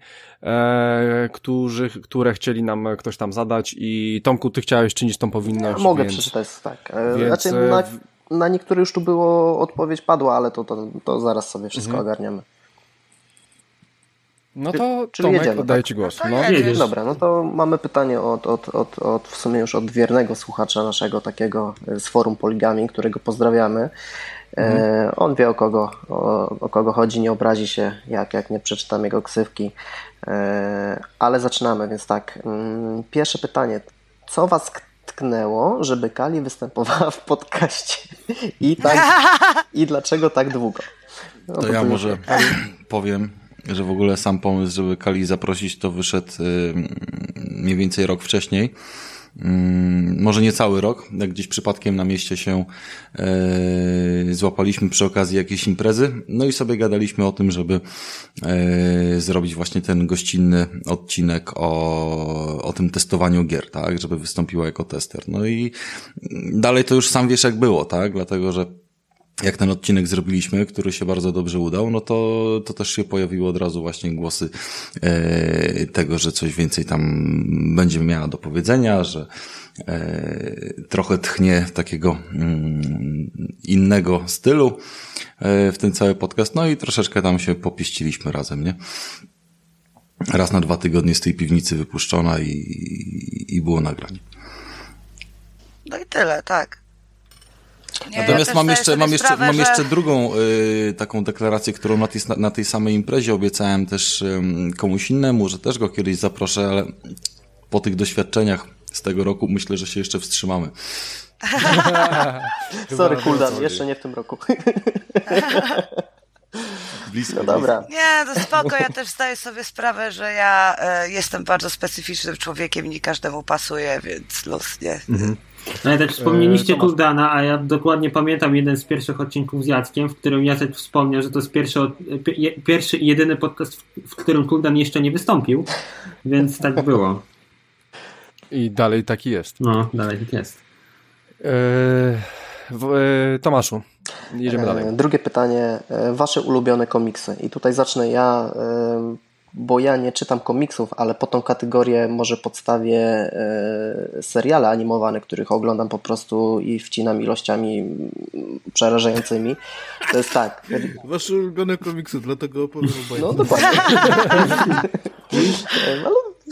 które chcieli nam ktoś tam zadać i Tomku, ty chciałeś czynić tą powinność. Mogę przeczytać, tak. Znaczy, na niektóre już tu było, odpowiedź padła, ale to zaraz sobie wszystko ogarniamy. No to czyli Tomek, jedziemy, oddaję Ci głos. No. Dobra, no to mamy pytanie od w sumie już od wiernego słuchacza naszego takiego z forum Poligami, którego pozdrawiamy. On wie o kogo chodzi, nie obrazi się, jak nie przeczytam jego ksywki. Ale zaczynamy, więc tak. Pierwsze pytanie. Co Was tknęło, żeby Kali występowała w podcaście? I dlaczego tak długo? No, to ja może powiem, że w ogóle sam pomysł, żeby Kali zaprosić, to wyszedł mniej więcej rok wcześniej. Może nie cały rok, jak gdzieś przypadkiem na mieście się złapaliśmy przy okazji jakiejś imprezy, no i sobie gadaliśmy o tym, żeby zrobić właśnie ten gościnny odcinek o tym testowaniu gier, tak, żeby wystąpiła jako tester. No i dalej to już sam wiesz jak było, tak, dlatego że jak ten odcinek zrobiliśmy, który się bardzo dobrze udał, no to też się pojawiły od razu właśnie głosy tego, że coś więcej tam będzie miała do powiedzenia, że trochę tchnie takiego innego stylu w ten cały podcast, no i troszeczkę tam się popieściliśmy razem, nie? Raz na 2 tygodnie z tej piwnicy wypuszczona i było nagranie. No i tyle, tak. Nie, natomiast mam jeszcze drugą taką deklarację, którą na tej samej imprezie obiecałem też komuś innemu, że też go kiedyś zaproszę, ale po tych doświadczeniach z tego roku myślę, że się jeszcze wstrzymamy. Sorry, Kuldan, jeszcze nie w tym roku. Blisko, no dobra. Nie, to spoko, ja też zdaję sobie sprawę, że ja jestem bardzo specyficznym człowiekiem i nie każdemu pasuje, więc los, nie. No ale tak wspomnieliście Kuldana, a ja dokładnie pamiętam jeden z pierwszych odcinków z Jackiem, w którym Jacek wspomniał, że to jest pierwszy i jedyny podcast, w którym Kuldan jeszcze nie wystąpił, więc tak było. I dalej taki jest. No, dalej tak jest. Tomaszu, jedziemy dalej. Drugie pytanie. Wasze ulubione komiksy. I tutaj zacznę ja, bo ja nie czytam komiksów, ale po tą kategorię może podstawię seriale animowane, których oglądam po prostu i wcinam ilościami przerażającymi. To jest tak. Wasze ulubione komiksy, dlatego opowiem o bajce. No dokładnie. Ale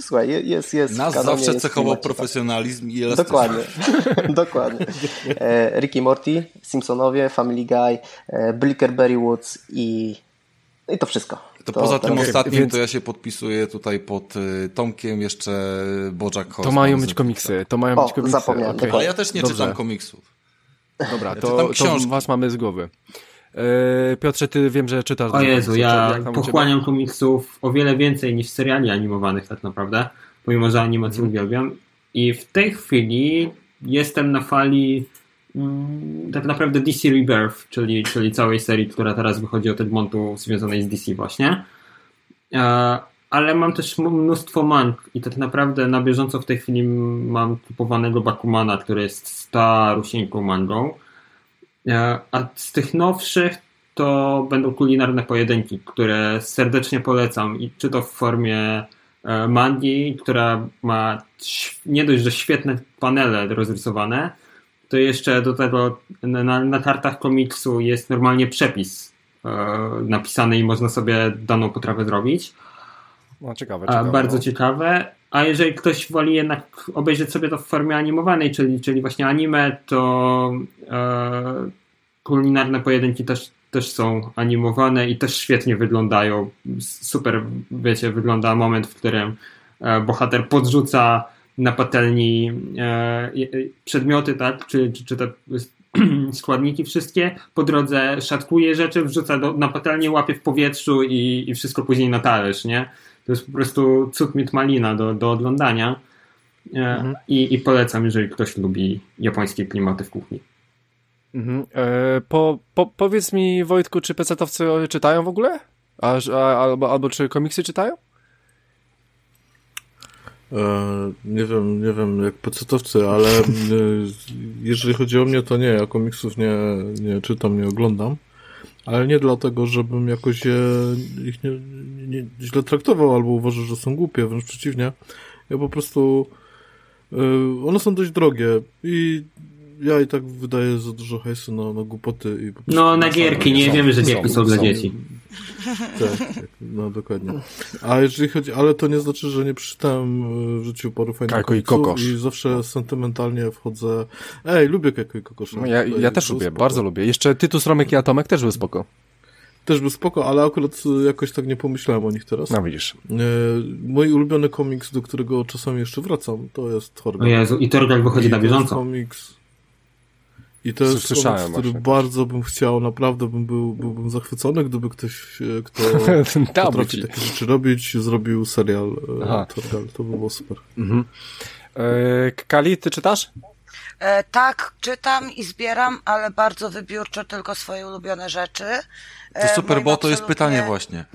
Słuchaj, jest Nas zawsze cechował profesjonalizm i elastyczność. Dokładnie. Rick i Morty, Simpsonowie, Family Guy, Brickleberry Woods i to wszystko. To poza tym ostatnim to ja się podpisuję tutaj pod Tomkiem jeszcze BoJack Horseman. To mają być komiksy. Zapomniałem. Okay. Ale ja też nie czytam komiksów. Dobra, to was mamy z głowy. Piotrze, ty wiem, że czytasz. O Jezu, ja pochłaniam komiksów o wiele więcej niż seriali animowanych tak naprawdę, pomimo że animację uwielbiam. I w tej chwili jestem na fali tak naprawdę DC Rebirth, czyli całej serii, która teraz wychodzi od Egmontu związanej z DC właśnie. Ale mam też mnóstwo mang i tak naprawdę na bieżąco w tej chwili mam kupowanego Bakumana, który jest starusieńką mangą. A z tych nowszych to będą kulinarne pojedynki, które serdecznie polecam i czy to w formie mangi, która ma nie dość, że świetne panele rozrysowane, to jeszcze do tego na kartach komiksu jest normalnie przepis napisany i można sobie daną potrawę zrobić. No, ciekawe. Bardzo ciekawe. A jeżeli ktoś woli jednak obejrzeć sobie to w formie animowanej, czyli właśnie anime, to kulinarne pojedynki też są animowane i też świetnie wyglądają. Super, wiecie, wygląda moment, w którym bohater podrzuca na patelni przedmioty, tak, czy te składniki wszystkie, po drodze szatkuje rzeczy, wrzuca na patelnię, łapie w powietrzu i wszystko później na talerz, nie? To jest po prostu cud mit malina do oglądania i polecam, jeżeli ktoś lubi japońskie klimaty w kuchni. Powiedz mi, Wojtku, czy pecetowcy czytają w ogóle? Albo czy komiksy czytają? Nie wiem jak pecetowcy, ale jeżeli chodzi o mnie, to nie, ja komiksów nie czytam, nie oglądam, ale nie dlatego, żebym jakoś ich nie źle traktował albo uważał, że są głupie, wręcz przeciwnie. Ja po prostu one są dość drogie i ja i tak wydaję za dużo hajsu na głupoty. I po prostu na gierki, nie wiemy, że gierki są dla dzieci. Tak, no dokładnie. A jeżeli chodzi, ale to nie znaczy, że nie przeczytałem w życiu paru fajnych komiksów i zawsze sentymentalnie wchodzę. Lubię Keko i Kokosza. No, ja też lubię, bardzo lubię. Jeszcze Tytus, Romek i Atomek też był spoko. Też był spoko, ale akurat jakoś tak nie pomyślałem o nich teraz. No widzisz. Mój ulubiony komiks, do którego czasami jeszcze wracam, to jest Torgal. O Jezu, i Torgal wychodzi na bieżąco. I to jest komiks, który bardzo bym chciał, naprawdę byłbym zachwycony, gdyby ktoś, kto potrafi takie rzeczy robić, zrobił serial Torgal. To by było super. Kali, ty czytasz? Tak, czytam i zbieram, ale bardzo wybiórczo tylko swoje ulubione rzeczy. To super, bo to jest pytanie właśnie.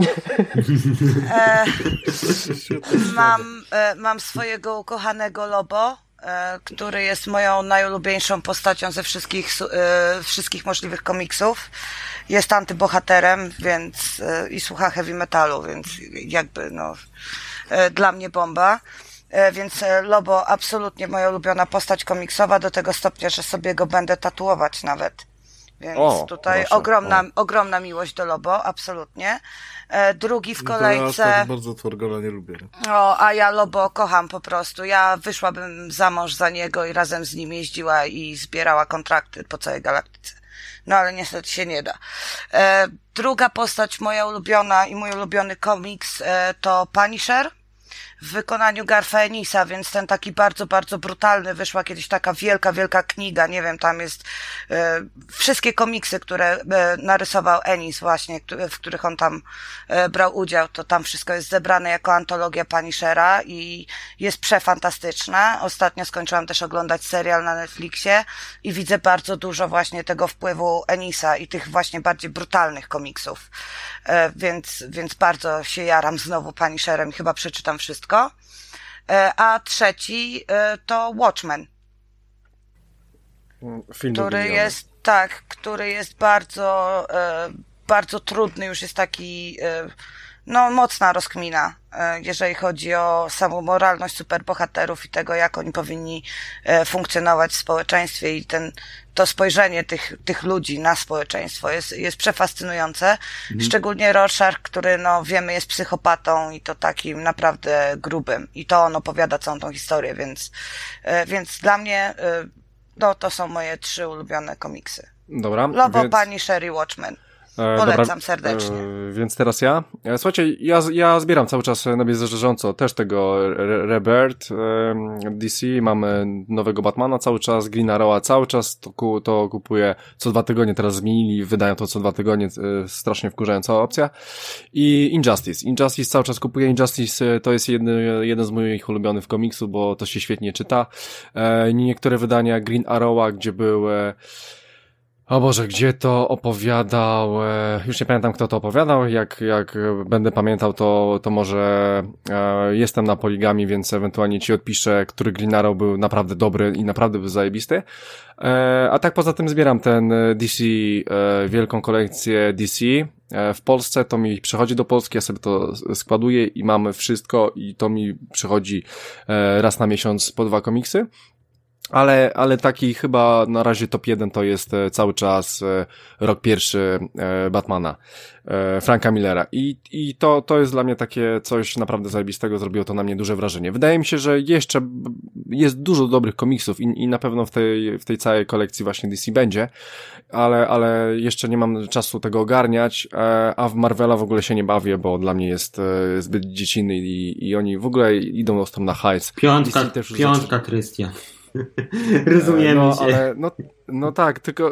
Mam swojego ukochanego Lobo, który jest moją najulubieńszą postacią ze wszystkich możliwych komiksów. Jest antybohaterem, więc i słucha heavy metalu, więc jakby dla mnie bomba. Więc Lobo absolutnie moja ulubiona postać komiksowa, do tego stopnia, że sobie go będę tatuować nawet. Więc tutaj ogromna miłość do Lobo, absolutnie. Drugi w kolejce... Ja tak bardzo Torgala nie lubię. A ja Lobo kocham po prostu. Ja wyszłabym za mąż za niego i razem z nim jeździła i zbierała kontrakty po całej galaktyce. No ale niestety się nie da. Druga postać moja ulubiona i mój ulubiony komiks to Punisher w wykonaniu Garfa Enisa, więc ten taki bardzo, bardzo brutalny. Wyszła kiedyś taka wielka kniga, nie wiem, tam jest wszystkie komiksy, które narysował Ennis właśnie, w których on tam brał udział, to tam wszystko jest zebrane jako antologia Punishera i jest przefantastyczna. Ostatnio skończyłam też oglądać serial na Netflixie i widzę bardzo dużo właśnie tego wpływu Ennisa i tych właśnie bardziej brutalnych komiksów. Więc bardzo się jaram znowu Punisherem i chyba przeczytam wszystko. A trzeci to Watchmen, który jest bardzo, bardzo trudny, już jest taki mocna rozkmina, jeżeli chodzi o samą moralność superbohaterów i tego, jak oni powinni funkcjonować w społeczeństwie i to spojrzenie tych ludzi na społeczeństwo jest przefascynujące. Szczególnie Rorschach, który wiemy jest psychopatą i to takim naprawdę grubym i to on opowiada całą tą historię, więc dla mnie to są moje 3 ulubione komiksy. Dobra. Lobo, Punisher i Watchmen. Polecam serdecznie. Więc teraz ja. Słuchajcie, ja zbieram cały czas na bieżąco też tego Rebirth DC, mamy nowego Batmana cały czas, Green Arrowa cały czas, to kupuję co 2 tygodnie, teraz zmienili, wydają to co 2 tygodnie, strasznie wkurzająca opcja. I Injustice cały czas kupuję, Injustice to jest jeden z moich ulubionych komiksów, bo to się świetnie czyta. Niektóre wydania Green Arrowa, gdzie były o Boże, gdzie to opowiadał, już nie pamiętam kto to opowiadał, jak będę pamiętał to może jestem na Poligami, więc ewentualnie ci odpiszę, który Green Arrow był naprawdę dobry i naprawdę był zajebisty. A tak poza tym zbieram ten DC, wielką kolekcję DC. W Polsce to mi przychodzi do Polski, ja sobie to składuję i mamy wszystko i to mi przychodzi raz na miesiąc po 2 komiksy. Ale taki chyba na razie top 1 to jest cały czas rok pierwszy Batmana, Franka Millera. I to jest dla mnie takie coś naprawdę zajebistego, zrobiło to na mnie duże wrażenie. Wydaje mi się, że jeszcze jest dużo dobrych komiksów i na pewno w tej całej kolekcji właśnie DC będzie, ale jeszcze nie mam czasu tego ogarniać, a w Marvela w ogóle się nie bawię, bo dla mnie jest zbyt dziecinny i oni w ogóle idą ostro na hajs. Piątka, Krystian. Rozumiemy się. Ale, tak, tylko,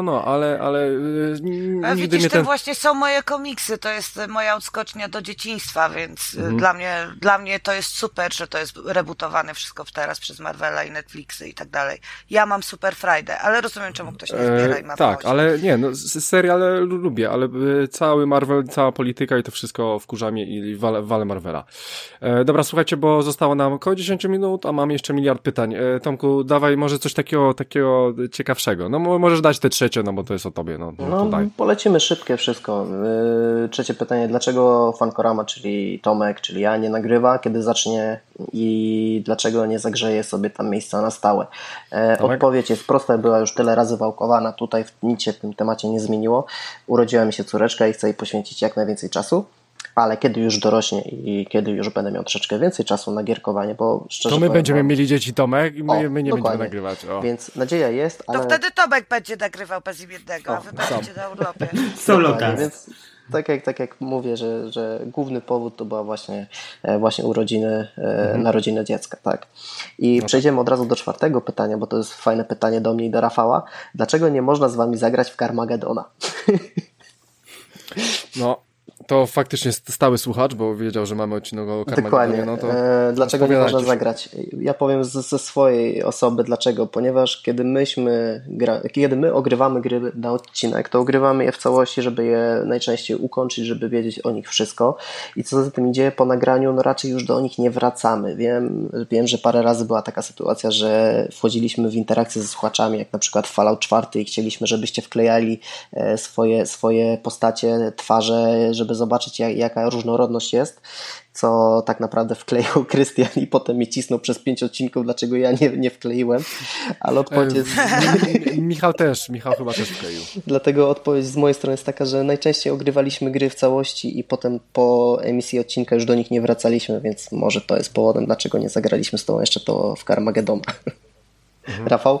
ale widzisz, to właśnie są moje komiksy, to jest moja odskocznia do dzieciństwa, więc dla mnie to jest super, że to jest rebootowane wszystko teraz przez Marvela i Netflixy i tak dalej. Ja mam Super Friday, ale rozumiem, czemu ktoś nie zbiera i ma tak, ale nie, seriale lubię, ale cały Marvel, cała polityka i to wszystko wkurza mnie i walę Marvela. Dobra, słuchajcie, bo zostało nam około 10 minut, a mam jeszcze miliard pytań. Tomku, dawaj może coś takiego ciekawszego. No możesz dać te trzecie, bo to jest o tobie. Polecimy szybkie wszystko. Trzecie pytanie, dlaczego Fankorama, czyli Tomek, czyli ja, nie nagrywa, kiedy zacznie i dlaczego nie zagrzeje sobie tam miejsca na stałe? Odpowiedź jest prosta, była już tyle razy wałkowana, tutaj nic się w tym temacie nie zmieniło. Urodziła mi się córeczka i chcę jej poświęcić jak najwięcej czasu. Ale kiedy już dorośnie i kiedy już będę miał troszeczkę więcej czasu na gierkowanie, bo szczerze to my będziemy mieli dzieci, Tomek, i my nie będziemy nagrywać. Więc nadzieja jest, ale... To wtedy Tomek będzie nagrywał bezimiennego, a wy będziecie na urlopie. Więc tak jak mówię, że główny powód to była właśnie urodziny, narodziny dziecka, tak. I przejdziemy od razu do 4. pytania, bo to jest fajne pytanie do mnie i do Rafała. Dlaczego nie można z wami zagrać w Carmagedona? To faktycznie stały słuchacz, bo wiedział, że mamy odcinek o Carmagedonie. Dokładnie. Dlaczego nie można zagrać? Ja powiem ze swojej osoby dlaczego. Ponieważ kiedy my ogrywamy gry na odcinek, to ogrywamy je w całości, żeby je najczęściej ukończyć, żeby wiedzieć o nich wszystko. I co za tym idzie, po nagraniu raczej już do nich nie wracamy. Wiem, że parę razy była taka sytuacja, że wchodziliśmy w interakcję ze słuchaczami, jak na przykład w Fallout 4 i chcieliśmy, żebyście wklejali swoje postacie, twarze, żeby zobaczyć jaka różnorodność jest, co tak naprawdę wkleił Krystian i potem mnie cisnął przez 5 odcinków, dlaczego ja nie wkleiłem, ale odpowiedź jest... Michał chyba też wkleił. Dlatego odpowiedź z mojej strony jest taka, że najczęściej ogrywaliśmy gry w całości i potem po emisji odcinka już do nich nie wracaliśmy, więc może to jest powodem, dlaczego nie zagraliśmy z tobą jeszcze to w Carmagedona. Rafał?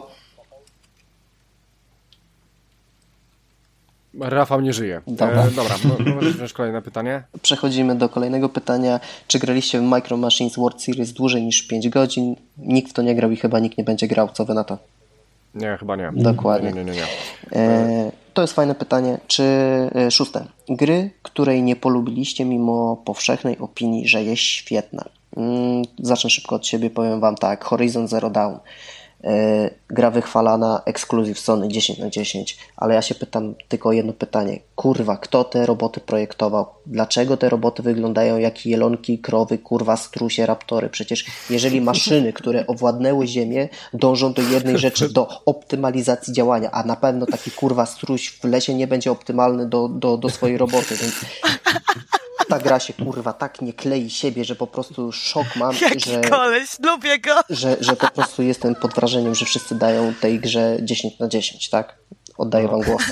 Rafał nie żyje. Dobra, możesz wziąć kolejne pytanie. Przechodzimy do kolejnego pytania. Czy graliście w Micro Machines World Series dłużej niż 5 godzin? Nikt w to nie grał i chyba nikt nie będzie grał. Co wy na to? Nie, chyba nie. Dokładnie. Nie. To jest fajne pytanie. 6. Gry, której nie polubiliście mimo powszechnej opinii, że jest świetna. Zacznę szybko od siebie, powiem wam tak. Horizon Zero Dawn. Gra wychwalana, ekskluzyw Sony 10/10, ale ja się pytam tylko o jedno pytanie. Kurwa, kto te roboty projektował? Dlaczego te roboty wyglądają jak jelonki, krowy, kurwa, strusie, raptory? Przecież jeżeli maszyny, które owładnęły Ziemię, dążą do jednej rzeczy, do optymalizacji działania, a na pewno taki kurwa struś w lesie nie będzie optymalny do swojej roboty, więc... ta gra się kurwa tak nie klei siebie, że po prostu szok mam, Jaki koleś, lubię go. że po prostu jestem pod wrażeniem, że wszyscy dają tej grze 10/10, tak? Oddaję wam głos.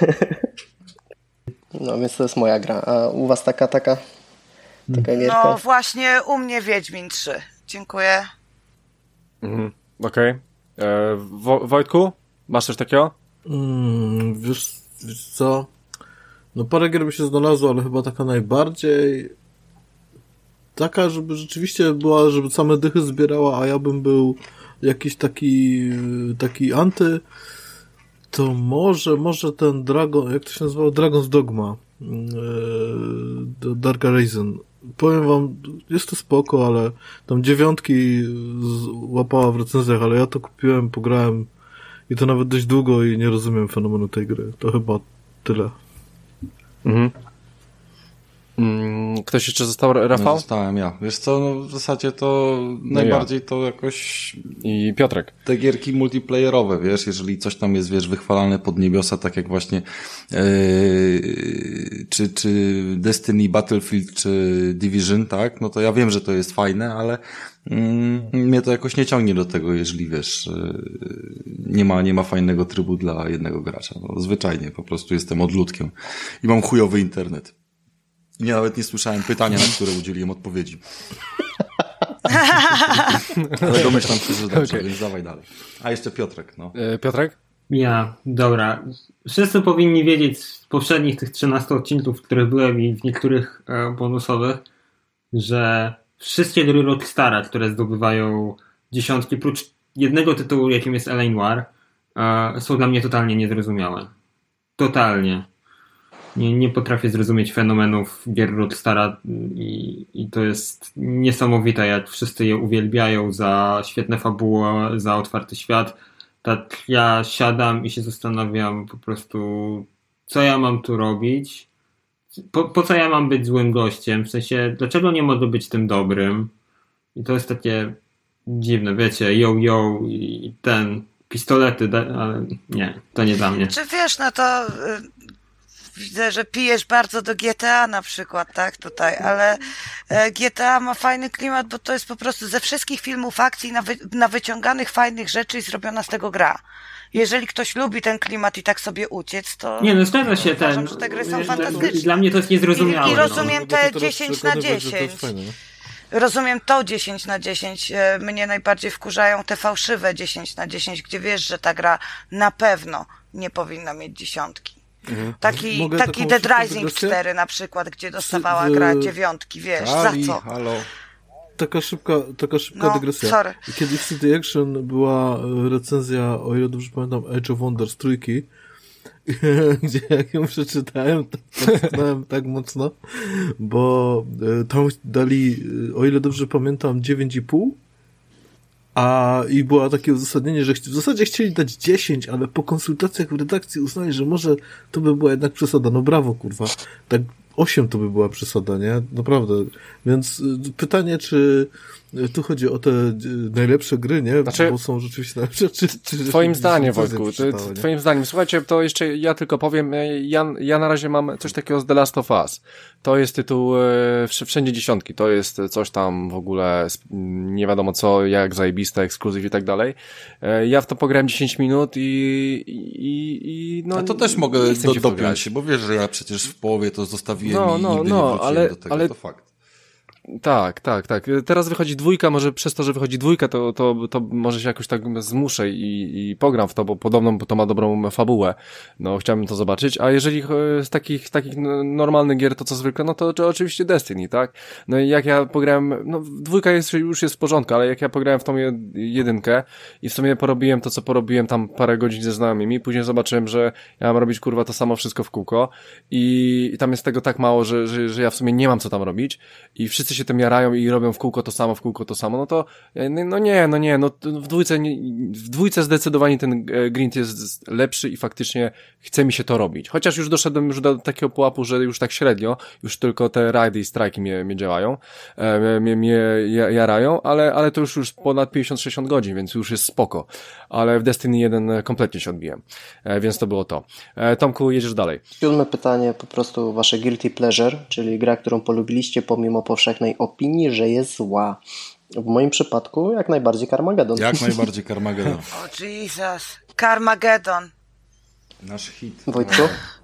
No więc to jest moja gra. A u was taka gierka? No właśnie u mnie Wiedźmin 3. Dziękuję. Okej. Wojtku, masz coś takiego? Wiesz co? No parę gier by się znalazło, ale chyba taka najbardziej taka, żeby rzeczywiście była, żeby same dychy zbierała, a ja bym był jakiś taki anty, to może ten Dragon, jak to się nazywało? Dragon's Dogma. Dark Arisen. Powiem wam, jest to spoko, ale tam 9 łapała w recenzjach, ale ja to kupiłem, pograłem i to nawet dość długo i nie rozumiem fenomenu tej gry. To chyba tyle. Ktoś jeszcze został, Rafał? No, zostałem ja. Wiesz co, no w zasadzie to najbardziej to jakoś... I Piotrek. Te gierki multiplayerowe, wiesz, jeżeli coś tam jest, wiesz, wychwalane pod niebiosa, tak jak właśnie czy Destiny, Battlefield, czy Division, tak, no to ja wiem, że to jest fajne, ale mnie to jakoś nie ciągnie do tego, jeżeli, wiesz, nie ma fajnego trybu dla jednego gracza. No, zwyczajnie, po prostu jestem odludkiem i mam chujowy internet. Ja nawet nie słyszałem pytania, na które udzieliłem odpowiedzi. Ale domyślam się, że dobrze, więc dawaj dalej. A jeszcze Piotrek, no. Piotrek? Ja, dobra. Wszyscy powinni wiedzieć z poprzednich tych 13 odcinków, w których byłem i w niektórych bonusowych, że wszystkie gry Rockstara, które zdobywają dziesiątki, prócz jednego tytułu, jakim jest L.A. Noire, są dla mnie totalnie niezrozumiałe. Totalnie. Nie potrafię zrozumieć fenomenów gier Rockstara i to jest niesamowite, jak wszyscy je uwielbiają za świetne fabuły, za otwarty świat. Tak ja siadam i się zastanawiam po prostu, co ja mam tu robić, po co ja mam być złym gościem, w sensie, dlaczego nie mogę być tym dobrym? I to jest takie dziwne, wiecie, yo i pistolety, ale nie, to nie dla mnie. Czy wiesz, no to widzę, że pijesz bardzo do GTA na przykład, tak, tutaj, ale GTA ma fajny klimat, bo to jest po prostu ze wszystkich filmów akcji na wyciąganych fajnych rzeczy i zrobiona z tego gra. Jeżeli ktoś lubi ten klimat i tak sobie uciec, to nie, no zgadza się, uważam, że te gry są fantastyczne. Dla mnie to jest niezrozumiałe. I rozumiem te 10/10. Fajne, no? Rozumiem to 10/10. Mnie najbardziej wkurzają te fałszywe 10/10, gdzie wiesz, że ta gra na pewno nie powinna mieć 10. Taki Dead Rising 4 na przykład, gdzie dostawała gra 9, wiesz, Kali, za co? halo. Taka szybka dygresja. Sorry. Kiedyś w CD Action była recenzja, o ile dobrze pamiętam, Age of Wonders 3, gdzie jak ją przeczytałem, to poznałem tak mocno, bo tam dali, o ile dobrze pamiętam, 9,5, i było takie uzasadnienie, że w zasadzie chcieli dać 10, ale po konsultacjach w redakcji uznali, że może to by była jednak przesada. No brawo, kurwa. Tak 8 to by była przesada, nie? Naprawdę. Więc pytanie, czy tu chodzi o te najlepsze gry, nie? Znaczy, bo są rzeczywiście najlepsze, czy twoim zdaniem, Wojtku, twoim zdaniem. Słuchajcie, to jeszcze ja tylko powiem, ja na razie mam coś takiego z The Last of Us. To jest tytuł wszędzie 10. To jest coś tam w ogóle nie wiadomo co, jak zajebiste, ekskluzyw i tak dalej. Ja w to pograłem 10 minut i no... A to też mogę dopiąć się, bo wiesz, że ja przecież w połowie to zostawiłem i nigdy nie wróciłem do tego, to fakt. Tak. Teraz wychodzi 2, może przez to, że wychodzi 2, to może się jakoś tak zmuszę i pogram w to, bo podobno to ma dobrą fabułę. No, chciałbym to zobaczyć. A jeżeli z takich normalnych gier, to co zwykle, no to oczywiście Destiny, tak? No i jak ja pograłem, no 2 już jest w porządku, ale jak ja pograłem w tą 1 i w sumie porobiłem to, co porobiłem tam parę godzin ze znajomymi, później zobaczyłem, że ja mam robić kurwa to samo wszystko w kółko i tam jest tego tak mało, że ja w sumie nie mam co tam robić i wszyscy się się tym jarają i robią w kółko to samo, no to w dwójce zdecydowanie ten grind jest lepszy i faktycznie chce mi się to robić. Chociaż już doszedłem już do takiego pułapu, że już tak średnio, już tylko te rajdy i strajki mnie działają, mnie jarają, ale to już ponad 50-60 godzin, więc już jest spoko. Ale w Destiny 1 kompletnie się odbiłem. Więc to było to. Tomku, jedziesz dalej. 7 pytanie, po prostu wasze guilty pleasure, czyli gra, którą polubiliście pomimo powszechnej opinii, że jest zła. W moim przypadku jak najbardziej Carmageddon. Jak najbardziej Carmageddon. O Jesus, Carmageddon. Nasz hit. Wojtku?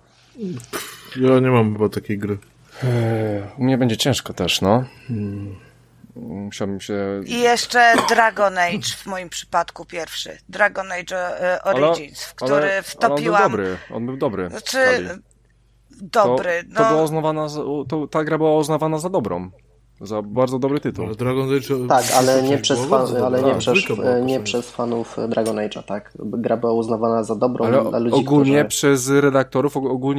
Ja nie mam chyba takiej gry. U mnie będzie ciężko też, no. Musiałbym się... I jeszcze Dragon Age w moim przypadku pierwszy. Dragon Age Origins, w który wtopiłam... On był dobry. Znaczy, dobry. To była uznawana ta gra była uznawana za dobrą. Za bardzo dobry tytuł. Ale Dragon Age... Tak, ale nie przez fanów Dragon Age'a, tak. Gra była uznawana za dobrą dla ludzi, ogólnie przez redaktorów,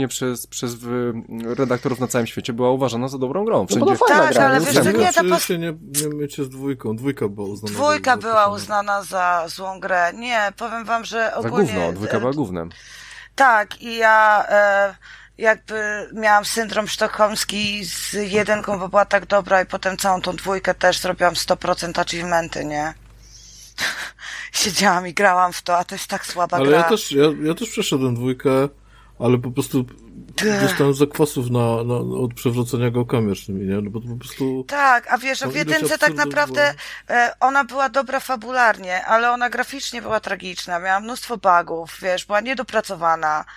redaktorów na całym świecie była uważana za dobrą grą. Wszędzie... No fajna gra, ale wiesz, to nie ta nie mycie z dwójką. Dwójka była uznana Dwójka była uznana za złą grę. Nie, powiem wam, że ogólnie... Za gówno, dwójka była gównem. Tak, i ja... jakby miałam syndrom sztokholmski z jedynką, bo była tak dobra i potem całą tą dwójkę też zrobiłam 100% achievementy, nie? Siedziałam i grałam w to, a to jest tak słaba gra. Ale ja też przeszedłem dwójkę, ale po prostu dostałem zakwasów od przewrócenia gałkami ocznymi, nie? No bo to po prostu... Tak, a wiesz, w jedynce tak naprawdę ona była dobra fabularnie, ale ona graficznie była tragiczna, miała mnóstwo bugów, wiesz, była niedopracowana.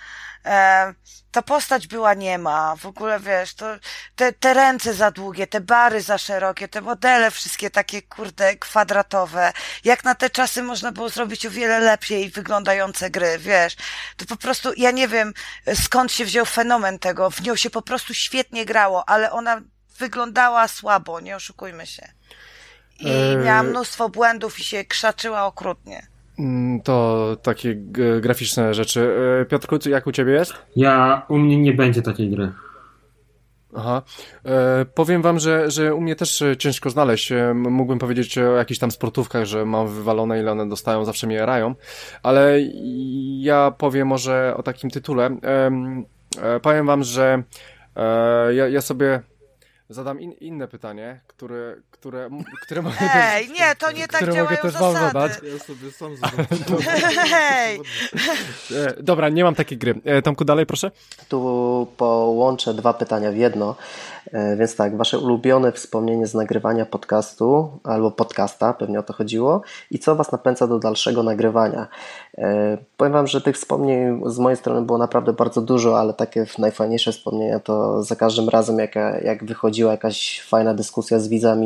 Ta postać była niema, w ogóle wiesz, to te ręce za długie, te bary za szerokie, te modele wszystkie takie kurde kwadratowe, jak na te czasy można było zrobić o wiele lepiej wyglądające gry, wiesz, to po prostu, ja nie wiem skąd się wziął fenomen tego, w nią się po prostu świetnie grało, ale ona wyglądała słabo, nie oszukujmy się. I miała mnóstwo błędów i się krzaczyła okrutnie. To takie graficzne rzeczy. Piotrku, jak u ciebie jest? U mnie nie będzie takiej gry. Aha. Powiem wam, że u mnie też ciężko znaleźć. Mógłbym powiedzieć o jakichś tam sportówkach, że mam wywalone, ile one dostają, zawsze mnie jarają. Ale ja powiem może o takim tytule. Powiem wam, że ja sobie zadam inne pytanie, które mogę Hej, nie, to nie tak działają zasady. Ja sobie sam zadam. Hej! Dobra, nie mam takiej gry. Tomku, dalej proszę. Tu połączę 2 pytania w jedno. Więc tak, wasze ulubione wspomnienie z nagrywania podcastu albo podcasta, pewnie o to chodziło, i co was napędza do dalszego nagrywania? Powiem wam, że tych wspomnień z mojej strony było naprawdę bardzo dużo, ale takie najfajniejsze wspomnienia to za każdym razem jak wychodziła jakaś fajna dyskusja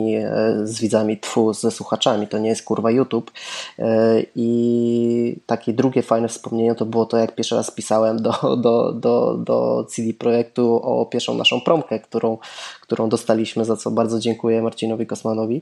ze słuchaczami, to nie jest kurwa YouTube. I takie drugie fajne wspomnienie to było to, jak pierwszy raz pisałem do CD Projektu o pierwszą naszą promkę, którą dostaliśmy, za co bardzo dziękuję Marcinowi Kosmanowi.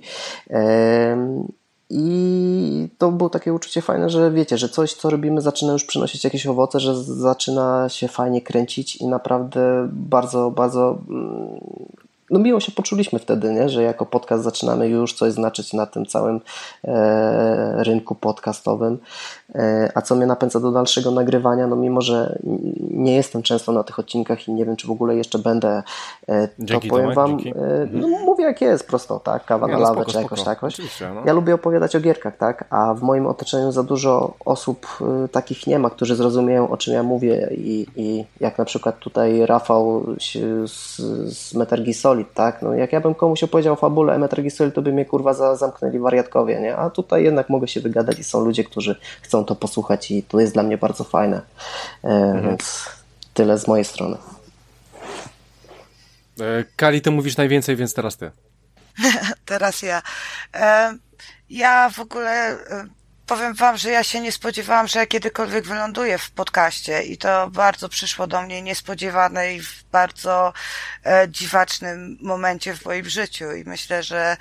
I to było takie uczucie fajne, że wiecie, że coś, co robimy, zaczyna już przynosić jakieś owoce, że zaczyna się fajnie kręcić i naprawdę bardzo, bardzo miło się poczuliśmy wtedy, nie? Że jako podcast zaczynamy już coś znaczyć na tym całym rynku podcastowym. A co mnie napędza do dalszego nagrywania, mimo że nie jestem często na tych odcinkach i nie wiem, czy w ogóle jeszcze będę, dzięki, to powiem wam, mówię jak jest prosto, tak, kawa na lawę czy jakoś tak. Ja lubię opowiadać o gierkach, tak, a w moim otoczeniu za dużo osób takich nie ma, którzy zrozumieją, o czym ja mówię i jak na przykład tutaj Rafał z Metal Gear Solid, tak, jak ja bym komuś opowiedział o fabule Metal Gear Solid, to by mnie kurwa zamknęli wariatkowie, nie, a tutaj jednak mogę się wygadać i są ludzie, którzy chcą to posłuchać i to jest dla mnie bardzo fajne. Więc tyle z mojej strony. Kali, ty mówisz najwięcej, więc teraz ty. Teraz ja. Ja w ogóle powiem wam, że ja się nie spodziewałam, że ja kiedykolwiek wyląduję w podcaście i to bardzo przyszło do mnie niespodziewane i w bardzo dziwacznym momencie w moim życiu i myślę, że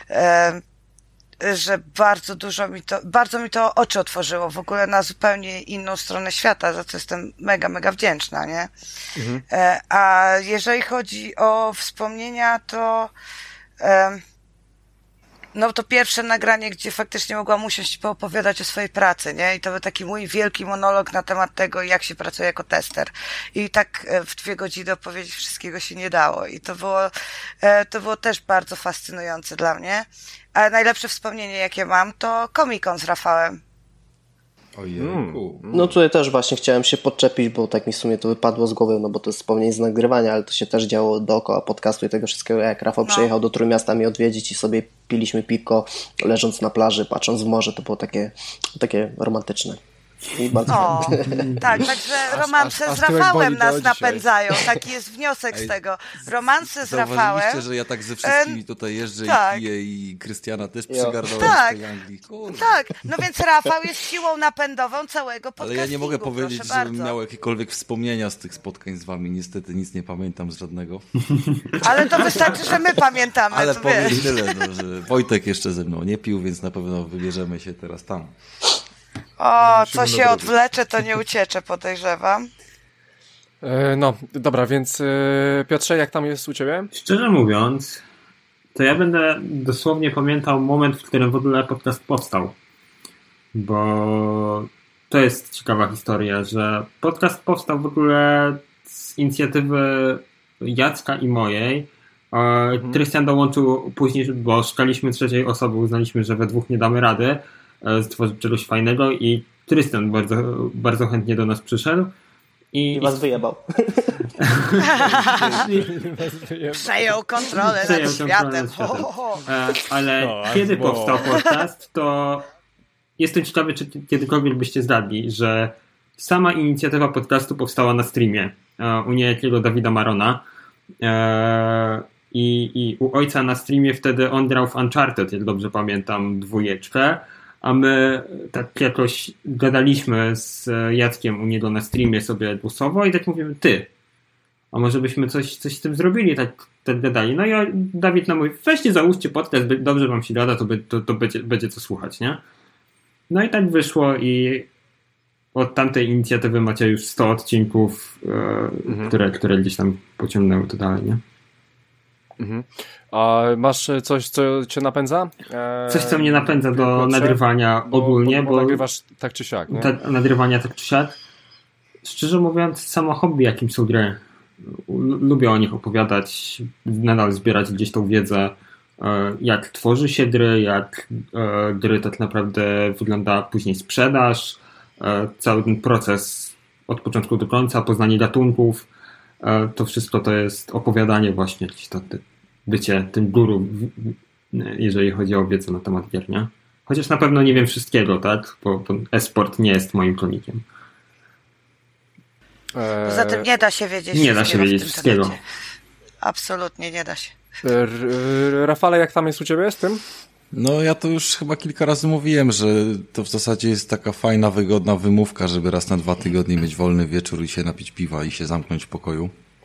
bardzo mi to oczy otworzyło w ogóle na zupełnie inną stronę świata, za co jestem mega, mega wdzięczna, nie? A jeżeli chodzi o wspomnienia, to no to pierwsze nagranie, gdzie faktycznie mogłam usiąść i poopowiadać o swojej pracy, nie? I to był taki mój wielki monolog na temat tego, jak się pracuje jako tester. I tak w 2 godziny opowiedzieć wszystkiego się nie dało. I to było też bardzo fascynujące dla mnie. Ale najlepsze wspomnienie, jakie mam, to Comic-Con z Rafałem. Ojejku. No tutaj też właśnie chciałem się podczepić, bo tak mi w sumie to wypadło z głowy, no bo to jest wspomnienie z nagrywania, ale to się też działo dookoła podcastu i tego wszystkiego, jak Rafał przyjechał do Trójmiasta mnie odwiedzić i sobie piliśmy piwko, leżąc na plaży, patrząc w morze, to było takie romantyczne. I bardzo tak, także romanse z Rafałem nas napędzają. Taki jest wniosek z tego. Romanse z Rafałem. Zauważyliście, że ja tak ze wszystkimi tutaj jeżdżę i piję i Krystiana też przygarnąłem z tej Anglii. Tak, no więc Rafał jest siłą napędową całego podcastingu. Ale ja nie mogę powiedzieć, że miał jakiekolwiek wspomnienia z tych spotkań z wami. Niestety nic nie pamiętam z żadnego. Ale to wystarczy, że my pamiętamy. Ale powiem tyle, no, że Wojtek jeszcze ze mną nie pił, więc na pewno wybierzemy się teraz tam. O, co się odwlecze, to nie uciecze, podejrzewam. No, dobra, więc Piotrze, jak tam jest u ciebie? Szczerze mówiąc, to ja będę dosłownie pamiętał moment, w którym w ogóle podcast powstał. Bo to jest ciekawa historia, że podcast powstał w ogóle z inicjatywy Jacka i mojej. Krystian dołączył później, bo szukaliśmy 3. osoby, uznaliśmy, że we 2 nie damy rady stworzyć czegoś fajnego i Krystian bardzo, bardzo chętnie do nas przyszedł. I was wyjebał. Przejął kontrolę nad światem. Ale kiedy powstał podcast, to jestem ciekawy, czy kiedykolwiek byście zgadli, że sama inicjatywa podcastu powstała na streamie u niejakiego Dawida Marona. I u ojca na streamie wtedy on grał w Uncharted, jak dobrze pamiętam, 2. A my tak jakoś gadaliśmy z Jackiem u niego na streamie sobie głosowo i tak mówimy, a może byśmy coś z tym zrobili, tak gadali. No i Dawid nam mówi, weźcie załóżcie podcast, dobrze wam się gada, to będzie co słuchać, nie? No i tak wyszło i od tamtej inicjatywy macie już 100 odcinków, które gdzieś tam pociągnęły to dalej, nie? A masz coś, co cię napędza? Coś, co mnie napędza do nagrywania ogólnie, bo nagrywasz tak czy siak, nie? Nagrywania tak czy siak. Szczerze mówiąc, samo hobby, jakim są gry. Lubię o nich opowiadać, nadal zbierać gdzieś tą wiedzę, jak tworzy się gry, jak gry tak naprawdę wygląda później sprzedaż, cały ten proces od początku do końca, poznanie gatunków. To wszystko to jest opowiadanie właśnie, bycie tym guru, jeżeli chodzi o wiedzę na temat gier, nie? Chociaż na pewno nie wiem wszystkiego, tak? Bo e-sport nie jest moim klonikiem. Poza tym nie da się wiedzieć wszystkiego. Nie da się wiedzieć wszystkiego. Absolutnie nie da się. Rafale, jak tam jest u ciebie z tym? No ja to już chyba kilka razy mówiłem, że to w zasadzie jest taka fajna, wygodna wymówka, żeby raz na 2 tygodnie mieć wolny wieczór i się napić piwa i się zamknąć w pokoju.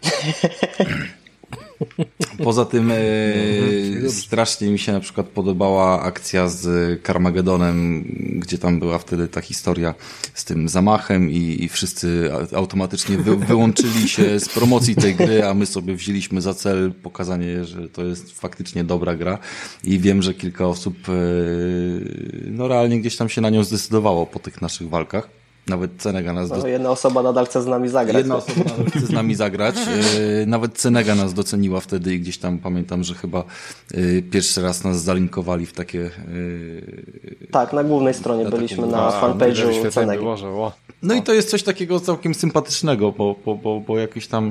Poza tym strasznie mi się na przykład podobała akcja z Carmagedonem, gdzie tam była wtedy ta historia z tym zamachem i wszyscy automatycznie wyłączyli się z promocji tej gry, a my sobie wzięliśmy za cel pokazanie, że to jest faktycznie dobra gra i wiem, że kilka osób no realnie gdzieś tam się na nią zdecydowało po tych naszych walkach. Nawet Cenega nas... Jedna osoba nadal chce z nami zagrać. Jedna osoba nadal chce z nami zagrać. Nawet Cenega nas doceniła wtedy i gdzieś tam pamiętam, że chyba pierwszy raz nas zalinkowali w takie... Tak, na głównej stronie byliśmy na fanpage'u Cenegi. No i to jest coś takiego całkiem sympatycznego, bo jakiś tam...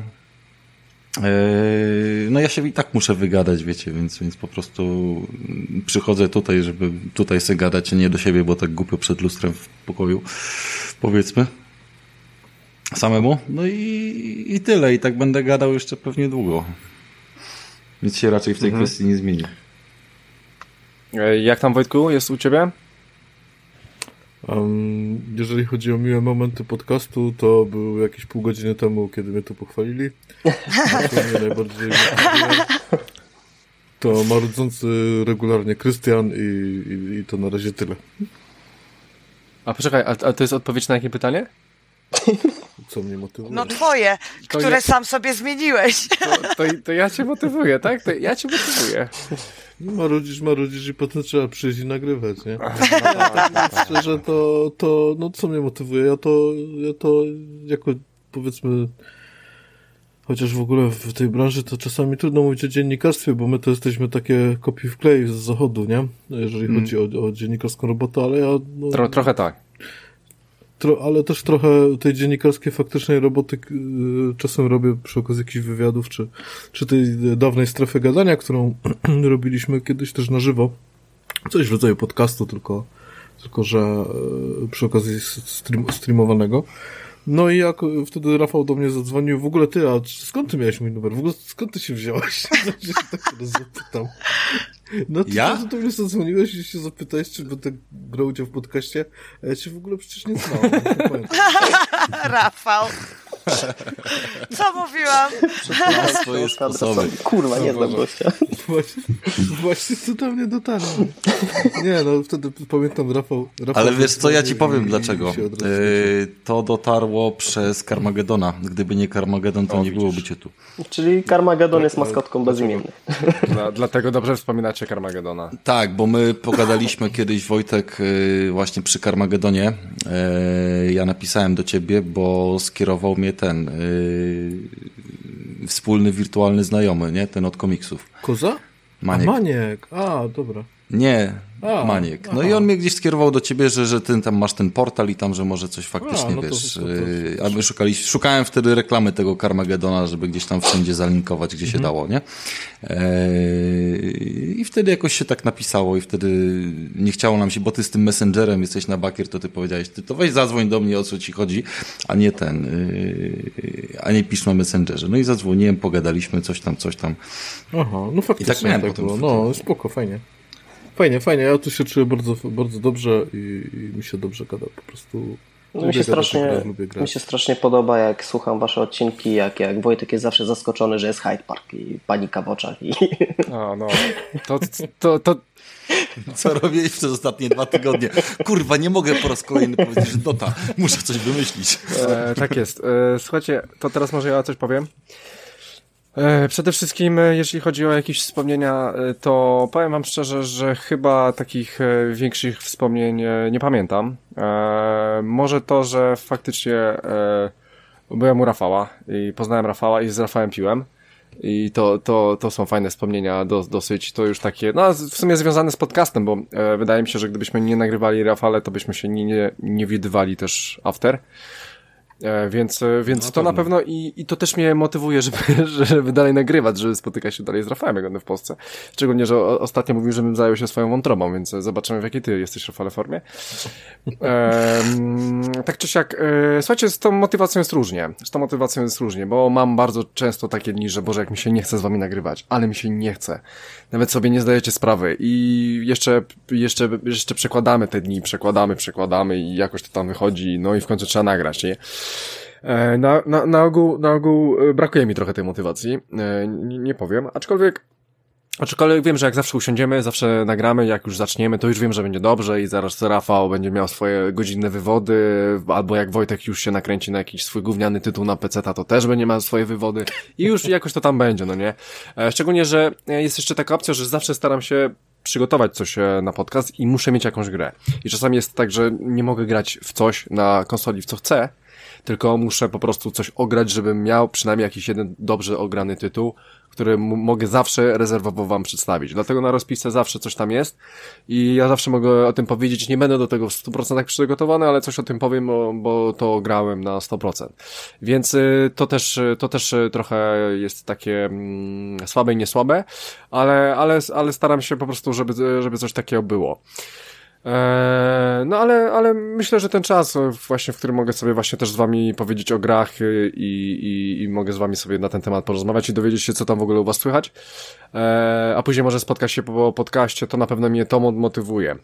No ja się i tak muszę wygadać, wiecie, więc po prostu przychodzę tutaj, żeby tutaj sobie gadać, a nie do siebie, bo tak głupio przed lustrem w pokoju, powiedzmy, samemu. No i tyle. I tak będę gadał jeszcze pewnie długo. Nic się raczej w tej kwestii nie zmieni. Jak tam, Wojtku, jest u ciebie? Jeżeli chodzi o miłe momenty podcastu, to był jakieś pół godziny temu, kiedy mnie tu pochwalili. To mnie najbardziej to marudzący regularnie Krystian i to na razie tyle. A poczekaj, a to jest odpowiedź na jakie pytanie? Co mnie motywuje? No twoje, które sam sobie zmieniłeś. To ja cię motywuję, tak? To ja cię motywuję. Marudzisz i potem trzeba przyjść i nagrywać, nie? Szczerze, no co mnie motywuje? Ja to jako, powiedzmy, chociaż w ogóle w tej branży to czasami trudno mówić o dziennikarstwie, bo my to jesteśmy takie kopii w klej z zachodu, nie? Jeżeli chodzi o dziennikarską robotę, ale ja... No, trochę tak. Ale też trochę tej dziennikarskiej faktycznej roboty czasem robię przy okazji jakichś wywiadów, czy tej dawnej strefy gadania, którą robiliśmy kiedyś też na żywo. Coś w rodzaju podcastu, tylko że przy okazji streamowanego. No i jak wtedy Rafał do mnie zadzwonił, w ogóle ty, a skąd ty miałeś mój numer? W ogóle skąd ty się wziąłeś? Ja się tak zapytam. No ty do mnie zadzwoniłeś i się zapytałeś, czy będę brał udział w podcaście, a ja cię w ogóle przecież nie znałem. Nie pamiętam. Rafał. Co mówiłam? Na swoje sposoby. Kurwa, nie znam gościa. Właśnie co do mnie dotarło. Nie, no wtedy pamiętam Rafał ale wiesz co, ja ci powiem dlaczego. To dotarło przez Carmagedona. Gdyby nie Carmagedon, to nie byłoby cię tu. Czyli Carmagedon jest maskotką bezimiennych. Dlatego dobrze wspominacie Carmagedona. Tak, bo my pogadaliśmy kiedyś, Wojtek, właśnie przy Carmagedonie. Ja napisałem do ciebie, bo skierował mnie ten wspólny wirtualny znajomy, nie? Ten od komiksów. Koza? Maniek. Dobra. Nie, Maniek. No i on mnie gdzieś skierował do ciebie, że ty tam masz ten portal i tam, że może coś faktycznie, wiesz. A my szukałem wtedy reklamy tego Carmagedona, żeby gdzieś tam wszędzie zalinkować, gdzie się dało, nie? I wtedy jakoś się tak napisało i wtedy nie chciało nam się, bo ty z tym Messengerem jesteś na bakier, to ty powiedziałeś, ty to weź zadzwoń do mnie, o co ci chodzi, a nie pisz na Messengerze. No i zadzwoniłem, pogadaliśmy, coś tam. Aha, no faktycznie i tak miałem tak było. No, spoko, fajnie. Fajnie, ja tu się czuję bardzo, bardzo dobrze i mi się dobrze gada, po prostu. Mi się strasznie podoba, jak słucham wasze odcinki, jak Wojtek jest zawsze zaskoczony, że jest Hyde Park i panika w oczach. To... Co robiłeś przez ostatnie 2 tygodnie? Kurwa, nie mogę po raz kolejny powiedzieć, że Dota, muszę coś wymyślić. Tak jest. Słuchajcie, to teraz może ja coś powiem. Przede wszystkim, jeśli chodzi o jakieś wspomnienia, to powiem wam szczerze, że chyba takich większych wspomnień nie pamiętam. Może to, że faktycznie byłem u Rafała i poznałem Rafała i z Rafałem piłem. I to są fajne wspomnienia dosyć, to już takie, no w sumie związane z podcastem, bo wydaje mi się, że gdybyśmy nie nagrywali Rafale, to byśmy się nie widywali też after. Więc to na pewno i to też mnie motywuje, żeby dalej nagrywać, żeby spotykać się dalej z Rafałem, jak będę w Polsce. Szczególnie, że ostatnio mówił, żebym zajął się swoją wątrobą, więc zobaczymy, w jakiej ty jesteś, Rafale, formie. Tak czy siak, słuchajcie, z tą motywacją jest różnie, bo mam bardzo często takie dni, że Boże, jak mi się nie chce z wami nagrywać, ale mi się nie chce. Nawet sobie nie zdajecie sprawy i jeszcze przekładamy te dni, przekładamy i jakoś to tam wychodzi, no i w końcu trzeba nagrać, nie? Na ogół brakuje mi trochę tej motywacji, nie powiem, aczkolwiek wiem, że jak zawsze usiądziemy, zawsze nagramy, jak już zaczniemy, to już wiem, że będzie dobrze i zaraz Rafał będzie miał swoje godzinne wywody, albo jak Wojtek już się nakręci na jakiś swój gówniany tytuł na PC-ta, to też będzie miał swoje wywody i już jakoś to tam będzie, no nie? Szczególnie, że jest jeszcze taka opcja, że zawsze staram się przygotować coś na podcast i muszę mieć jakąś grę. I czasami jest tak, że nie mogę grać w coś na konsoli, w co chcę, tylko muszę po prostu coś ograć, żebym miał przynajmniej jakiś jeden dobrze ograny tytuł, który mogę zawsze rezerwowo wam przedstawić. Dlatego na rozpisce zawsze coś tam jest i ja zawsze mogę o tym powiedzieć. Nie będę do tego w 100% przygotowany, ale coś o tym powiem, bo to grałem na 100%. Więc to też trochę jest takie słabe i niesłabe, ale staram się po prostu, żeby coś takiego było. No ale myślę, że ten czas właśnie, w którym mogę sobie właśnie też z wami powiedzieć o grach i mogę z wami sobie na ten temat porozmawiać i dowiedzieć się, co tam w ogóle u was słychać, a później może spotkać się po podcaście, to na pewno mnie to motywuje.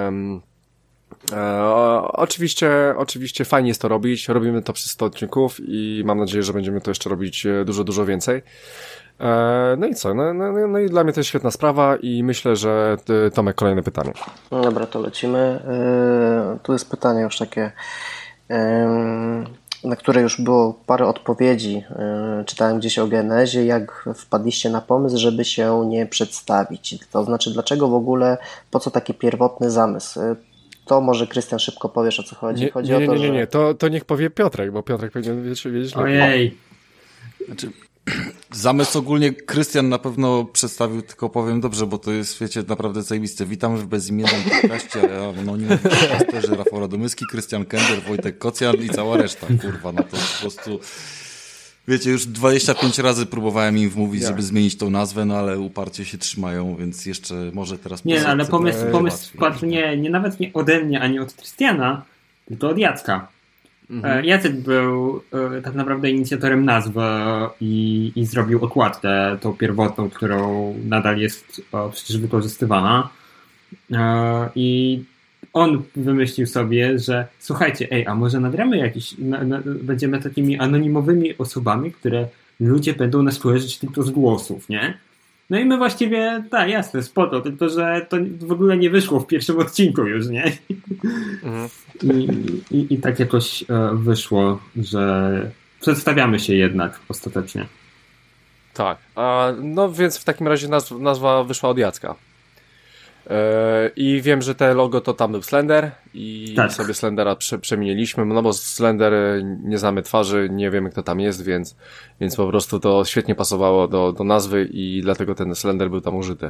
Oczywiście fajnie jest to robić, robimy to przez 100 odcinków i mam nadzieję, że będziemy to jeszcze robić dużo więcej. No i co? No i dla mnie to jest świetna sprawa i myślę, że Tomek, kolejne pytanie. Dobra, to lecimy. Tu jest pytanie już takie. na które już było parę odpowiedzi. Czytałem gdzieś o genezie, jak wpadliście na pomysł, żeby się nie przedstawić. To znaczy, dlaczego w ogóle, po co taki pierwotny zamysł? To może, Krystian, szybko powiesz, o co chodzi. Chodzi o to, nie. To niech powie Piotrek, bo Piotrek powinien wiedzieć lepiej. Ojej. Znaczy, zamysł ogólnie Krystian na pewno przedstawił, tylko powiem dobrze, bo to jest, wiecie, naprawdę zajebiste. Witamy w bezimiennym podcaście, a anonimowi podcasterzy Rafał Radomyski, Krystian Kender, Wojtek Kocjan i cała reszta. Kurwa, no to po prostu... Wiecie, już 25 razy próbowałem im wmówić, żeby zmienić tą nazwę, no ale uparcie się trzymają, więc jeszcze może teraz... Nie, ale pomysł spadł nie nawet nie ode mnie, ani od Krystiana, tylko od Jacka. Jacek był tak naprawdę inicjatorem nazwy i zrobił okładkę, tą pierwotną, którą nadal jest przecież wykorzystywana. I on wymyślił sobie, że słuchajcie, a może nagramy jakiś, będziemy takimi anonimowymi osobami, które ludzie będą nas kojarzyć tylko z głosów, nie? No i my właściwie, tak, jasne, spoko, tylko że to w ogóle nie wyszło w pierwszym odcinku już, nie? I tak jakoś wyszło, że przedstawiamy się jednak ostatecznie. Tak, no więc w takim razie nazwa wyszła od Jacka. I wiem, że te logo to tam był Slender i tak. Sobie Slendera przemieniliśmy, no bo Slender nie znamy twarzy, nie wiemy kto tam jest, więc po prostu to świetnie pasowało do nazwy i dlatego ten Slender był tam użyty.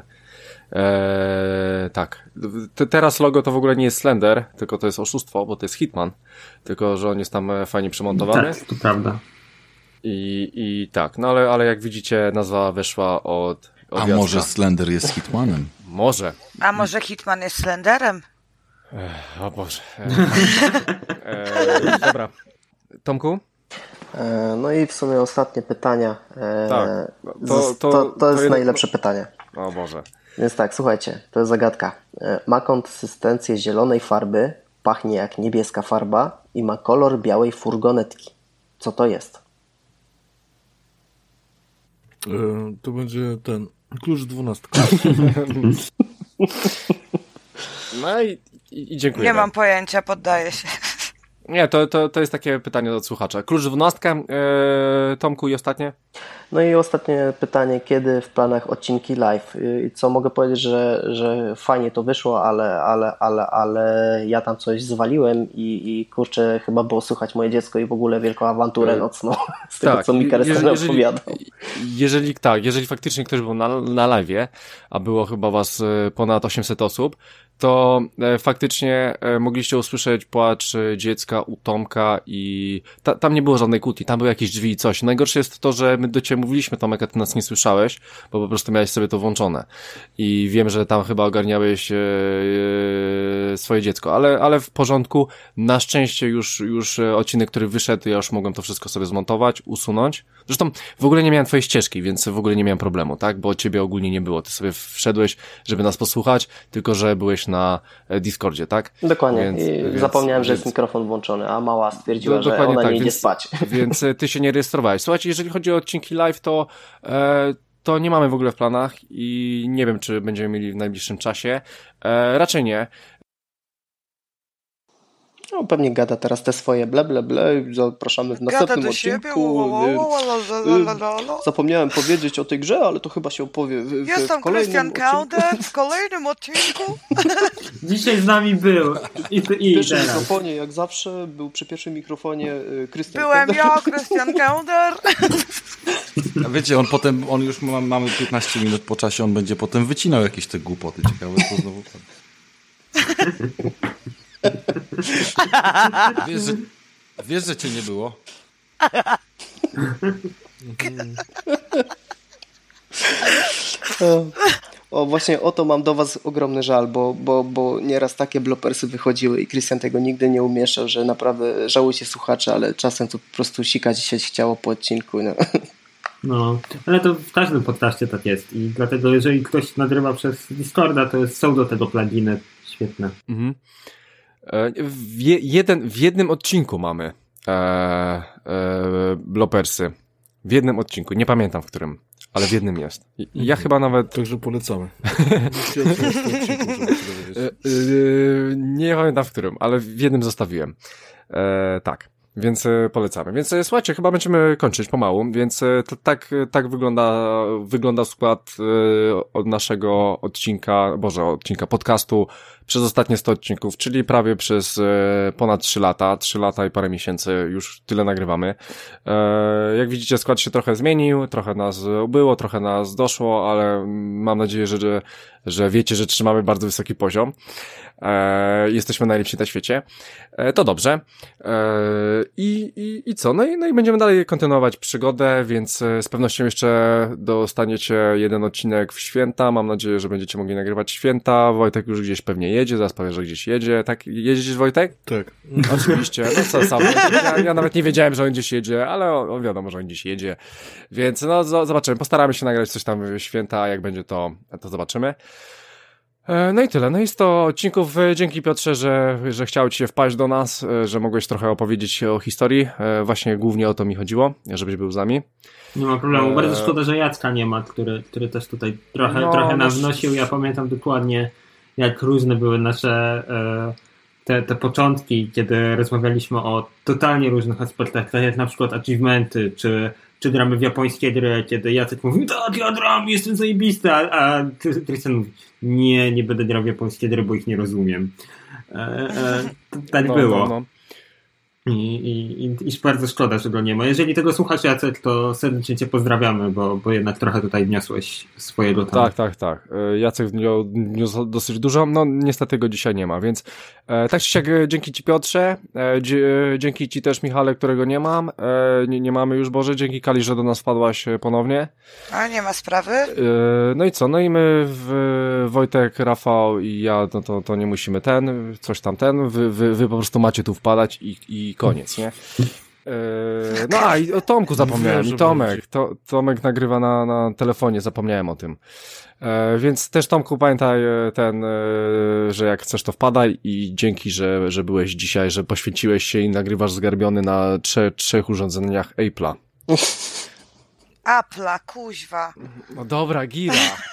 Tak. Teraz logo to w ogóle nie jest Slender, tylko to jest oszustwo, bo to jest Hitman, tylko że on jest tam fajnie przemontowany. Tak, to prawda. I tak, no ale jak widzicie, nazwa weszła od Jacka. Może Slender jest Hitmanem? Może. A może Hitman jest Slenderem? O Boże. Dobra. Tomku? No i w sumie ostatnie pytania. Tak. To jest najlepsze pytanie. O Boże. Więc tak, słuchajcie, to jest zagadka. Ma konsystencję zielonej farby, pachnie jak niebieska farba i ma kolor białej furgonetki. Co to jest? To będzie ten klucz 12. No i dziękuję. Nie mam pojęcia, poddaję się. Nie, to jest takie pytanie od słuchacza. Klucz 12, Tomku, i ostatnie? No i ostatnie pytanie, kiedy w planach odcinki live? Co mogę powiedzieć, że fajnie to wyszło, ale ja tam coś zwaliłem i kurczę, chyba było słychać moje dziecko i w ogóle wielką awanturę nocną z tego, co mi Krystian opowiadał. Jeżeli faktycznie ktoś był na live'ie, a było chyba was ponad 800 osób, to faktycznie mogliście usłyszeć płacz dziecka u Tomka i tam nie było żadnej kłótni, tam były jakieś drzwi i coś. Najgorsze jest to, że my do ciebie mówiliśmy, Tomek, a ty nas nie słyszałeś, bo po prostu miałeś sobie to włączone. I wiem, że tam chyba ogarniałeś swoje dziecko, ale w porządku. Na szczęście już odcinek, który wyszedł, ja już mogłem to wszystko sobie zmontować, usunąć. Zresztą w ogóle nie miałem twojej ścieżki, więc w ogóle nie miałem problemu, tak? Bo ciebie ogólnie nie było. Ty sobie wszedłeś, żeby nas posłuchać, tylko że byłeś na Discordzie, tak? Dokładnie. Więc zapomniałem, że jest mikrofon włączony, a mała stwierdziła, że ona tak, nie idzie spać. Więc ty się nie rejestrowałeś. Słuchajcie, jeżeli chodzi o odcinki live, to nie mamy w ogóle w planach i nie wiem, czy będziemy mieli w najbliższym czasie. Raczej nie. No, pewnie gada teraz te swoje ble. Zapraszamy w następnym odcinku. Zapomniałem powiedzieć o tej grze, ale to chyba się opowie w kolejnym Jestem Krystian Kauder w kolejnym odcinku. Dzisiaj z nami był. W pierwszym mikrofonie, jak zawsze, był przy pierwszym mikrofonie Krystian Byłem ja, Krystian Kauder. A wiecie, on już mamy 15 minut po czasie, on będzie potem wycinał jakieś te głupoty. Ciekawe, to znowu... Wiesz, że cię nie było? Właśnie o to mam do was ogromny żal, bo nieraz takie blopersy wychodziły i Krystian tego nigdy nie umieszczał, że naprawdę żałujcie słuchacze, ale czasem to po prostu sikać się chciało po odcinku. No, ale to w każdym podcaście tak jest i dlatego jeżeli ktoś nagrywa przez Discorda, to są do tego pluginy świetne. Mhm. W jednym odcinku mamy blopersy. W jednym odcinku, nie pamiętam w którym, ale w jednym jest. Ja chyba nawet... Także polecamy. Nie pamiętam w którym, ale w jednym zostawiłem. Tak. Więc polecamy. Więc słuchajcie, chyba będziemy kończyć pomału, więc to tak wygląda skład od naszego odcinka podcastu przez ostatnie 100 odcinków, czyli prawie przez ponad 3 lata. 3 lata i parę miesięcy już tyle nagrywamy. Jak widzicie, skład się trochę zmienił, trochę nas ubyło, trochę nas doszło, ale mam nadzieję, że wiecie, że trzymamy bardzo wysoki poziom. Jesteśmy najlepsi na świecie. To dobrze. I co? No i będziemy dalej kontynuować przygodę, więc z pewnością jeszcze dostaniecie jeden odcinek w święta. Mam nadzieję, że będziecie mogli nagrywać święta. Wojtek już gdzieś pewnie jedzie, zaraz powie, że gdzieś jedzie. Tak? Jedziesz, Wojtek? Tak. Oczywiście. No co sam. Ja nawet nie wiedziałem, że on gdzieś jedzie, ale on wiadomo, że on gdzieś jedzie. Więc no zobaczymy. Postaramy się nagrać coś tam w święta, a jak będzie to zobaczymy. No i tyle. No i 100 odcinków. Dzięki, Piotrze, że chciał ci się wpaść do nas, że mogłeś trochę opowiedzieć o historii. Właśnie głównie o to mi chodziło, żebyś był z nami. Nie ma problemu. Bardzo szkoda, że Jacka nie ma, który też tutaj trochę nas wnosił. Ja pamiętam dokładnie, jak różne były nasze te początki, kiedy rozmawialiśmy o totalnie różnych aspektach, tak jak na przykład achievementy, czy gramy w japońskie gry, kiedy Jacek mówi, tak, ja gram, jestem zajebisty, a Tristan mówi, nie będę grał w japońskie gry, bo ich nie rozumiem. Tak było. No. I bardzo szkoda, że go nie ma. Jeżeli tego słuchasz, Jacek, to serdecznie cię pozdrawiamy, bo jednak trochę tutaj wniosłeś swojego tam. Tak. Jacek wniósł dosyć dużo, no niestety go dzisiaj nie ma, więc tak czy siak dzięki ci, Piotrze, dzięki ci też, Michale, którego nie mam, nie mamy już, Boże, dzięki Kali, że do nas wpadłaś ponownie. A nie ma sprawy. No i co, no i my, Wojtek, Rafał i ja, no to nie musimy wy po prostu macie tu wpadać i koniec, nie? No i o Tomku zapomniałem, i Tomek nagrywa na telefonie, zapomniałem o tym. Więc też, Tomku, pamiętaj że jak chcesz, to wpadaj i dzięki, że byłeś dzisiaj, że poświęciłeś się i nagrywasz zgarbiony na trzech urządzeniach Apple'a. Apple'a, kuźwa. No dobra, Gira.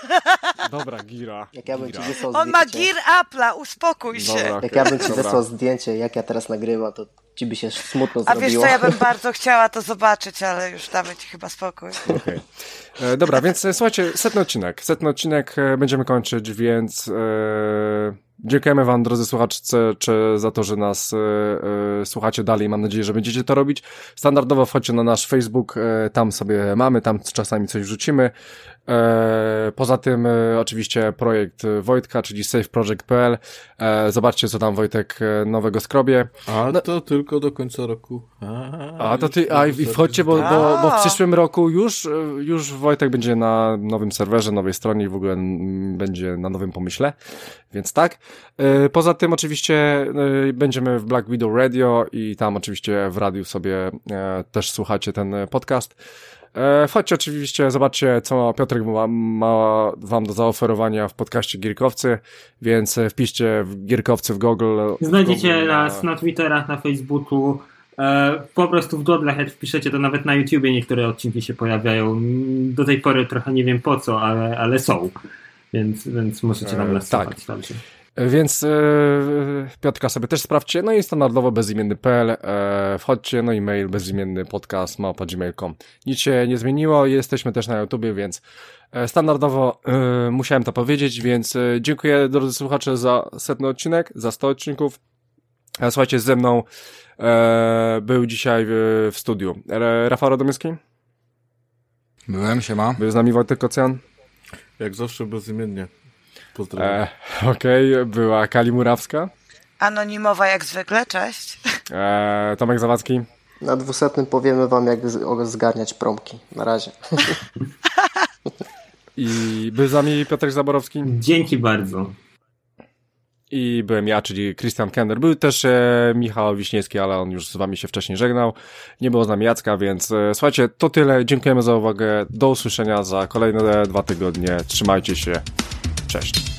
Jak ja bym ci wysłał zdjęcie. On ma Gear Apple'a, uspokój się. Dobra, jak ja bym ci wysłał zdjęcie, jak ja teraz nagrywam, to ci by się smutno zrobiło. A wiesz co, ja bym bardzo chciała to zobaczyć, ale już damy ci chyba spokój. Okay. Dobra, więc słuchajcie, 100 odcinek będziemy kończyć, więc dziękujemy wam, drodzy słuchacze, za to, że nas słuchacie dalej. Mam nadzieję, że będziecie to robić. Standardowo wchodźcie na nasz Facebook, tam sobie mamy, tam czasami coś wrzucimy. Poza tym oczywiście projekt Wojtka, czyli safeproject.pl. Zobaczcie, co tam Wojtek nowego skrobie. To tylko do końca roku. I wchodźcie, bo w przyszłym roku już Wojtek będzie na nowym serwerze, nowej stronie i w ogóle będzie na nowym pomyśle, więc tak. Poza tym oczywiście będziemy w Black Widow Radio i tam oczywiście w radiu sobie też słuchacie ten podcast. Wchodźcie oczywiście, zobaczcie, co Piotrek ma wam do zaoferowania w podcaście Gierkowcy, więc wpiszcie Gierkowcy w Google. Znajdziecie nas na Twitterach, na Facebooku, po prostu w Godlach, jak wpiszecie, to nawet na YouTubie niektóre odcinki się pojawiają. Do tej pory trochę nie wiem po co, ale są, więc możecie tam nas słuchać. Tak. Więc Piotrka sobie też sprawdźcie, no i standardowo bezimienny.pl, wchodźcie, no i mail bezimienny podcast@gmail.com. Nic się nie zmieniło, jesteśmy też na YouTubie, więc standardowo musiałem to powiedzieć, więc dziękuję, drodzy słuchacze, za 100 odcinek, za 100 odcinków. Słuchajcie, ze mną był dzisiaj w studiu Rafał Radomyski. Byłem, siema. Był z nami Wojtek Kocjan. Jak zawsze bezimiennie. Pozdrawiam. Okej, była Kali Murawska. Anonimowa jak zwykle, cześć. Tomek Zawadzki. Na 200 powiemy wam, jak zgarniać promki. Na razie. I był z nami Piotrek Zaborowski. Dzięki bardzo. I byłem ja, czyli Christian Kender. Był też Michał Wiśniewski, ale on już z wami się wcześniej żegnał. Nie było z nami Jacka, więc słuchajcie, to tyle. Dziękujemy za uwagę. Do usłyszenia za kolejne 2 tygodnie. Trzymajcie się. Cześć.